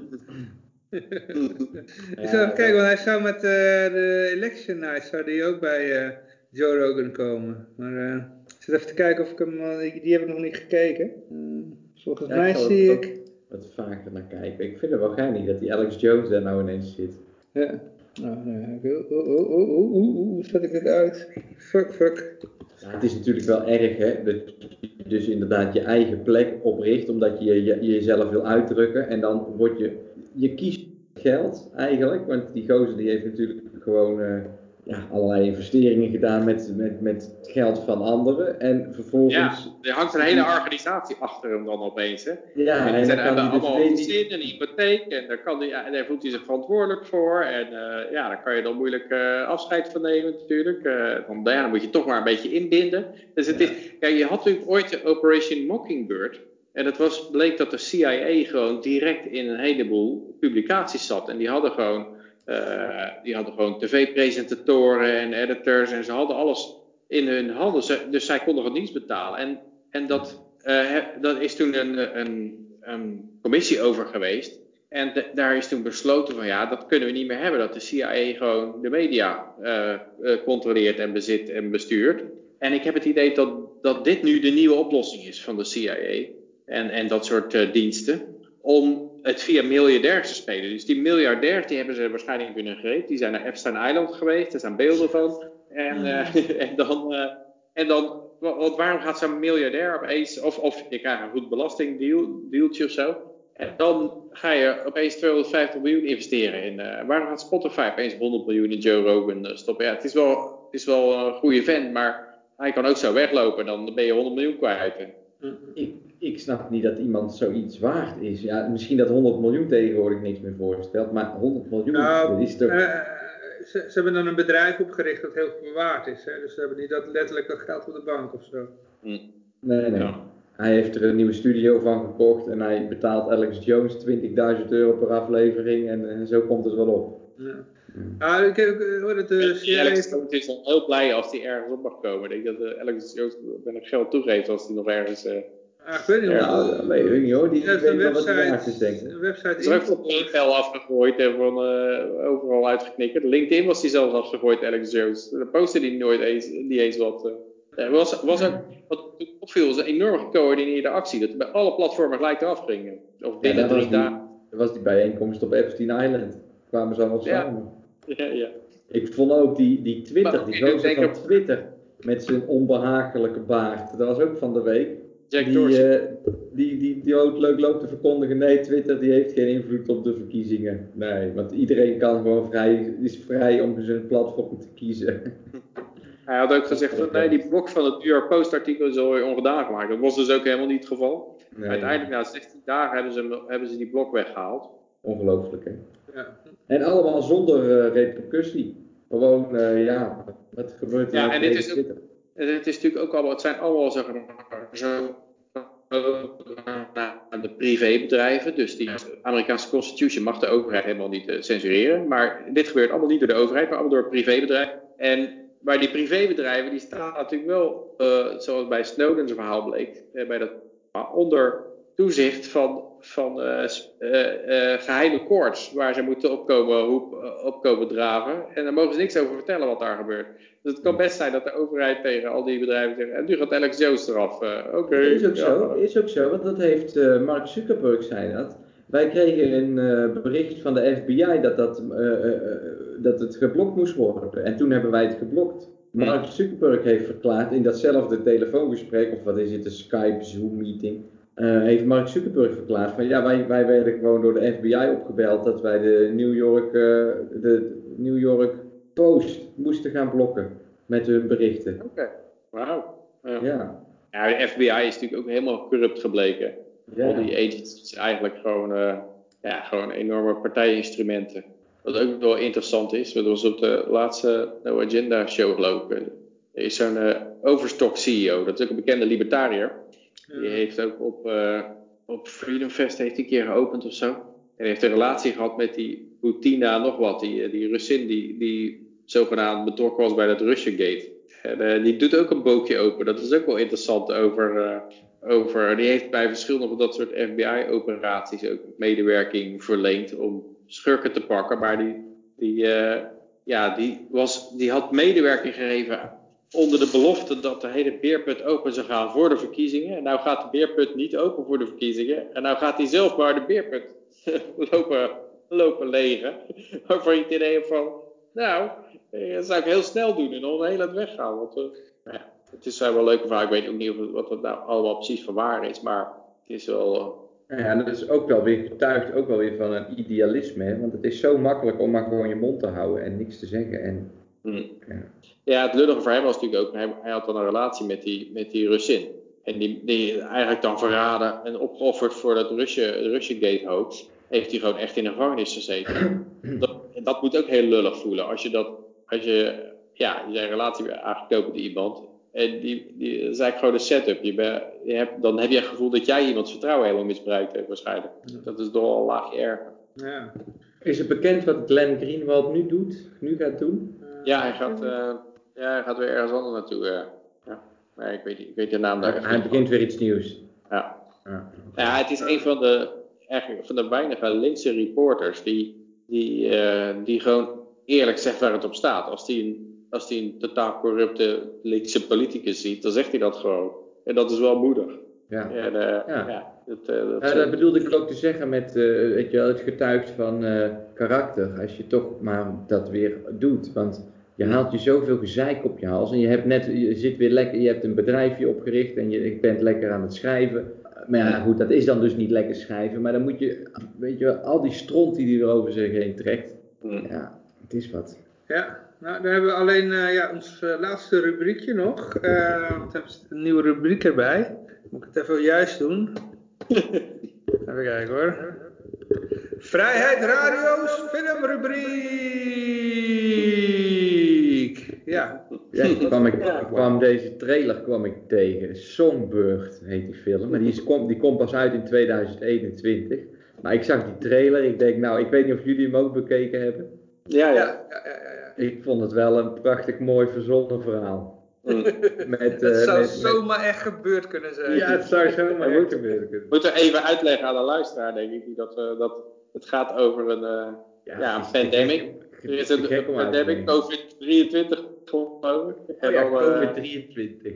Ik zou even kijken, want hij zou met uh, de Election Night zou die ook bij uh, Joe Rogan komen. Maar uh, ik zit even te kijken of ik hem, uh, die, die heb ik nog niet gekeken. Uh, volgens ja, mij ik zie ik... wat vaker naar kijken. Ik vind het wel geinig dat die Alex Jones daar nou ineens zit. Ja. Oh, nee. oh, oh, oh, oh, oh, hoe zet ik dit uit? Fuck, fuck. Ja, het is natuurlijk wel erg hè, dat je dus inderdaad je eigen plek opricht, omdat je, je, je jezelf wil uitdrukken. En dan word je, je kiest geld eigenlijk, want die gozer die heeft natuurlijk gewoon uh, ja, allerlei investeringen gedaan met, met, met geld van anderen. En vervolgens... Ja, er hangt een hele organisatie achter hem dan opeens. Hè? Ja, en die zijn, hebben dus allemaal een gezin, een hypotheek en daar, kan die, ja, daar voelt hij zich verantwoordelijk voor. En uh, ja, daar kan je dan moeilijk uh, afscheid van nemen natuurlijk. Uh, dan, ja, dan moet je toch maar een beetje inbinden. Dus het ja. is, ja, je had natuurlijk ooit de Operation Mockingbird. En het was, bleek dat de C I A gewoon direct in een heleboel publicaties zat. En die hadden gewoon, uh, die hadden gewoon tv-presentatoren en editors en ze hadden alles in hun handen. Ze, dus zij konden gewoon dienst betalen. En, en dat, uh, dat is toen een, een, een commissie over geweest. En de, daar is toen besloten van ja, dat kunnen we niet meer hebben. Dat de C I A gewoon de media uh, uh, controleert en bezit en bestuurt. En ik heb het idee dat, dat dit nu de nieuwe oplossing is van de C I A. En, en dat soort uh, diensten, om het via miljardairs te spelen. Dus die miljardairs, die hebben ze waarschijnlijk in hun greep. Die zijn naar Epstein Island geweest, er zijn beelden van. En, uh, en dan, uh, en dan want waarom gaat zo'n miljardair opeens, of, of je krijgt een goed belastingdealtje of zo. En dan ga je opeens tweehonderdvijftig miljoen investeren in. Uh, waarom gaat Spotify opeens honderd miljoen in Joe Rogan uh, stoppen? Ja, het is wel, het is wel een goede vent, maar hij kan ook zo weglopen, dan ben je honderd miljoen kwijt. Ik, ik snap niet dat iemand zoiets waard is. Ja, misschien dat honderd miljoen tegenwoordig niks meer voorstelt, maar honderd miljoen, Nou, dat is toch... Uh, ze, ze hebben dan een bedrijf opgericht dat heel veel waard is. Hè? Dus ze hebben niet dat letterlijk dat geld op de bank of zo. Hm. Nee, nee. Ja. Hij heeft er een nieuwe studio van gekocht en hij betaalt Alex Jones twintigduizend euro per aflevering en, en zo komt het wel op. Ja. Ah, ik, ik, ik hoor het uh, Alex Jones is al heel blij als hij ergens op mag komen. Ik denk dat uh, Alex Jones ben ik geld toegeeft als hij nog ergens... Uh, ah, ik weet niet ja, nou, dat weet ik niet hoor. Die, die weet wel wat hij waard is, denk ik. Een website is er ook van PayPal afgegooid en van uh, overal uitgeknikkerd. LinkedIn was hij zelfs afgegooid, Alex Jones. Daar postte hij nooit eens, niet eens wat. Uh, er was, was ook, wat opviel, was een enorm gecoördineerde actie. Dat bij alle platformen gelijk eraf gingen. Of binnen ja, drie dagen. Dat was die bijeenkomst op Epstein Island. Kwamen ze allemaal ja. samen. Ja, ja. Ik vond ook die, die Twitter, maar, die gozer van Twitter met zijn onbehagelijke baard. Dat was ook van de week. Jack die, Dorsey. Uh, die, die, die ook leuk loopt te verkondigen. Nee, Twitter die heeft geen invloed op de verkiezingen. Nee, want iedereen kan gewoon vrij, is vrij om zijn platform te kiezen. Hij had ook gezegd van nee, die blok van het New York Post artikel is alweer ongedaan gemaakt. Dat was dus ook helemaal niet het geval. Nee. Uiteindelijk na zestien dagen hebben ze, hebben ze die blok weggehaald. Ongelooflijk, hè? Ja. En allemaal zonder uh, repercussie. Gewoon, uh, ja, wat gebeurt er ja, met en dit is Twitter? Ook, het is natuurlijk ook allemaal, het zijn allemaal zeg maar, zo de privébedrijven. Dus die Amerikaanse Constitution mag de overheid helemaal niet uh, censureren. Maar dit gebeurt allemaal niet door de overheid, maar allemaal door privébedrijven. En maar die privébedrijven die staan natuurlijk wel, uh, zoals bij Snowden's verhaal bleek, uh, bij dat, onder toezicht van, van uh, uh, uh, geheime koorts waar ze moeten opkomen, hoep, uh, opkomen draven. En daar mogen ze niks over vertellen wat daar gebeurt. Dus het kan best zijn dat de overheid tegen al die bedrijven zegt, en nu gaat Alex Jones eraf. Uh, Oké. Okay, is ook ja, zo, is ook zo, want dat heeft uh, Mark Zuckerberg zei dat. Wij kregen een uh, bericht van de F B I dat, dat, uh, uh, dat het geblokt moest worden. En toen hebben wij het geblokt. Mark Zuckerberg heeft verklaard in datzelfde telefoongesprek, of wat is het, een Skype, Zoom meeting, uh, heeft Mark Zuckerberg verklaard van ja, wij, wij werden gewoon door de F B I opgebeld dat wij de New York, uh, de New York Post moesten gaan blokken met hun berichten. Oké, okay. Wauw. Ja. ja. Ja, de F B I is natuurlijk ook helemaal corrupt gebleken. Ja. Al die agencies eigenlijk gewoon, uh, ja, gewoon enorme partijinstrumenten. Wat ook wel interessant is, dat was op de laatste No Agenda show geloof ik. Er is zo'n uh, Overstock C E O, dat is ook een bekende libertariër. Ja. Die heeft ook op, uh, op Freedom Fest heeft een keer geopend of zo. En heeft een relatie gehad met die Butina nog wat, die, die Russin die, die zogenaamd betrokken was bij dat Russiagate. En uh, die doet ook een boekje open, dat is ook wel interessant over... Uh, over die heeft bij verschillende van dat soort F B I-operaties ook medewerking verleend om schurken te pakken, maar die, die, uh, ja, die, was, die had medewerking gegeven onder de belofte dat de hele beerput open zou gaan voor de verkiezingen. En nou gaat de beerput niet open voor de verkiezingen. En nou gaat hij zelf maar de beerput lopen, lopen legen. Waarvan je het idee hebt van, nou, dat zou ik heel snel doen en dan heel het weggaan. Want uh, ja, het is wel een leuke vraag. Ik weet ook niet of het, wat het nou allemaal precies van waar is, maar het is wel... Uh, Ja, dat is ook wel weer getuigt ook wel weer van een idealisme, hè? Want het is zo makkelijk om maar gewoon je mond te houden en niks te zeggen. En, hmm. ja. ja, het lullige voor hem was natuurlijk ook, hij, hij had dan een relatie met die, met die Russin. En die, die eigenlijk dan verraden en opgeofferd voor dat Russiagate hoax, heeft hij gewoon echt in de gevangenis gezeten. Dat, dat moet ook heel lullig voelen, als je dat, als je, ja, je zijn relatie weer aangekomen met iemand. En die, die, dat is eigenlijk gewoon een setup. Je ben, je hebt, dan heb je het gevoel dat jij iemands vertrouwen helemaal misbruikt hebt waarschijnlijk. Ja. Dat is toch al een laagje erger. Ja. Is het bekend wat Glenn Greenwald nu doet? Nu gaat doen? Ja, hij gaat, uh, ja, hij gaat weer ergens anders naartoe. Uh, ja. Maar ik weet, ik weet de naam daar even Hij begint van. weer iets nieuws. Ja. Ja, okay. Ja, het is een van de, eigenlijk van de weinige linkse reporters die, die, uh, die gewoon eerlijk zegt waar het op staat. Als die een Als hij een totaal corrupte linkse politicus ziet, dan zegt hij dat gewoon. En dat is wel moedig. Ja, en, uh, ja. ja dat, uh, dat, ja, dat bedoelde ik ook te zeggen met, uh, weet je wel, het getuigt van uh, karakter. Als je toch maar dat weer doet. Want je haalt je zoveel gezeik op je hals. En je hebt net, je zit weer lekker, je hebt een bedrijfje opgericht en je, je bent lekker aan het schrijven. Maar ja, goed, dat is dan dus niet lekker schrijven. Maar dan moet je, weet je wel, al die stront die hij erover zich heen trekt. Ja, het is wat. Ja. Nou, dan hebben we alleen uh, ja, ons uh, laatste rubriekje nog. Uh, want we hebben een nieuwe rubriek erbij. Moet ik het even juist doen? Even kijken hoor. Vrijheid Radio's filmrubriek. Ja. Ja, kwam ik, kwam deze trailer kwam ik tegen. Songbird heet die film. Maar die, is, kom, die komt pas uit in tweeduizend eenentwintig. Maar ik zag die trailer. Ik denk, nou, ik weet niet of jullie hem ook bekeken hebben. Ja, ja. Ja, ja, ja, ja. Ik vond het wel een prachtig mooi verzonnen verhaal. Mm. Met, het uh, zou met, zomaar met... echt gebeurd kunnen zijn. Ja, het zou zomaar ja, echt gebeuren kunnen. Moeten we even uitleggen aan de luisteraar, denk ik. Dat, uh, dat het gaat over een, uh, ja, ja, een pandemic. Er is een, een pandemic, covid drieëntwintig geloof ik. Oh ja, covid drieëntwintig.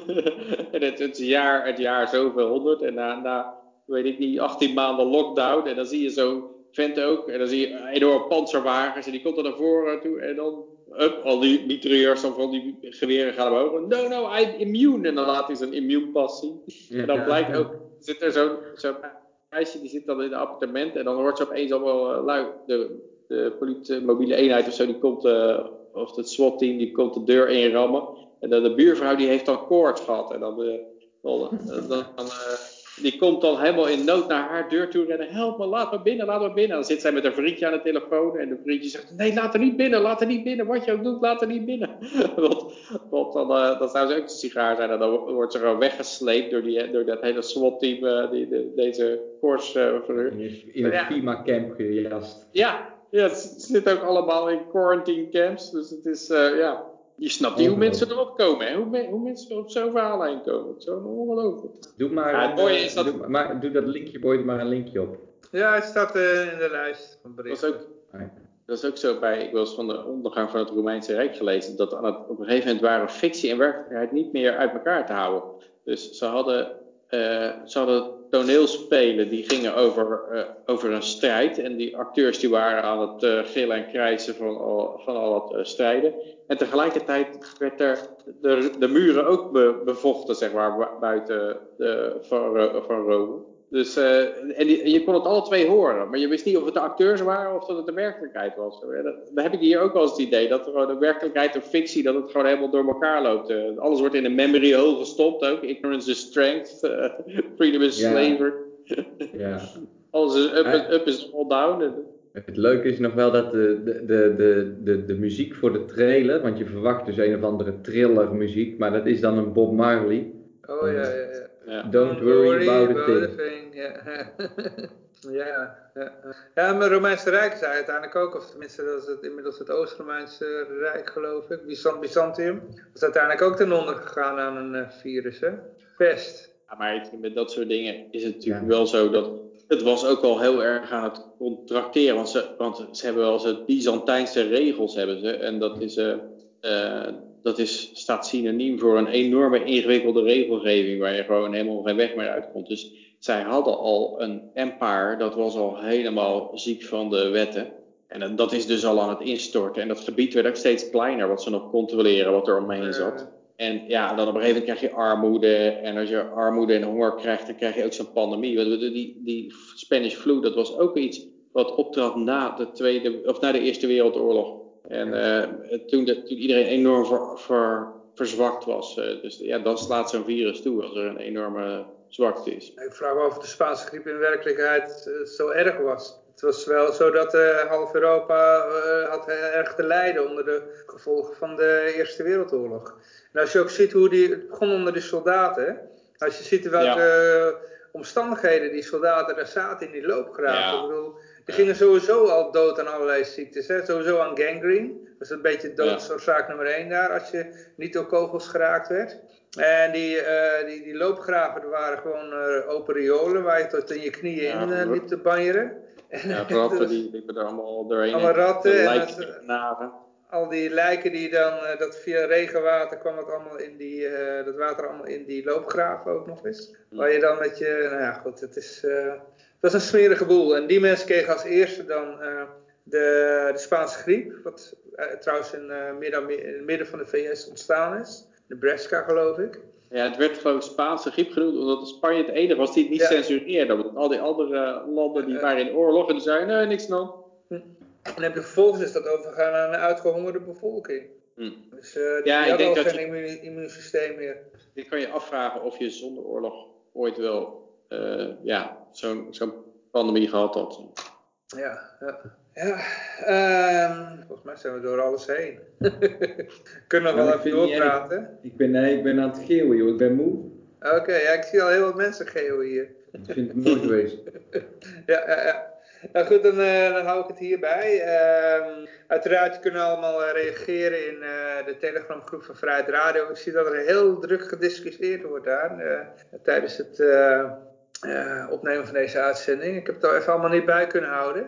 En het, het, jaar, het jaar zoveel honderd. En na, na, weet ik niet, achttien maanden lockdown. En dan zie je zo'n vent ook. En dan zie je enorme panzerwagens. En die komt er naar voren toe. En dan, up, al die mitrailleurs of al die geweren gaan omhoog. No, no, I'm immune. En dan laat hij zijn immuunpas zien. Ja, en dan blijkt ook, zit er zo'n zo meisje, die zit dan in een appartement. En dan hoort ze opeens allemaal uh, lui. De, de politie, mobiele eenheid of zo, die komt, uh, of het SWAT-team, die komt de deur inrammen. En dan de buurvrouw, die heeft dan koorts gehad. En dan, uh, dan, dan, dan uh, die komt dan helemaal in nood naar haar deur toe rennen. Help me, laat me binnen, laat me binnen. En dan zit zij met haar vriendje aan de telefoon. En de vriendje zegt, nee, laat er niet binnen, laat er niet binnen. Wat je ook doet, laat er niet binnen. want, want dan, uh, dan zou ze ook een sigaar zijn. En dan wordt ze gewoon weggesleept door, die, door dat hele SWAT-team, uh, die, de, deze koortsverhuur. Uh, in, in het ja. FEMA-camp gejast. Ja, ja, ze zitten ook allemaal in quarantine camps. Dus het is, uh, ja... Je snapt niet hoe mensen erop komen, hè? Hoe, me, hoe mensen op zo'n verhaal heen komen. Het is zo ongelooflijk. Doe maar, ja, het mooie is dat... Doe, maar, doe dat linkje, boy, maar een linkje op. Ja, het staat uh, in de lijst van berichten. Dat is, ook, dat is ook zo bij, ik was van de ondergang van het Romeinse Rijk gelezen, dat aan het, op een gegeven moment waren fictie en werkelijkheid niet meer uit elkaar te houden. Dus ze hadden, uh, ze hadden toneelspelen die gingen over, uh, over een strijd en die acteurs die waren aan het uh, gillen en krijsen van al, van al het uh, strijden. En tegelijkertijd werd er de, de muren ook be, bevochten, zeg maar, buiten de, van, van Rome. Dus, uh, en, die, en je kon het alle twee horen, maar je wist niet of het de acteurs waren of dat het de werkelijkheid was. Dan heb ik hier ook wel eens het idee dat er gewoon de werkelijkheid en fictie, dat het gewoon helemaal door elkaar loopt. Uh, alles wordt in een memory hole gestopt ook. Ignorance is strength, uh, freedom is ja. slavery. Ja. Alles is up, uh, up is all down. Het leuke is nog wel dat de, de, de, de, de, de muziek voor de trailer, want je verwacht dus een of andere thriller muziek, maar dat is dan een Bob Marley. Oh ja, ja, ja. Ja. Don't, Don't worry, worry about, about a thing. thing. Ja. ja, ja. Ja, maar Romeinse Rijk is uiteindelijk ook, of tenminste dat is het, inmiddels het Oost-Romeinse Rijk geloof ik, Byzant Byzantium, is uiteindelijk ook ten onder gegaan aan een uh, virus, hè? Pest. Ja, maar met dat soort dingen is het natuurlijk ja. wel zo dat het was ook al heel erg aan het contracteren, want ze, want ze hebben wel eens het Byzantijnse regels hebben ze, en dat is, uh, uh, dat is, staat synoniem voor een enorme ingewikkelde regelgeving waar je gewoon helemaal geen weg meer uitkomt. Dus zij hadden al een empire, dat was al helemaal ziek van de wetten. En dat is dus al aan het instorten. En dat gebied werd ook steeds kleiner, wat ze nog controleren, wat er omheen zat. En ja, dan op een gegeven moment krijg je armoede. En als je armoede en honger krijgt, dan krijg je ook zo'n pandemie. Want die, die Spanish flu, dat was ook iets wat optrad na de, tweede, of na de Eerste Wereldoorlog. En uh, toen, de, toen iedereen enorm ver, ver, verzwakt was. Uh, dus ja, dan slaat zo'n virus toe als er een enorme zwakte is. Ik vraag me af of de Spaanse griep in werkelijkheid uh, zo erg was. Het was wel zo dat uh, half Europa uh, had erg te lijden onder de gevolgen van de Eerste Wereldoorlog. En als je ook ziet hoe die, het begon onder de soldaten. Hè? Als je ziet welke ja. uh, omstandigheden die soldaten daar zaten in die loopgraven. Ja. Ik bedoel, die gingen sowieso al dood aan allerlei ziektes. Hè? Sowieso aan gangrene. Dat is een beetje doodsoorzaak ja. nummer één daar, als je niet door kogels geraakt werd. En die, uh, die, die loopgraven, er waren gewoon uh, open riolen waar je tot in je knieën ja, in uh, liep te banjeren. Ja, ratten die liepen er allemaal doorheen. Allemaal ratten en het, uh, al die lijken die dan, uh, dat via regenwater kwam het allemaal in die, uh, dat water allemaal in die loopgraven ook nog eens. Hmm. Waar je dan met je, nou ja goed, het is, uh, dat is een smerige boel. En die mensen kregen als eerste dan uh, de, de Spaanse griep, wat uh, trouwens in, uh, midden, in het midden van de V S ontstaan is. Nebraska geloof ik. Ja, het werd gewoon Spaanse griep genoemd, omdat Spanje het enige was die het niet ja. censureerde. Want al die andere landen die waren in oorlog en die zeiden, nee, niks dan. En heb je vervolgens is dat overgegaan aan een uitgehongerde bevolking. Hm. Dus uh, die, ja, die hadden al dat geen je, immu- immuunsysteem meer. Je kan je afvragen of je zonder oorlog ooit wel uh, ja, zo'n zo'n pandemie gehad had. Ja, ja. ja um, volgens mij zijn we door alles heen. Kunnen nog nou, wel even doorpraten. Niet, ik, ben, nee, ik ben aan het geeuwen, joh. Ik ben moe. Oké, okay, ja, ik zie al heel wat mensen geeuwen hier. Ik vind het mooi geweest. ja, ja, ja. Nou goed, dan, uh, dan hou ik het hierbij. Um, uiteraard, je kunt allemaal uh, reageren in uh, de Telegram groep van Vrijheid Radio. Ik zie dat er heel druk gediscussieerd wordt daar uh, tijdens het uh, uh, opnemen van deze uitzending. Ik heb het er even allemaal niet bij kunnen houden.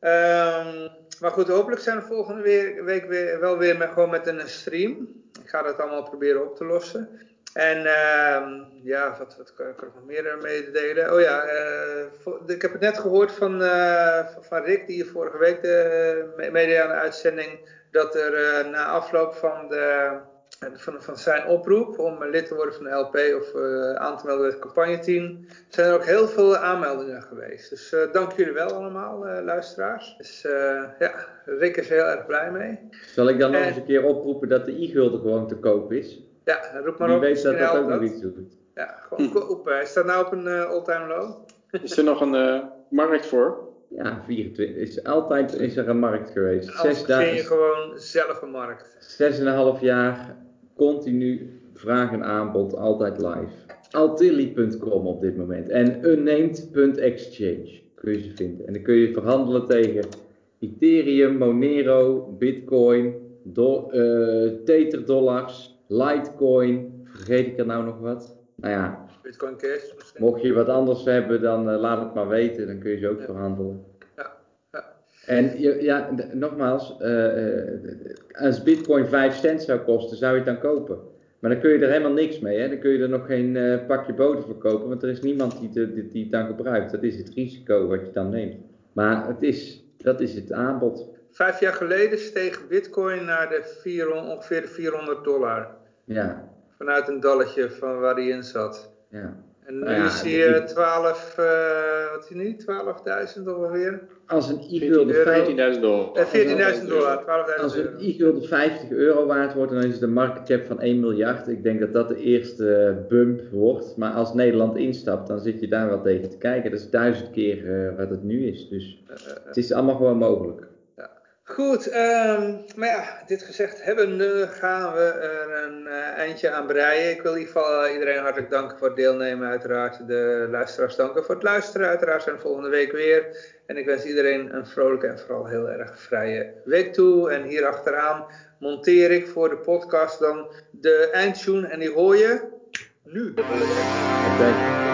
Um, maar goed, hopelijk zijn we volgende weer, week weer, wel weer met, gewoon met een stream. Ik ga dat allemaal proberen op te lossen. En uh, ja, wat, wat kan ik er nog meer mededelen? Oh ja, uh, ik heb het net gehoord van, uh, van Rick, die vorige week de, mededeed aan de uitzending, dat er uh, na afloop van, de, van, van zijn oproep om lid te worden van de L P of uh, aan te melden bij het campagneteam, zijn er ook heel veel aanmeldingen geweest. Dus uh, dank jullie wel allemaal, uh, luisteraars. Dus uh, ja, Rick is er heel erg blij mee. Zal ik dan nog en, eens een keer oproepen dat de e-gulden gewoon te koop is? Ja, roep maar Wie op. Wie weet dat dat ook dat. nog iets doet. Ja, gewoon kopen. Hm. Is dat nou op een uh, all-time low? Is er nog een uh, markt voor? Ja, vierentwintig. Is, altijd is er een markt geweest. En anders begin je gewoon zelf een markt. Zes en een half jaar, continu, vraag en aanbod, altijd live. Altilli punt com op dit moment. En unnamed punt exchange kun je ze vinden. En dan kun je verhandelen tegen Ethereum, Monero, Bitcoin, do, uh, Tether dollars, Litecoin. Vergeet ik er nou nog wat? Nou ja, Bitcoin Cash misschien. Mocht je wat anders hebben, dan uh, laat het maar weten. Dan kun je ze ook ja. verhandelen. Ja. Ja. En ja, d- nogmaals, uh, uh, als Bitcoin vijf cent zou kosten, zou je het dan kopen. Maar dan kun je er helemaal niks mee. Hè? Dan kun je er nog geen uh, pakje boter voor kopen, want er is niemand die, de, die, die het dan gebruikt. Dat is het risico wat je dan neemt. Maar het is, dat is het aanbod. Vijf jaar geleden steeg Bitcoin naar de vierhonderd, ongeveer de vierhonderd dollar. Ja. Vanuit een dalletje van waar hij in zat. Ja. En nu nou ja, is hij twaalf, uh, wat is hij nu? twaalfduizend ongeveer? Als een i-gulden veertienduizend dollar. veertienduizend dollar, twaalfduizend euro. Als een i-gulden vijftig euro waard wordt, dan is het een market cap van één miljard. Ik denk dat dat de eerste bump wordt. Maar als Nederland instapt, dan zit je daar wel tegen te kijken. Dat is duizend keer uh, wat het nu is. Dus uh, uh, het is allemaal gewoon mogelijk. Ja. Goed, um, maar ja, dit gezegd hebbende gaan we er een uh, eindje aan breien. Ik wil in ieder geval uh, iedereen hartelijk danken voor het deelnemen. Uiteraard de luisteraars danken voor het luisteren. Uiteraard zijn we volgende week weer. En ik wens iedereen een vrolijke en vooral heel erg vrije week toe. En hier achteraan monteer ik voor de podcast dan de eindtune. En die hoor je nu. Oké. Okay.